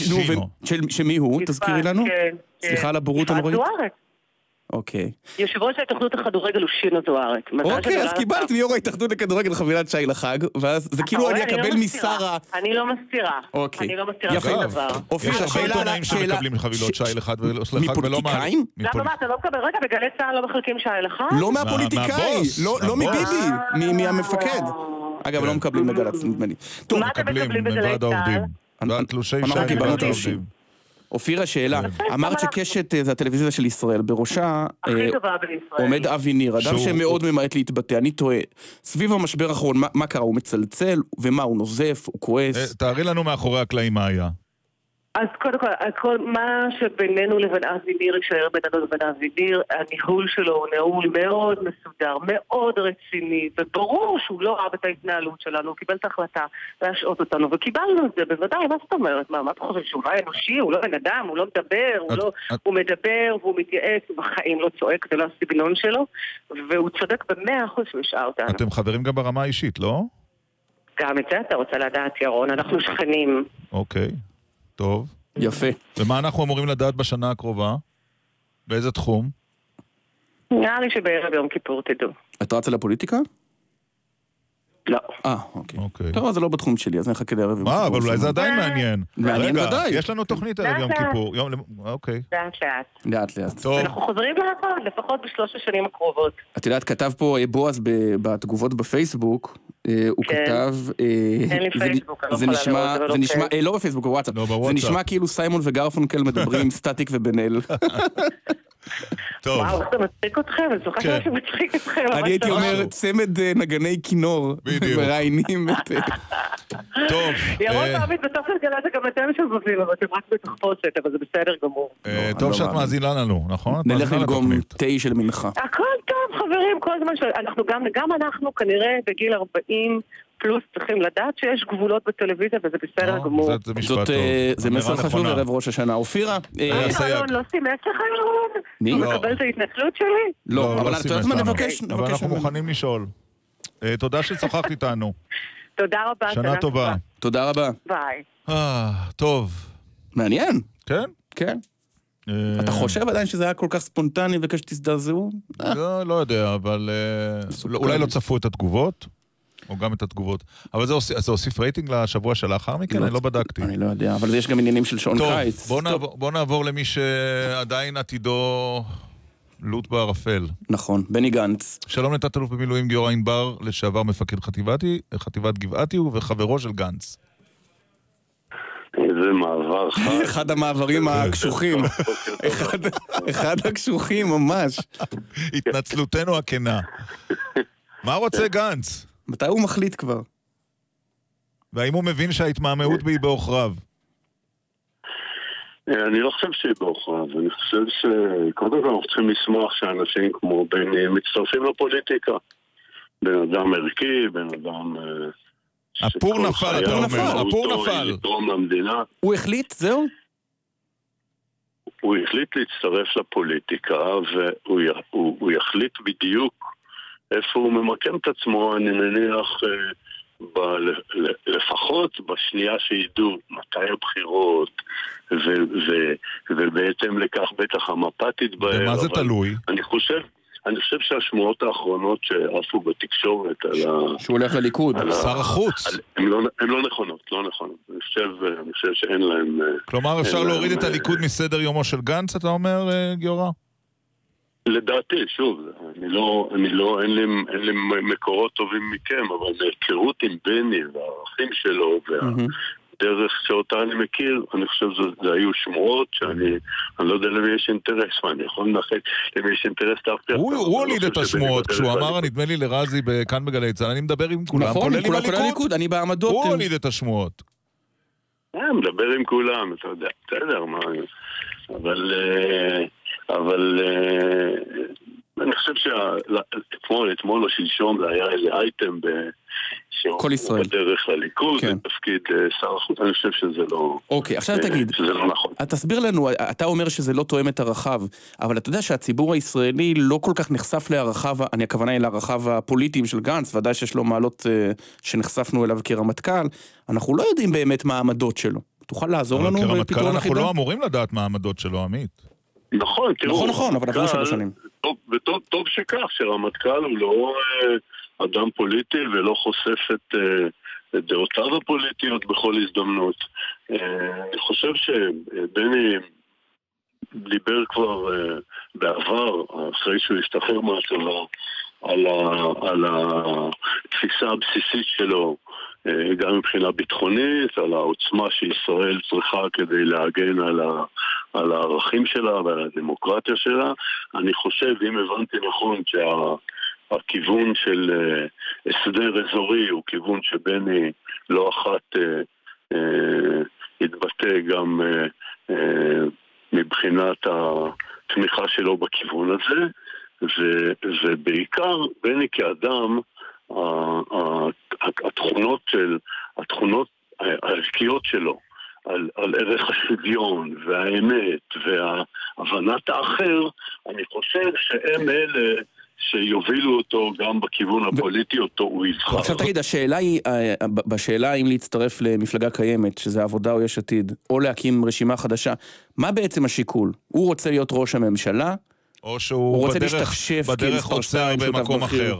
שמי הוא? תזכירי לנו? כן. סליחה על הבורות הנוראית. יפעת זוארץ. אוקיי. יושב ראש ההתאחדות הכדורגל הוא שינו זוארץ. אוקיי, אז קיבלת מיו"ר ההתאחדות לכדורגל חבילת שי לחג, ואז זה כאילו אני אקבל משרה. אני לא מסתירה. אני לא מסתירה שום דבר. יש הרבה עיתונאים שמקבלים חבילות שי לחג ולא מפוליטיקאים? למה מה, אתה לא מקבל? רגע, בגלי צה"ל לא מחלקים שי לחג? לא מהפוליטיקאי, לא מביבי, מהמפקד. אגב, לא מקבלים בגל"צ, נדמה לי. מה אתם מקבלים בגלי צה"ל? תלושי שי ועד העובדים. אופירה, שאלה, אמרת שקשת זה הטלוויזיה של ישראל, בראשה עומד אבי ניר, אדם שמאוד ממעט להתבטא, אני טועה, סביב המשבר האחרון, מה קרה? הוא מצלצל, ומה, הוא נוזף, הוא כועס? תארי לנו מאחורי הקלעים מה היה. אז קודם כל, מה שבינינו לבין אבי ניר יישאר בינינו לבין אבי ניר, הניהול שלו הוא ניהול מאוד מסודר, מאוד רציני, וברור שהוא לא אהב את ההתנהלות שלנו, הוא קיבל את ההחלטה להשעות אותנו, וקיבלנו את זה, בוודאי, מה זאת אומרת? מה אתה חושב שהוא לא אנושי, הוא לא בן אדם, הוא לא מדבר, הוא מדבר והוא מתייעץ, הוא בחיים לא צועק, זה לא הסגנון שלו, והוא צודק ב100% שהוא השעה אותנו. אתם חברים גם ברמה האישית, לא? גם את זה אתה רוצה לדעת, ירון, אנחנו שכנים. אוקיי. טוב. יפה. ומה אנחנו אמורים לדעת בשנה הקרובה? באיזה תחום? נראה לי שבערב יום כיפור תדעו. את רצה לפוליטיקה? לא. אוקיי. טוב, זה לא בתחום שלי, אז נחכה לערב יום כיפור. אבל אולי זה עדיין מעניין. מעניין ודאי. יש לנו תוכנית ערב יום כיפור. אוקיי. לאט לאט. אנחנו חוזרים לעבוד, לפחות ב3 השנים הקרובות. את יודעת, כתב פה בועז בתגובות בפייסבוק, הוא כתב... אין לי פייסבוק, אני לא יכולה לראות, זה נשמע, לא בפייסבוק, בוואטסאפ. זה נשמע כאילו סיימון וגרפונקל מדברים סטטיק ובן-אל. טוב. וואו, איך זה מצחיק אתכם? אני זוכרת שמצחיק אתכם. אני הייתי אומר צמד נגני כינור. בדיוק. מראיינים את... טוב. ירון תמיד בסוף של גלת גם אתם שזופים, אבל אתם רק בתחפושת, אבל זה בסדר גמור. טוב שאת מאזינה לנו, נכון? נלך ללגום תה של מנחה. הכל טוב, חברים, כל הזמן גם אנחנו כנראה בגיל 40 פלוס צריכים לדעת שיש גבולות בטלוויזיה וזה בסדר גמור. זה משפט טוב. זה מסר חשוב ערב ראש השנה. אופירה? אלון, לא סימס לך אלון? מי? הוא מקבל את ההתנצלות שלי? לא, אבל אתה יודעת מה נבקש? אבל אנחנו מוכנים לשאול. תודה ששוחחת איתנו. תודה רבה. שנה טובה. תודה רבה. ביי. טוב. מעניין. כן? כן. אתה חושב עדיין שזה היה כל כך ספונטני וכשתזדעזעו? לא יודע, אבל אולי לא צפו את התגובות. או גם את התגובות. אבל זה הוסיף רייטינג לשבוע שלאחר מכן? אני לא בדקתי. אני לא יודע, אבל יש גם עניינים של שעון קיץ. בוא נעבור למי שעדיין עתידו לוט בערפל. נכון, בני גנץ. שלום לתת-אלוף במילואים גיורא ענבר, לשעבר מפקד חטיבת גבעתי וחברו של גנץ. איזה מעבר חד. אחד המעברים הקשוחים. אחד הקשוחים ממש. התנצלותנו הכנה. מה רוצה גנץ? מתי הוא מחליט כבר? והאם הוא מבין שההתמהמהות בי בעוכריו? אני לא חושב שהיא בעוכריו. אני חושב שקודם כל אנחנו צריכים לשמוח שאנשים כמו בני מצטרפים לפוליטיקה. בן אדם ערכי, בן אדם... הפור נפל, אתה אומר, הפור נפל. לתרום למדינה. הוא החליט, זהו? הוא החליט להצטרף לפוליטיקה, והוא יחליט בדיוק איפה הוא ממקם את עצמו, אני מניח, לפחות בשנייה שידעו מתי הבחירות, ובעצם לכך בטח המפה תתבהר. ומה זה תלוי? אני חושב שהשמועות האחרונות שעפו בתקשורת על שהוא הולך לליכוד, שר החוץ, הן לא נכונות, אני חושב שאין להם... כלומר אפשר להוריד את הליכוד מסדר יומו של גנץ, אתה אומר, גיורא? לדעתי, שוב, אין לי מקורות טובים מכם, אבל מהיכרות עם בני והערכים שלו דרך שאותה אני מכיר, אני חושב שזה היו שמועות שאני לא יודע למי יש אינטרס, מה אני יכול לנחת למי יש אינטרס דווקא. הוא הוליד את השמועות, כשהוא אמר, נדמה לי לרזי כאן בגלי צה"ל, אני מדבר עם כולם, כולל עם הליכוד, אני בעמדות. הוא הוליד את השמועות. מדבר עם כולם, אתה יודע, בסדר, מה... אבל אני חושב שאתמול או שלשום זה היה איזה אייטם כל ישראל בדרך לליכוד, בתפקיד שר החוץ, אני חושב שזה לא... אוקיי, עכשיו תגיד, שזה לא נכון. תסביר לנו, אתה אומר שזה לא תואם את ערכיו, אבל אתה יודע שהציבור הישראלי לא כל כך נחשף לערכיו, הכוונה היא לערכיו הפוליטיים של גנץ, ודאי שיש לו מעלות שנחשפנו אליו כרמטכ"ל, אנחנו לא יודעים באמת מה העמדות שלו. תוכל לעזור לנו בפתרון החידה? כרמטכ"ל אנחנו לא אמורים לדעת מה העמדות שלו, עמית. נכון, תראו. נכון, אבל עברו 3 שנים. וטוב שכך, שרמטכ"ל הוא לא אדם פוליטי ולא חושף את דעותיו הפוליטיות בכל הזדמנות. אני חושב שבני דיבר כבר בעבר, אחרי שהוא השתחרר מהצבא, על התפיסה הבסיסית שלו, גם מבחינה ביטחונית, על העוצמה שישראל צריכה כדי להגן על הערכים שלה ועל הדמוקרטיה שלה. אני חושב, אם הבנתי נכון, שהכיוון של הסדר אזורי הוא כיוון שבני לא אחת התבטא גם מבחינת התמיכה שלו בכיוון הזה, ובעיקר בני כאדם, התכונות הערכיות שלו על ערך השוויון והאמת והבנת האחר, אני חושב שהם אלה שיובילו אותו גם בכיוון הפוליטי אותו הוא יבחר. עכשיו תגיד, השאלה היא, בשאלה אם להצטרף למפלגה קיימת, שזה עבודה או יש עתיד, או להקים רשימה חדשה, מה בעצם השיקול? הוא רוצה להיות ראש הממשלה? או שהוא בדרך עוצר במקום אחר?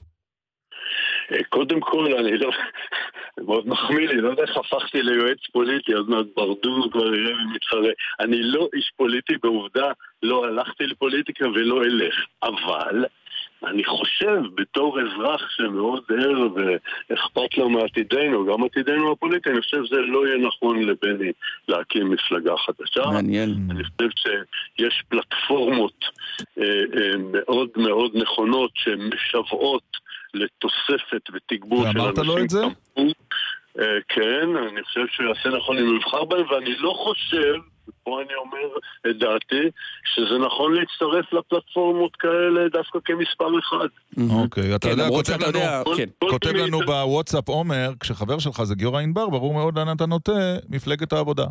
קודם כל, אני לא... מאוד מחמיא לי, לא יודע איך הפכתי ליועץ פוליטי, אז מעט ברדור כבר יראה ומתחרה. אני לא איש פוליטי, בעובדה לא הלכתי לפוליטיקה ולא אלך. אבל אני חושב בתור אזרח שמאוד ער ואכפת לו מעתידנו, גם עתידנו הפוליטי, אני חושב שזה לא יהיה נכון לבני להקים מפלגה חדשה. מעניין. אני חושב שיש פלטפורמות מאוד מאוד נכונות שמשוועות לתוספת ותגבור של אנשים. ואמרת לו את זה? כן, אני חושב שיעשה נכון אם הוא יבחר בהם, ואני לא חושב, פה אני אומר את דעתי, שזה נכון להצטרף לפלטפורמות כאלה דווקא כמספר אחד. אוקיי, אתה יודע, כותב לנו בוואטסאפ עומר, כשחבר שלך זה גיורא ענבר, ברור מאוד לאן אתה נוטה מפלגת העבודה.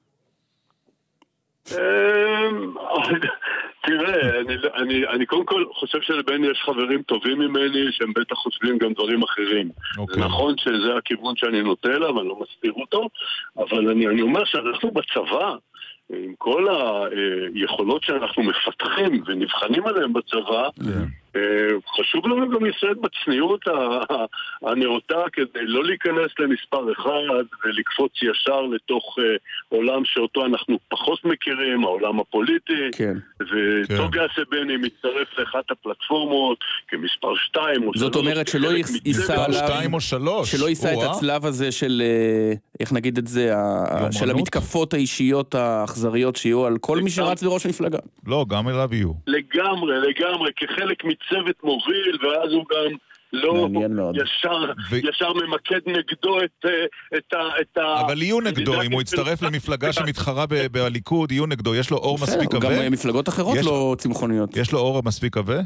תראה, אני קודם כל חושב שלבני יש חברים טובים ממני שהם בטח חושבים גם דברים אחרים. זה נכון שזה הכיוון שאני נוטה אליו, אני לא מסתיר אותו, אבל אני אומר שאנחנו בצבא, עם כל היכולות שאנחנו מפתחים ונבחנים עליהם בצבא, חשוב לנו גם ישראל בצניעות הנאותה כדי לא להיכנס למספר אחד ולקפוץ ישר לתוך עולם שאותו אנחנו פחות מכירים, העולם הפוליטי. כן. וטוגה סבני מצטרף לאחת הפלטפורמות כמספר 2 או 3. זאת אומרת שלא יישא עליו 2 או 3. שלא יישא את הצלב הזה של, איך נגיד את זה, של המתקפות האישיות האכזריות שיהיו על כל מי שרץ לראש מפלגה. לא, גם אליו יהיו. לגמרי, כחלק מצוות מוביל, ואז הוא גם לא ישר ממקד נגדו את ה... אבל יהיו נגדו, אם הוא יצטרף למפלגה שמתחרה בליכוד, יהיו נגדו, יש לו אור מספיק כבד? גם מפלגות אחרות לא צמחוניות. יש לו אור מספיק כבד?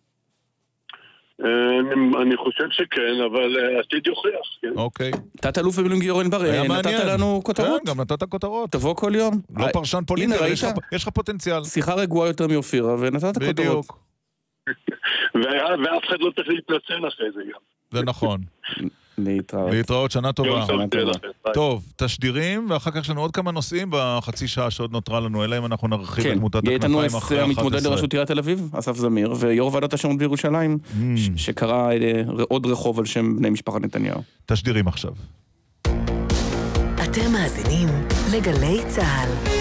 אני חושב שכן, אבל עתיד יוכיח. אוקיי. תת אלוף במילואים גיורא אלבר, נתת לנו כותרות? כן, גם נתת כותרות. תבוא כל יום. לא פרשן פוליטי, אבל יש לך פוטנציאל. שיחה רגועה יותר מאופירה, ונתת כותרות. בדיוק. ואף אחד לא צריך להתנצל אחרי זה גם. זה נכון. להתראות, שנה טובה. טוב, תשדירים, ואחר כך יש לנו עוד כמה נושאים בחצי שעה שעוד נותרה לנו, אלא אם אנחנו נרחיב את תמותת הכנפיים אחרי 11. יהיה המתמודד לראשות עיריית תל אביב, אסף זמיר, ויו"ר ועדת השמות בירושלים, שקרא עוד רחוב על שם בני משפחת נתניהו. תשדירים עכשיו. אתם מאזינים לגלי צה"ל.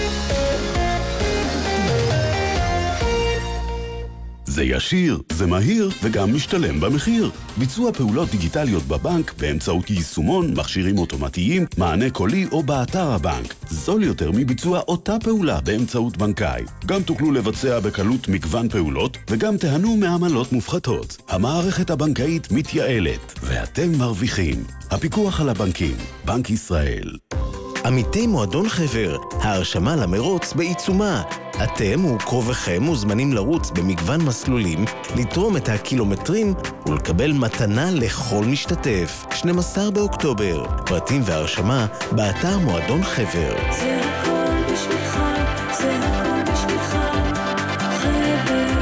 זה ישיר, זה מהיר וגם משתלם במחיר. ביצוע פעולות דיגיטליות בבנק באמצעות יישומון, מכשירים אוטומטיים, מענה קולי או באתר הבנק. זול יותר מביצוע אותה פעולה באמצעות בנקאי. גם תוכלו לבצע בקלות מגוון פעולות וגם תהנו מעמלות מופחתות. המערכת הבנקאית מתייעלת ואתם מרוויחים. הפיקוח על הבנקים, בנק ישראל. עמיתי מועדון חבר, ההרשמה למרוץ בעיצומה. אתם וקרובכם מוזמנים לרוץ במגוון מסלולים, לתרום את הקילומטרים ולקבל מתנה לכל משתתף. 12 באוקטובר, פרטים והרשמה באתר מועדון חבר. זה הכל בשבילך, זה הכל בשבילך, חבר.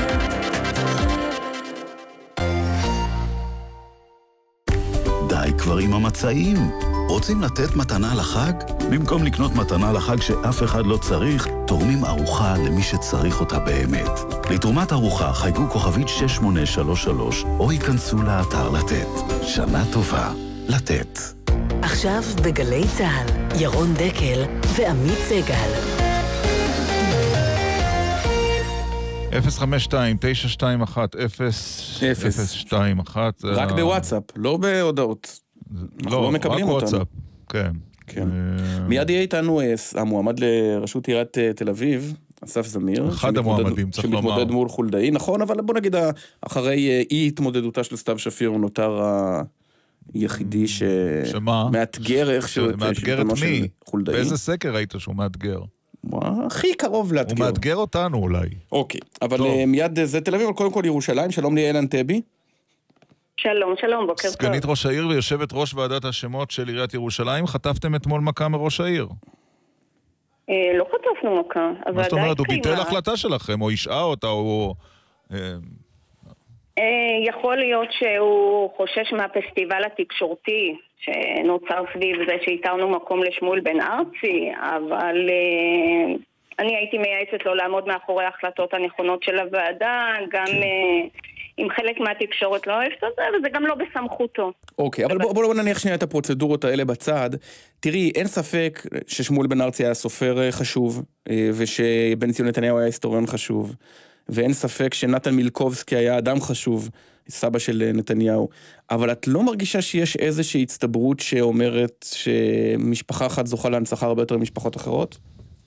די כבר עם המצעים. רוצים לתת מתנה לחג? במקום לקנות מתנה לחג שאף אחד לא צריך, תורמים ארוחה למי שצריך אותה באמת. לתרומת ארוחה חייגו כוכבית 6833 או ייכנסו לאתר לתת. שנה טובה. לתת. עכשיו בגלי צה"ל, ירון דקל ועמית סגל. 052-921-021. רק בוואטסאפ, לא בהודעות. לא מקבלים אותנו. וואטסאפ, כן. מיד יהיה איתנו המועמד לראשות עיריית תל אביב, אסף זמיר. אחד המועמדים, צריך לומר. שמתמודד מול חולדאי, נכון, אבל בוא נגיד, אחרי אי התמודדותה של סתיו שפיר, הוא נותר היחידי שמאתגר איכשהו את שלטונו של חולדאי. באיזה סקר ראית שהוא מאתגר? הכי קרוב לאתגר. הוא מאתגר אותנו אולי. אוקיי, אבל מיד זה תל אביב, אבל קודם כל ירושלים, שלום ליאל אנטבי. שלום, שלום, בוקר טוב. סגנית ראש העיר ויושבת ראש ועדת השמות של עיריית ירושלים, חטפתם אתמול מכה מראש העיר? לא חטפנו מכה, אבל מה זאת אומרת, הוא ביטל החלטה שלכם, או השעה אותה, או... יכול להיות שהוא חושש מהפסטיבל התקשורתי, שנוצר סביב זה שהתרנו מקום לשמואל בן ארצי, אבל אני הייתי מייעצת לו לעמוד מאחורי ההחלטות הנכונות של הוועדה, גם... אם חלק מהתקשורת לא אוהבת את זה, וזה גם לא בסמכותו. אוקיי, אבל בואו נניח שנייה את הפרוצדורות האלה בצד. תראי, אין ספק ששמואל בן ארצי היה סופר חשוב, ושבן ציון נתניהו היה היסטוריון חשוב, ואין ספק שנתן מילקובסקי היה אדם חשוב, סבא של נתניהו, אבל את לא מרגישה שיש איזושהי הצטברות שאומרת שמשפחה אחת זוכה להנצחה הרבה יותר ממשפחות אחרות?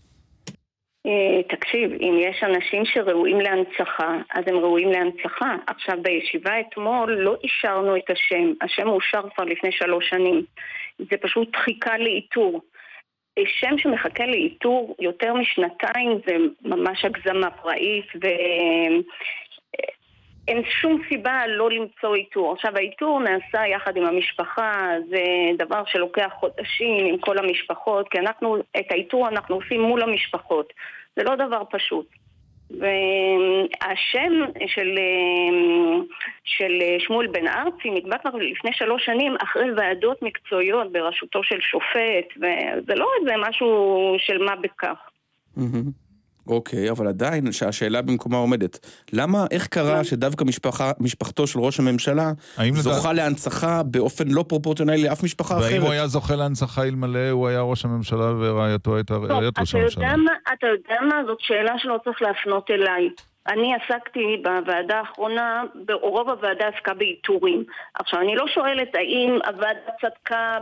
תקשיב, אם יש אנשים שראויים להנצחה, אז הם ראויים להנצחה. עכשיו בישיבה אתמול לא אישרנו את השם אושר כבר לפני 3 שנים. זה פשוט חיכה לאיתור. שם שמחכה לאיתור יותר משנתיים זה ממש הגזמה פראית, אין שום סיבה לא למצוא איתור. עכשיו האיתור נעשה יחד עם המשפחה, זה דבר שלוקח חודשים עם כל המשפחות, כי את האיתור אנחנו עושים מול המשפחות. זה לא דבר פשוט. והשם של שמואל בן ארצי נקבע כבר לפני 3 שנים אחרי ועדות מקצועיות בראשותו של שופט, וזה לא איזה משהו של מה בכך. אוקיי, אבל עדיין שהשאלה במקומה עומדת. למה, איך קרה שדווקא משפחתו של ראש הממשלה זוכה להנצחה באופן לא פרופורציונלי לאף משפחה אחרת? והאם הוא היה זוכה להנצחה אלמלא, הוא היה ראש הממשלה ורעייתו הייתה רעיית ראש הממשלה? אתה יודע מה? זאת שאלה שלא צריך להפנות אליי. אני עסקתי בוועדה האחרונה, רוב הוועדה עסקה באיתורים. עכשיו, אני לא שואלת האם הוועדה צדקה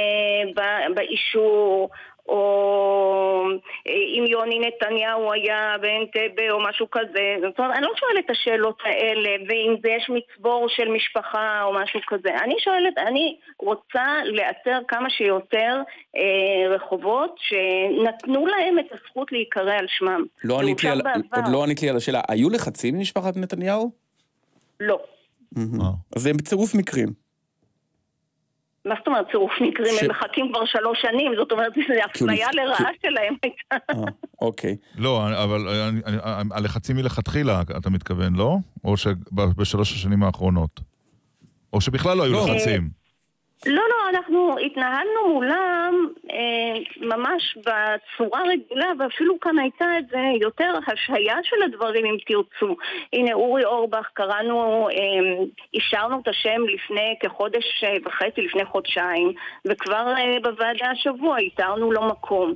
באישור, או אם יוני נתניהו היה באנטבה או משהו כזה. זאת אומרת, אני לא שואלת את השאלות האלה, ואם זה יש מצבור של משפחה או משהו כזה. אני רוצה לאתר כמה שיותר רחובות שנתנו להם את הזכות להיקרא על שמם. עוד לא ענית לי על השאלה, היו לחצים ממשפחת נתניהו? לא. אז זה בצירוף מקרים. מה זאת אומרת צירוף מקרים? הם מחכים כבר 3 שנים, זאת אומרת, זה הפניה לרעה שלהם הייתה. אוקיי. לא, אבל הלחצים מלכתחילה, אתה מתכוון, לא? או ב3 השנים האחרונות? או שבכלל לא היו לחצים? לא, אנחנו התנהלנו מולם ממש בצורה רגילה, ואפילו כאן הייתה את זה יותר השהיה של הדברים אם תרצו. הנה אורי אורבך, קראנו, אישרנו את השם לפני כחודש וחצי, לפני חודשיים, וכבר בוועדה השבוע איתרנו לו מקום.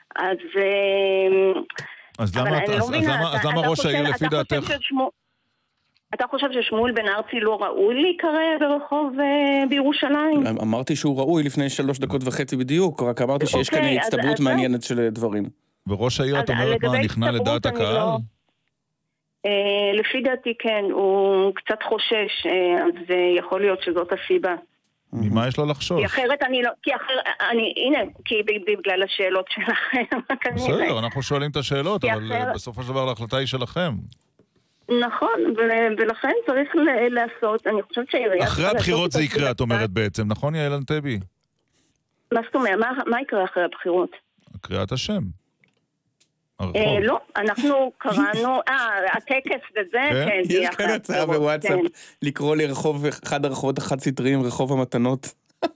אז למה ראש העיר לפי דעתך? אתה חושב ששמואל בן ארצי לא ראוי להיקרא ברחוב בירושלים? אמרתי שהוא ראוי לפני 3.5 דקות בדיוק, רק אמרתי שיש כאן הצטברות מעניינת של דברים. וראש העיר, את אומרת מה, נכנע לדעת הקהל? לפי דעתי כן, הוא קצת חושש, אז יכול להיות שזאת הסיבה. ממה יש לו לחשוש? כי אחרת אני לא, הנה, כי בגלל השאלות שלכם. בסדר, אנחנו שואלים את השאלות, אבל בסופו של דבר ההחלטה היא שלכם. נכון, ולכן צריך לעשות, אני חושבת שהעירייה... אחרי הבחירות זה יקרה, את אומרת בעצם, נכון יעל אנטבי? מה זאת אומרת? מה יקרה אחרי הבחירות? קריאת השם. לא, אנחנו קראנו, הטקס וזה, כן, יש כאן הצעה בוואטסאפ לקרוא לרחוב, אחד הרחובות החד-סטריים, רחוב המתנות.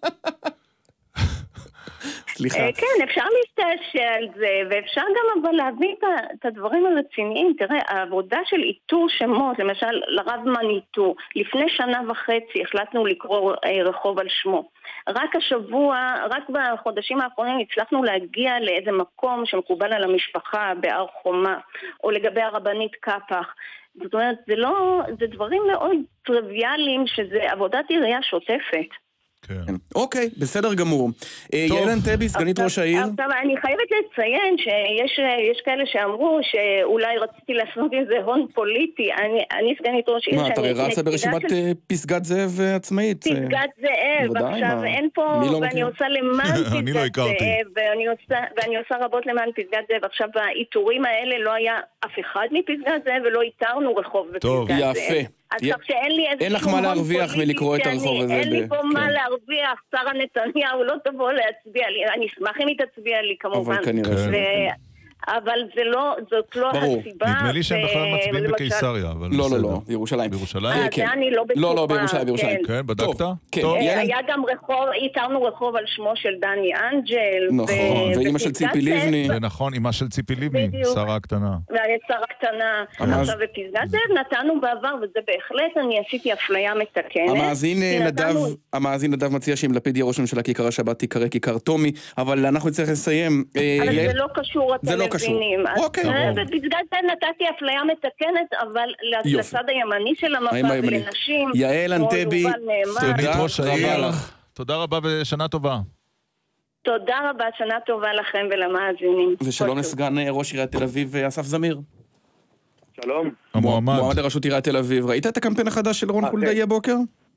סליחה. כן, אפשר להסתעשע על זה, ואפשר גם אבל להביא את הדברים הרציניים. תראה, העבודה של איתור שמות, למשל לרב מניטו, לפני 1.5 שנה החלטנו לקרוא רחוב על שמו. רק השבוע, רק בחודשים האחרונים הצלחנו להגיע לאיזה מקום שמקובל על המשפחה בהר חומה, או לגבי הרבנית קפח. זאת אומרת, זה דברים מאוד טריוויאליים, שזה עבודת עירייה שוטפת. כן. אוקיי, בסדר גמור. יעל אנטבי, סגנית ראש העיר. עכשיו, אני חייבת לציין שיש כאלה שאמרו שאולי רציתי לעשות עם זה הון פוליטי. אני סגנית ראש עיר. מה, אתה רצה ברשימת פסגת זאב עצמאית? פסגת זאב, עכשיו אין פה, ואני עושה למען פסגת זאב, ואני עושה רבות למען פסגת זאב. עכשיו, באיתורים האלה לא היה אף אחד מפסגת זאב, ולא איתרנו רחוב בפסגת זאב. טוב, יפה. אין לך מה להרוויח מלקרוא את הרחוב הזה. אין לי פה מה להרוויח, שרה נתניהו לא תבוא להצביע לי, אני אשמח אם היא תצביע לי כמובן. אבל כנראה אבל זאת לא הסיבה. נדמה לי שהם בכלל מצביעים בקיסריה. לא, בירושלים. זה אני לא בטוחה. לא, בירושלים. כן, בדקת? היה גם רחוב, איתרנו רחוב על שמו של דני אנג'ל. נכון, ואמא של ציפי לבני. נכון, אמא של ציפי לבני, שרה הקטנה. שרה הקטנה. עכשיו בפסגת זאב נתנו בעבר, וזה בהחלט אני עשיתי אפליה מתקנת. המאזין נדב מציע שאם לפיד יהיה ראש הממשלה כיכר השבת תיקרא כיכר תומי, אבל אנחנו נצטרך לסיים. אבל זה לא קשור. אוקיי. בפסגת זאב נתתי אפליה מתקנת, אבל לצד הימני של המפה ולנשים. יעל אנטבי, סגנית ראש העיר. תודה רבה ושנה טובה. תודה רבה, שנה טובה לכם ולמאזינים. ושלום לסגן ראש עיריית תל אביב, אסף זמיר. שלום. המועמד לראשות עיריית תל אביב. ראית את הקמפיין החדש של רון חולדאי הבוקר?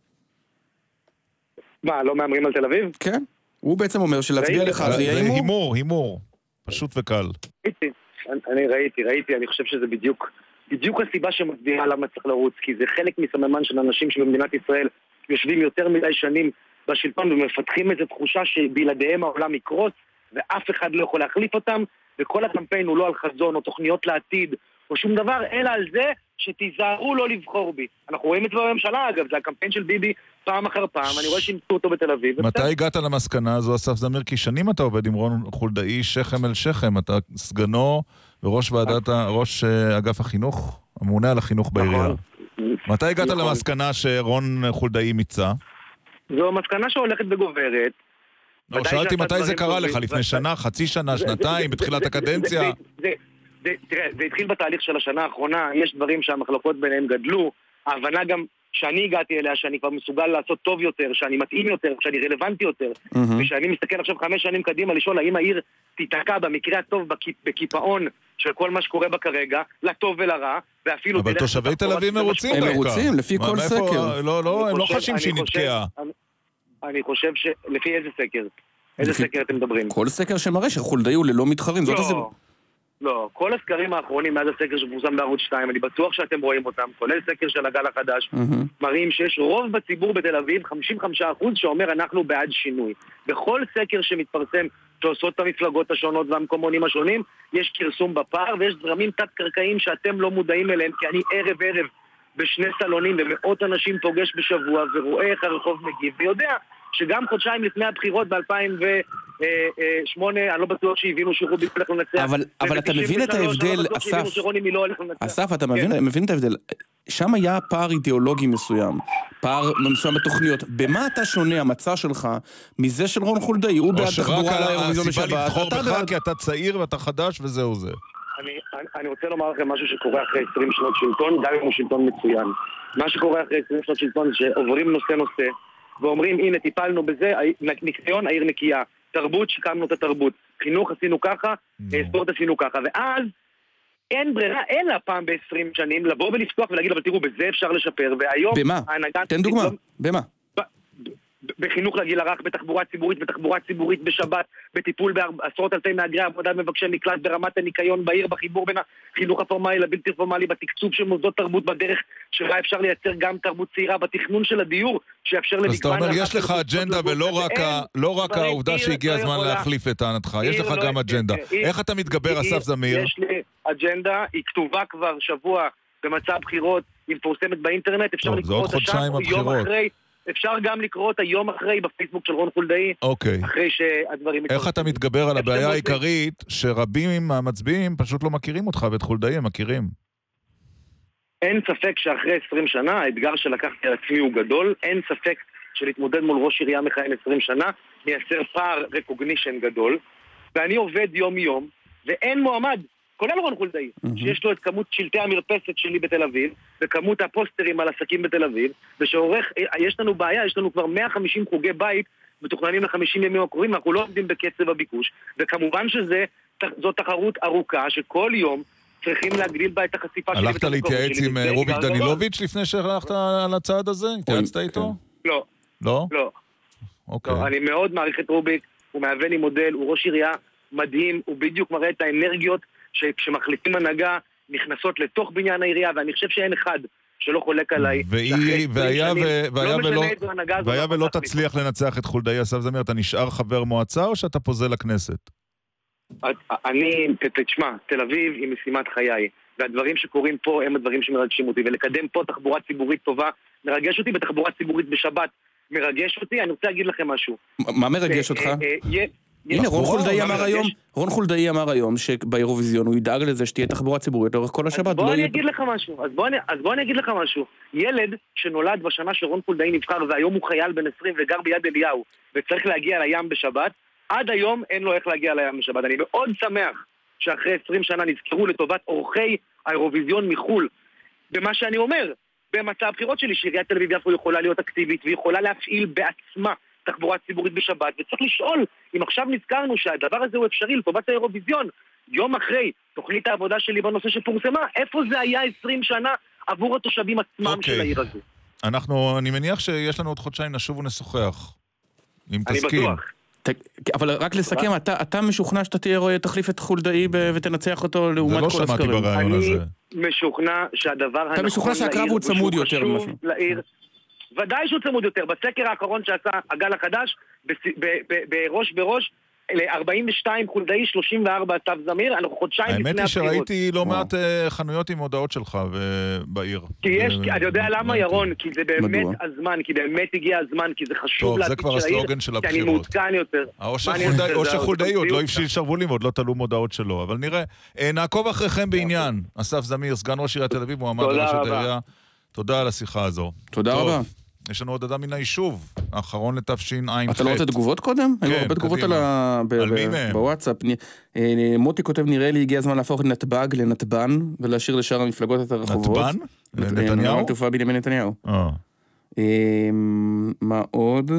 מה, לא מאמרים על תל אביב? כן. הוא בעצם אומר שלהצביע לך זה יהיה הימור. פשוט וקל. אני ראיתי, אני חושב שזה בדיוק הסיבה שמסבירה למה צריך לרוץ, כי זה חלק מסממן של אנשים שבמדינת ישראל יושבים יותר מדי שנים בשלטון ומפתחים איזו תחושה שבלעדיהם העולם יקרוס ואף אחד לא יכול להחליף אותם, וכל הקמפיין הוא לא על חזון או תוכניות לעתיד או שום דבר, אלא על זה שתיזהרו לא לבחור בי. אנחנו רואים את זה בממשלה אגב, זה הקמפיין של ביבי פעם אחר פעם, אני רואה שימצאו אותו בתל אביב. מתי הגעת למסקנה הזו, אסף זמיר? כי שנים אתה עובד עם רון חולדאי שכם אל שכם, אתה סגנו וראש ראש אגף החינוך, הממונה על החינוך בעירייה. מתי הגעת למסקנה שרון חולדאי מיצה? זו מסקנה שהולכת וגוברת. לא, שאלתי מתי זה קרה לך, לפני שנה, חצי שנה, שנתיים, בתחילת הקדנציה? תראה, זה התחיל בתהליך של השנה האחרונה, יש דברים שהמחלוקות ביניהם גדלו, ההבנה גם שאני הגעתי אליה, שאני כבר מסוגל לעשות טוב יותר, שאני מתאים יותר, שאני רלוונטי יותר, ושאני מסתכל עכשיו 5 שנים קדימה לשאול האם העיר תיתקע במקרה הטוב בקיפאון של כל מה שקורה בה כרגע, לטוב ולרע, ואפילו... אבל תושבי תל אביב מרוצים דווקא. הם מרוצים, לפי כל סקר. לא, הם לא חשים שהיא נתקעה. אני חושב לפי איזה סקר? איזה סקר אתם מדברים? כל סקר שמראה שחולדאי הוא ללא מתחרים, זאת הסיבה. לא, כל הסקרים האחרונים מאז הסקר שפורסם בערוץ 2, אני בטוח שאתם רואים אותם, כולל סקר של הגל החדש, מראים שיש רוב בציבור בתל אביב, 55% שאומר אנחנו בעד שינוי. בכל סקר שמתפרסם, שעושות את המפלגות השונות והמקומונים השונים, יש כרסום בפער ויש זרמים תת-קרקעיים שאתם לא מודעים אליהם, כי אני ערב בשני סלונים ומאות אנשים פוגש בשבוע ורואה איך הרחוב מגיב, ויודע שגם חודשיים לפני הבחירות ב-2008, אני לא בטוח שהבינו שרובי הולך לנצח. אבל אתה מבין את ההבדל, אסף, אתה מבין את ההבדל. שם היה פער אידיאולוגי מסוים, פער מסוים בתוכניות. במה אתה שונה, המצע שלך, מזה של רון חולדאי? הוא בעד תחבורה לאירוויזיון בשבת. הסיבה לבחור בך כי אתה צעיר ואתה חדש וזהו זה. אני רוצה לומר לכם משהו שקורה אחרי 20 שנות שלטון, גם אם הוא שלטון מצוין. מה שקורה אחרי 20 שנות שלטון זה שעוברים נושא ואומרים, הנה, טיפלנו בזה, ניקיון, העיר נקייה, תרבות, שיקמנו את התרבות, חינוך עשינו ככה, ספורט עשינו ככה, ואז אין ברירה, אלא פעם ב-20 שנים, לבוא ולפתוח ולהגיד, אבל תראו, בזה אפשר לשפר, והיום... במה? תן דוגמה, במה? בחינוך לגיל הרך, בתחבורה ציבורית בשבת, בטיפול בעשרות אלפי מהגרי עבודה מבקשי מקלט ברמת הניקיון בעיר, בחיבור בין החינוך הפורמלי לבלתי פורמלי, בתקצוב של מוסדות תרבות בדרך שבה אפשר לייצר גם תרבות צעירה, בתכנון של הדיור שיאפשר אז אתה אומר, יש לך אג'נדה ולא רק העובדה שהגיע הזמן להחליף את טענתך, יש לך גם אג'נדה. איך אתה מתגבר, אסף זמיר? יש לי אג'נדה, היא כתובה כבר שבוע במצע הבחירות, היא מפורסמת באינטרנט, אפשר לקרוא אותה שם יום אחרי. אפשר גם לקרוא אותה יום אחרי בפייסבוק של רון חולדאי, אחרי שהדברים... איך אתה מתגבר על הבעיה העיקרית שרבים מהמצביעים פשוט לא מכירים אותך ואת חולדאי הם מכירים? אין ספק שאחרי 20 שנה האתגר שלקחתי על עצמי הוא גדול, אין ספק שלהתמודד מול ראש עירייה מכהן 20 שנה מייצר פער רקוגנישן גדול, ואני עובד יום יום ואין מועמד, כולל רון חולדאי, שיש לו את כמות שלטי המרפסת שלי בתל אביב, וכמות הפוסטרים על עסקים בתל אביב, ושעורך, יש לנו בעיה, יש לנו כבר 150 חוגי בית, מתוכננים ל50 ימים הקרובים, אנחנו לא עובדים בקצב הביקוש, וכמובן שזו תחרות ארוכה, שכל יום צריכים להגדיל בה את החשיפה שלי. הלכת להתייעץ עם רוביק דנילוביץ' לפני שהלכת על הצעד הזה? התייעצת איתו? לא. לא? לא. אוקיי. אני מאוד מעריך את רוביק, הוא מהווה לי מודל, הוא ראש עירייה מדהים, הוא בדיוק מראה את האנרגיות שכשמחליפים הנהגה נכנסות לתוך בניין העירייה, ואני חושב שאין אחד שלא חולק עליי. והיה ולא תצליח לנצח את חולדאי, אסף זמיר, אתה נשאר חבר מועצה או שאתה פוזל לכנסת? תשמע, תל אביב היא משימת חיי, והדברים שקורים פה הם הדברים שמרגשים אותי, ולקדם פה תחבורה ציבורית טובה מרגש אותי, בתחבורה ציבורית בשבת מרגש אותי. אני רוצה להגיד לכם משהו. מה מרגש אותך? הנה, רון חולדאי אמר היום שבאירוויזיון הוא ידאג לזה שתהיה תחבורה ציבורית לאורך כל השבת. אז בוא אני אגיד לך משהו. ילד שנולד בשנה שרון חולדאי נבחר והיום הוא חייל בן 20 וגר ביד אליהו וצריך להגיע לים בשבת, עד היום אין לו איך להגיע לים בשבת. אני מאוד שמח שאחרי 20 שנה נזכרו לטובת אורחי האירוויזיון מחול במה שאני אומר, במצע הבחירות שלי, שעיריית תל אביב יפו יכולה להיות אקטיבית ויכולה להפעיל בעצמה תחבורה ציבורית בשבת, וצריך לשאול אם עכשיו נזכרנו שהדבר הזה הוא אפשרי לטובת האירוויזיון, יום אחרי תוכנית העבודה שלי בנושא שפורסמה, איפה זה היה 20 שנה עבור התושבים עצמם של העיר הזו? אני מניח שיש לנו עוד חודשיים נשוב ונשוחח, אם תסכים. אני בטוח. אבל רק לסכם, אתה משוכנע שאתה תחליף את חולדאי ותנצח אותו לעומת כל הסקרים? זה לא שמעתי ברעיון הזה. אני משוכנע שהדבר הנכון אתה משוכנע שהקרב הוא צמוד יותר לעיר. ודאי שהוא צמוד יותר. בסקר האחרון שעשה הגל החדש, בראש, ל-42 חולדאי, 34 אסף זמיר, אנחנו חודשיים לפני הבחירות. הבחירות. האמת היא שראיתי לא מעט חנויות עם הודעות שלך בעיר. כי יש, אני יודע למה ירון, כי זה באמת הזמן, כי באמת הגיע הזמן, כי זה חשוב לעתיד של העיר. טוב, זה כבר הסלוגן של הבחירות. כי אני מעודכן יותר. אושר חולדאי עוד לא הפשיל שרוולים, עוד לא תלו מודעות שלו, אבל נראה. נעקוב אחריכם בעניין. אסף זמיר, סגן ראש עיריית תל אביב, מועמד לראשות העירייה. תודה על השיחה הזו. תודה רבה. יש לנו עוד אדם מן היישוב, האחרון לתשע"ח. אתה לא רוצה תגובות קודם? כן, היו הרבה תגובות בוואטסאפ. מוטי כותב, נראה לי הגיע הזמן להפוך את נתב"ג לנתב"ן, ולהשאיר לשאר המפלגות את הרחובות. נתב"ן? לנתניהו? נמל תעופה בנימין נתניהו. מה עוד?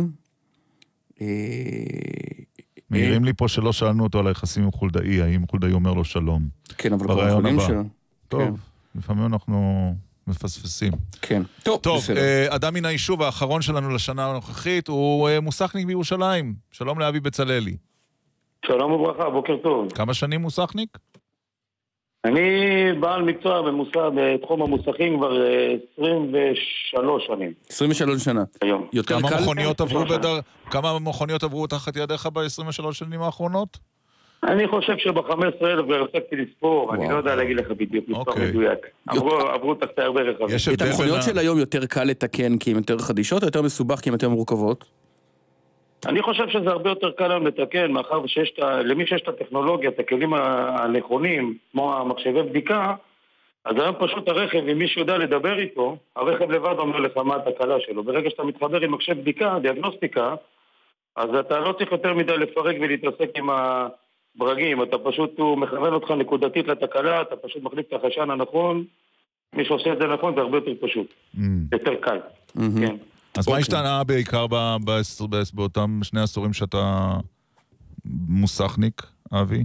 מעירים לי פה שלא שאלנו אותו על היחסים עם חולדאי, האם חולדאי אומר לו שלום. כן, אבל כבר יכולים שלו. טוב, לפעמים אנחנו מפספסים. כן. טוב, אדם מן היישוב האחרון שלנו לשנה הנוכחית הוא מוסכניק בירושלים. שלום לאבי בצללי. שלום וברכה, בוקר טוב. כמה שנים מוסכניק? אני בעל מקצוע בתחום המוסכים כבר 23 שנים. 23 שנה. היום. כמה מכוניות עברו תחת ידיך ב-23 שנים האחרונות? אני חושב שב-15,000 כבר הפסקתי לספור, אני לא יודע להגיד לך בדיוק מספר מדויק. עברו תחת הרבה רכבים. את המכוניות של היום יותר קל לתקן כי הן יותר חדישות או יותר מסובך כי הן יותר מורכבות? אני חושב שזה הרבה יותר קל היום לתקן, מאחר למי שיש את הטכנולוגיה, את הכלים הנכונים, כמו המחשבי בדיקה, אז היום פשוט הרכב, אם מישהו יודע לדבר איתו, הרכב לבד אומר לך מה התקלה שלו. ברגע שאתה מתחבר עם מחשב בדיקה, דיאגנוסטיקה, אז אתה לא צריך יותר מדי לפרק ולהתעסק עם הברגים, אתה פשוט, הוא מכוון אותך נקודתית לתקלה, אתה פשוט מחליף את החשן הנכון, מי שעושה את זה נכון, זה הרבה יותר פשוט, יותר קל, כן. אז מה השתנה בעיקר באותם 2 עשורים שאתה מוסכניק, אבי?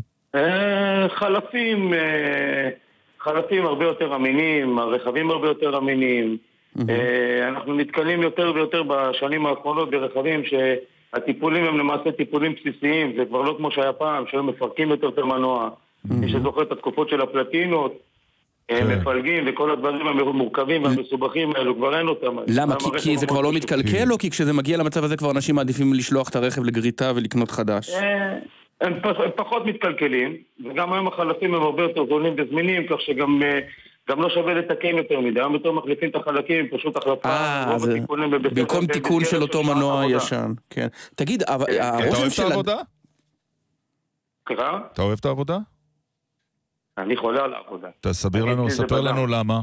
חלפים הרבה יותר אמינים, הרכבים הרבה יותר אמינים. אנחנו נתקלים יותר ויותר בשנים האחרונות ברכבים שהטיפולים הם למעשה טיפולים בסיסיים, זה כבר לא כמו שהיה פעם, שהיו מפרקים יותר מנוע. מי שזוכר את התקופות של הפלטינות, מפלגים וכל הדברים המורכבים והמסובכים האלו, כבר אין אותם. למה? כי זה כבר לא מתקלקל או כי כשזה מגיע למצב הזה כבר אנשים מעדיפים לשלוח את הרכב לגריטה ולקנות חדש? הם פחות מתקלקלים, וגם היום החלפים הם הרבה יותר זולים וזמינים, כך שגם לא שווה לתקן יותר מדי. הם יותר מחליפים את החלקים, פשוט החלפה. במקום תיקון של אותו מנוע ישן. תגיד, אתה אוהב את העבודה? קרא? אתה אוהב את העבודה? אני חולה על העבודה. ספר לנו למה.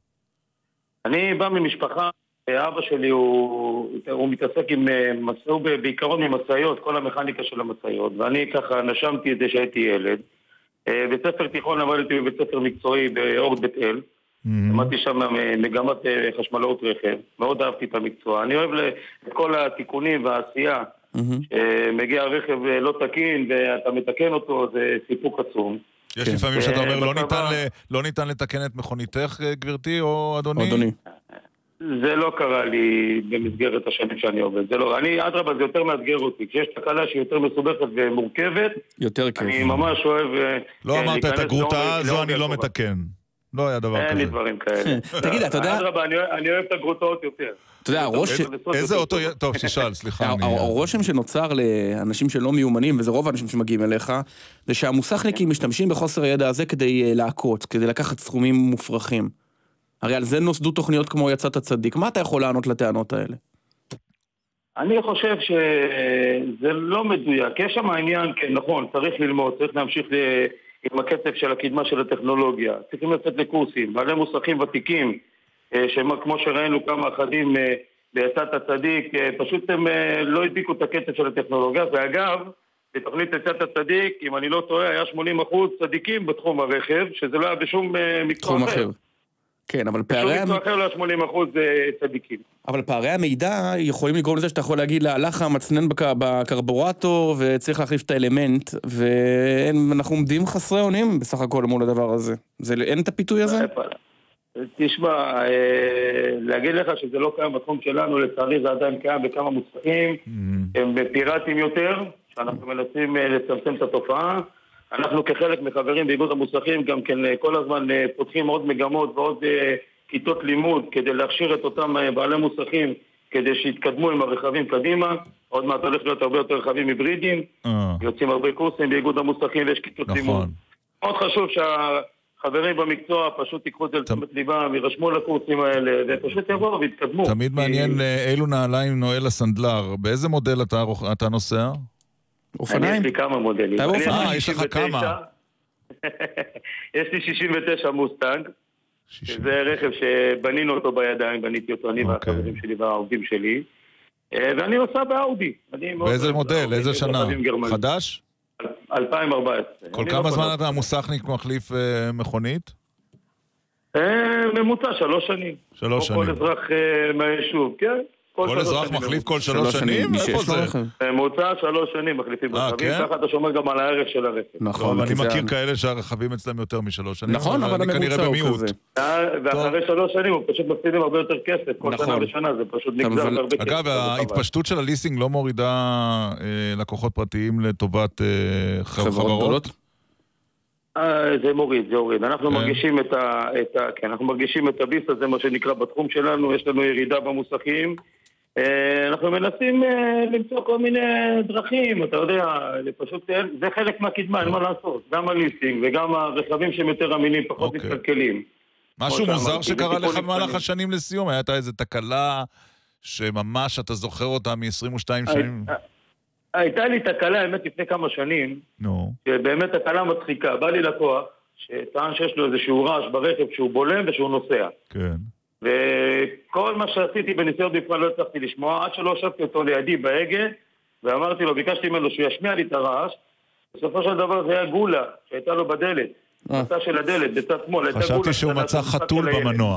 אני בא ממשפחה, אבא שלי הוא מתעסק בעיקרון עם מסעיות, כל המכניקה של המסעיות, ואני ככה נשמתי את זה שהייתי ילד. בית ספר תיכון עבדתי בבית ספר מקצועי באורט בית אל, למדתי שם מגמת חשמלאות רכב, מאוד אהבתי את המקצוע. אני אוהב את כל התיקונים והעשייה, מגיע רכב לא תקין ואתה מתקן אותו, זה סיפוק עצום. יש לפעמים שאתה אומר, לא ניתן לתקן את מכוניתך, גברתי או אדוני? אדוני. זה לא קרה לי במסגרת השנים שאני עובד. זה לא, אני, אדרבה, זה יותר מאתגר אותי. כשיש תקלה שהיא יותר מסובכת ומורכבת, יותר כיף. אני ממש אוהב... לא אמרת את הגרוטה הזו, אני לא מתקן. לא היה דבר כזה. אין לי דברים כאלה. תגיד, אתה יודע... אדרבה, אני אוהב את הגרוטאות יותר. אתה יודע, איזה אותו... טוב, תשאל, סליחה. הרושם שנוצר לאנשים שלא מיומנים, וזה רוב האנשים שמגיעים אליך, זה שהמוסכניקים משתמשים בחוסר הידע הזה כדי לעקוץ, כדי לקחת סכומים מופרכים. הרי על זה נוסדו תוכניות כמו יצאת הצדיק. מה אתה יכול לענות לטענות האלה? אני חושב שזה לא מדויק. יש שם העניין, כן, נכון, צריך ללמוד, צריך להמשיך עם הקצב של הקדמה של הטכנולוגיה. צריכים לצאת לקורסים, בעלי מוסכים ותיקים, כמו שראינו כמה אחדים ביצאת הצדיק, פשוט הם לא הדביקו את הקצב של הטכנולוגיה. ואגב, בתוכנית יצאת הצדיק, אם אני לא טועה, היה 80% צדיקים בתחום הרכב, שזה לא היה בשום מקצוע אחר. כן, אבל פערי המידע יכולים לגרום לזה שאתה יכול להגיד להלך המצנן בקרבורטור וצריך להחליף את האלמנט, ואנחנו עומדים חסרי אונים בסך הכל מול הדבר הזה. אין את הפיתוי הזה? תשמע, להגיד לך שזה לא קיים בתחום שלנו, לצערי זה עדיין קיים בכמה מוצרים, הם פיראטיים יותר, שאנחנו מנסים לצמצם את התופעה. אנחנו כחלק מחברים באיגוד המוסכים גם כן כל הזמן פותחים עוד מגמות ועוד כיתות לימוד כדי להכשיר את אותם בעלי מוסכים כדי שיתקדמו עם הרכבים קדימה. עוד מעט הולך להיות הרבה יותר רכבים היברידיים, יוצאים הרבה קורסים באיגוד המוסכים ויש כיתות לימוד. מאוד חשוב שהחברים במקצוע פשוט תיקחו את זה לתשומת ליבם, ירשמו לקורסים האלה, ופשוט יבואו ויתקדמו. תמיד מעניין אילו נעליים נועל הסנדלר. באיזה מודל אתה נוסע? אופניים? יש לי כמה מודלים. יש לך כמה? יש לי 69 מוסטנג, שזה רכב שבנינו אותו בידיים, בניתי אותו אני והחברים שלי והעובדים שלי. ואני נוסע באאודי. באיזה מודל? איזה שנה? חדש? 2014. כל כמה זמן אתה המוסכניק מחליף מכונית? ממוצע 3 שנים. 3 שנים. כל אזרח מהיישוב, כן. כל אזרח מחליף כל 3 שנים? איפה זה? ממוצע 3 שנים מחליפים רכבים, ככה אתה שומר גם על הערך של הרכב. נכון. אני מכיר כאלה שהרכבים אצלם יותר מ3 שנים. נכון, אבל הממוצע הוא כזה. ואחרי 3 שנים הוא פשוט מפסידים הרבה יותר כסף. כל שנה ושנה זה פשוט נגזר הרבה כסף. אגב, ההתפשטות של הליסינג לא מורידה לקוחות פרטיים לטובת חברות? זה מוריד. אנחנו מרגישים את הביס הזה, מה שנקרא בתחום שלנו, יש לנו ירידה במוסכים. אנחנו מנסים למצוא כל מיני דרכים, אתה יודע, פשוט זה חלק מהקדמה, אין מה לעשות. גם הליסינג וגם הרכבים שהם יותר אמינים, פחות מתקלקלים. משהו מוזר שקרה לך במהלך השנים לסיום? הייתה איזו תקלה שממש אתה זוכר אותה מ-22 שנים? הייתה לי תקלה, האמת, לפני כמה שנים, שבאמת תקלה מצחיקה. בא לי לקוח שטען שיש לו איזשהו רעש ברכב שהוא בולם ושהוא נוסע. כן. וכל מה שעשיתי בניסיון בפרט לא הצלחתי לשמוע, עד שלא הושבתי אותו לידי בהגה, ואמרתי לו, ביקשתי ממנו שהוא ישמיע לי את הרעש. בסופו של דבר זה היה גולה שהייתה לו בדלת. מצא של הדלת, בצד שמאל. חשבתי שהוא מצא חתול במנוע.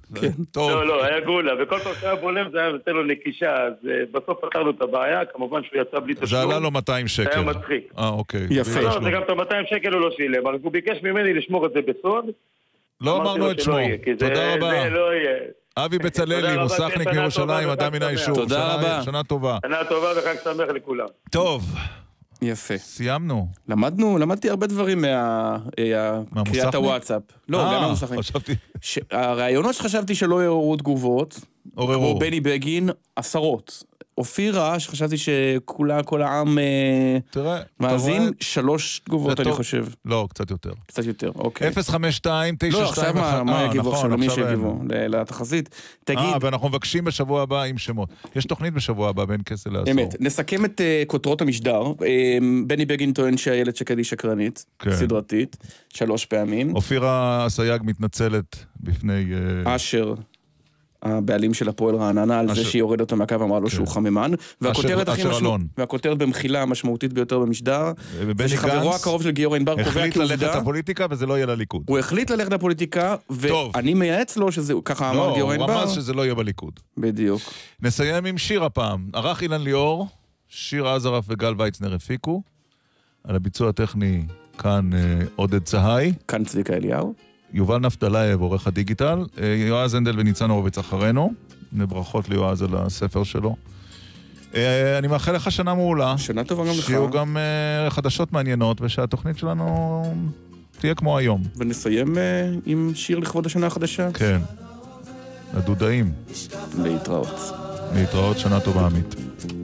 לא, היה גולה, וכל פעם שהיה בולם זה היה נותן לו נקישה, אז בסוף פתרנו את הבעיה, כמובן שהוא יצא בלי תשלום. זה עלה לו 200 שקל. זה היה מצחיק. אוקיי. יפה. לא, זה גם את ה-200 שקל הוא לא שילם, אבל הוא ביקש ממני לשמור את זה בסוד. לא אמרנו את שמו. תודה רבה. אבי בצללי, מוסכניק מירושלים, אדם מן היישוב. תודה רבה. שנה טובה. שנה טובה וחג שמח לכולם. טוב. יפה. סיימנו. למדתי הרבה דברים מקריאת הוואטסאפ. לא, גם מהמוסכניק. הרעיונות שחשבתי שלא יעוררו תגובות, כמו בני בגין, 10. אופירה, שחשבתי כל העם מאזין, 3 תגובות אני חושב. לא, קצת יותר. קצת יותר, אוקיי. 052-921. לא, עכשיו מה יגיבו עכשיו? למי שיגיבו? לתחזית. ואנחנו מבקשים בשבוע הבא עם שמות. יש תוכנית בשבוע הבא בין כסל לעשור. אמת, נסכם את כותרות המשדר. בני בגין טוען שהילד שקד היא שקרנית, סדרתית, 3 פעמים. אופירה הסייג מתנצלת בפני אשר. הבעלים של הפועל רעננה על זה שהיא יורדת אותו מהקו ואמרה לו שהוא חממן, והכותרת במחילה המשמעותית ביותר במשדר, שחברו הקרוב של גיורא ענבר קובע החליט ללכת לפוליטיקה וזה לא יהיה לליכוד. הוא החליט ללכת לפוליטיקה, ואני מייעץ לו שזה ככה אמר גיורא ענבר. הוא רמז שזה לא יהיה בליכוד. בדיוק. נסיים עם שיר הפעם. ערך אילן ליאור, שיר עזרף וגל ויצנר הפיקו, על הביצוע הטכני כאן עודד צהי. כאן צביקה אליהו. יובל נפתלייב, עורך הדיגיטל, יועז הנדל וניצן הורוביץ אחרינו. ברכות ליועז על הספר שלו. אני מאחל לך שנה מעולה. שנה טובה גם לך. שיהיו גם חדשות מעניינות, ושהתוכנית שלנו תהיה כמו היום. ונסיים עם שיר לכבוד השנה החדשה. כן. הדודאים. להתראות. להתראות, שנה טובה עמית.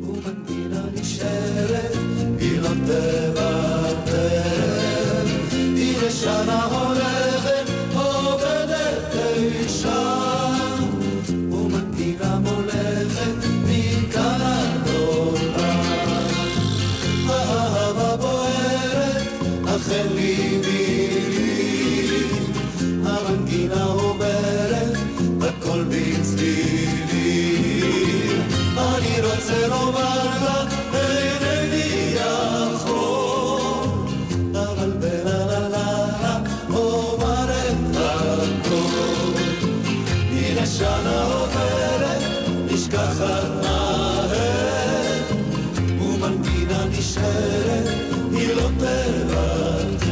שנה הולכת עובדת אישה ומנגינה מולכת מכאן עד עולם האהבה בוערת אכן ליבי לי המנגינה אומרת הכל בצלילים אני רוצה לומר לך אינני יכול אבל שנה עוברת, נשכחת מהר ומנגינה נשארת, היא לא תוותר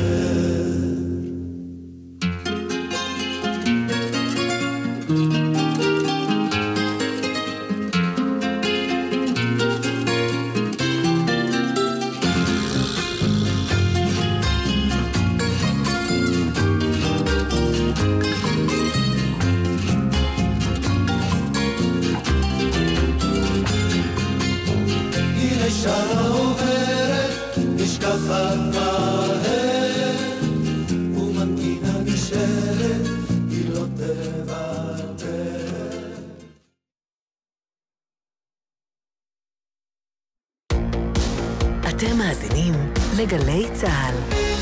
מאזינים לגלי צהל.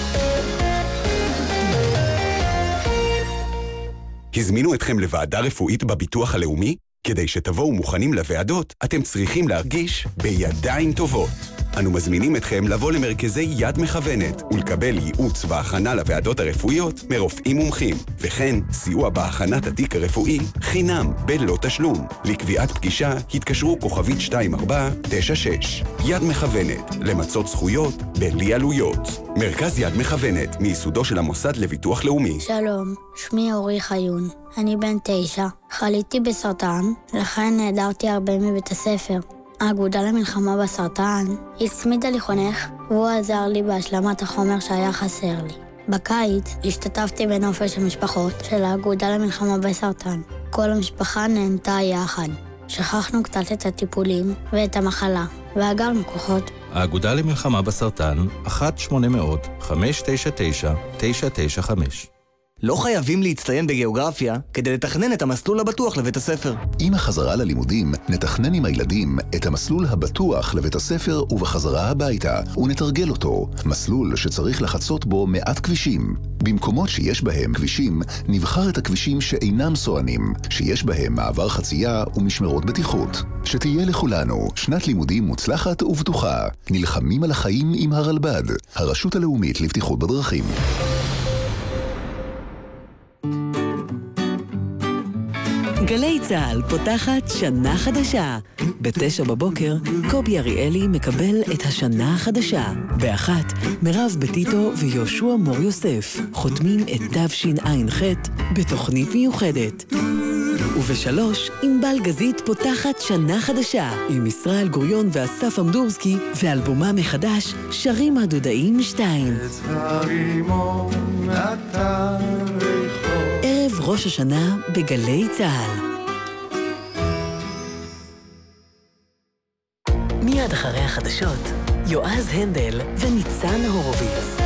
הזמינו אתכם לוועדה רפואית בביטוח הלאומי? כדי שתבואו מוכנים לוועדות, אתם צריכים להרגיש בידיים טובות. אנו מזמינים אתכם לבוא למרכזי יד מכוונת ולקבל ייעוץ והכנה לוועדות הרפואיות מרופאים מומחים, וכן סיוע בהכנת התיק הרפואי חינם בלא תשלום. לקביעת פגישה התקשרו כוכבית 2496. יד מכוונת, למצות זכויות בלי עלויות. מרכז יד מכוונת, מייסודו של המוסד לביטוח לאומי. שלום, שמי אורי חיון. אני בן 9, חליתי בסרטן, לכן נעדרתי הרבה מבית הספר. האגודה למלחמה בסרטן הצמידה לי חונך, והוא עזר לי בהשלמת החומר שהיה חסר לי. בקיץ השתתפתי בנופש המשפחות של האגודה למלחמה בסרטן. כל המשפחה נהנתה יחד. שכחנו קצת את הטיפולים ואת המחלה, ואגרנו כוחות. האגודה למלחמה בסרטן, 1-800-599-995. לא חייבים להצטיין בגיאוגרפיה כדי לתכנן את המסלול הבטוח לבית הספר. עם החזרה ללימודים, נתכנן עם הילדים את המסלול הבטוח לבית הספר ובחזרה הביתה, ונתרגל אותו. מסלול שצריך לחצות בו מעט כבישים. במקומות שיש בהם כבישים, נבחר את הכבישים שאינם סוענים, שיש בהם מעבר חצייה ומשמרות בטיחות. שתהיה לכולנו שנת לימודים מוצלחת ובטוחה. נלחמים על החיים עם הרלב"ד, הרשות הלאומית לבטיחות בדרכים. גלי צהל פותחת שנה חדשה. ב-9 בבוקר, קובי אריאלי מקבל את השנה החדשה. ב-1, מירב בטיטו ויושע מור יוסף חותמים את תשע"ח בתוכנית מיוחדת. וב-3, ענבל גזית פותחת שנה חדשה עם ישראל גוריון ואסף אמדורסקי ואלבומה מחדש שרים הדודאים 2. ערב ראש השנה בגלי צהל. מיד אחרי החדשות, יועז הנדל וניצן הורוביץ.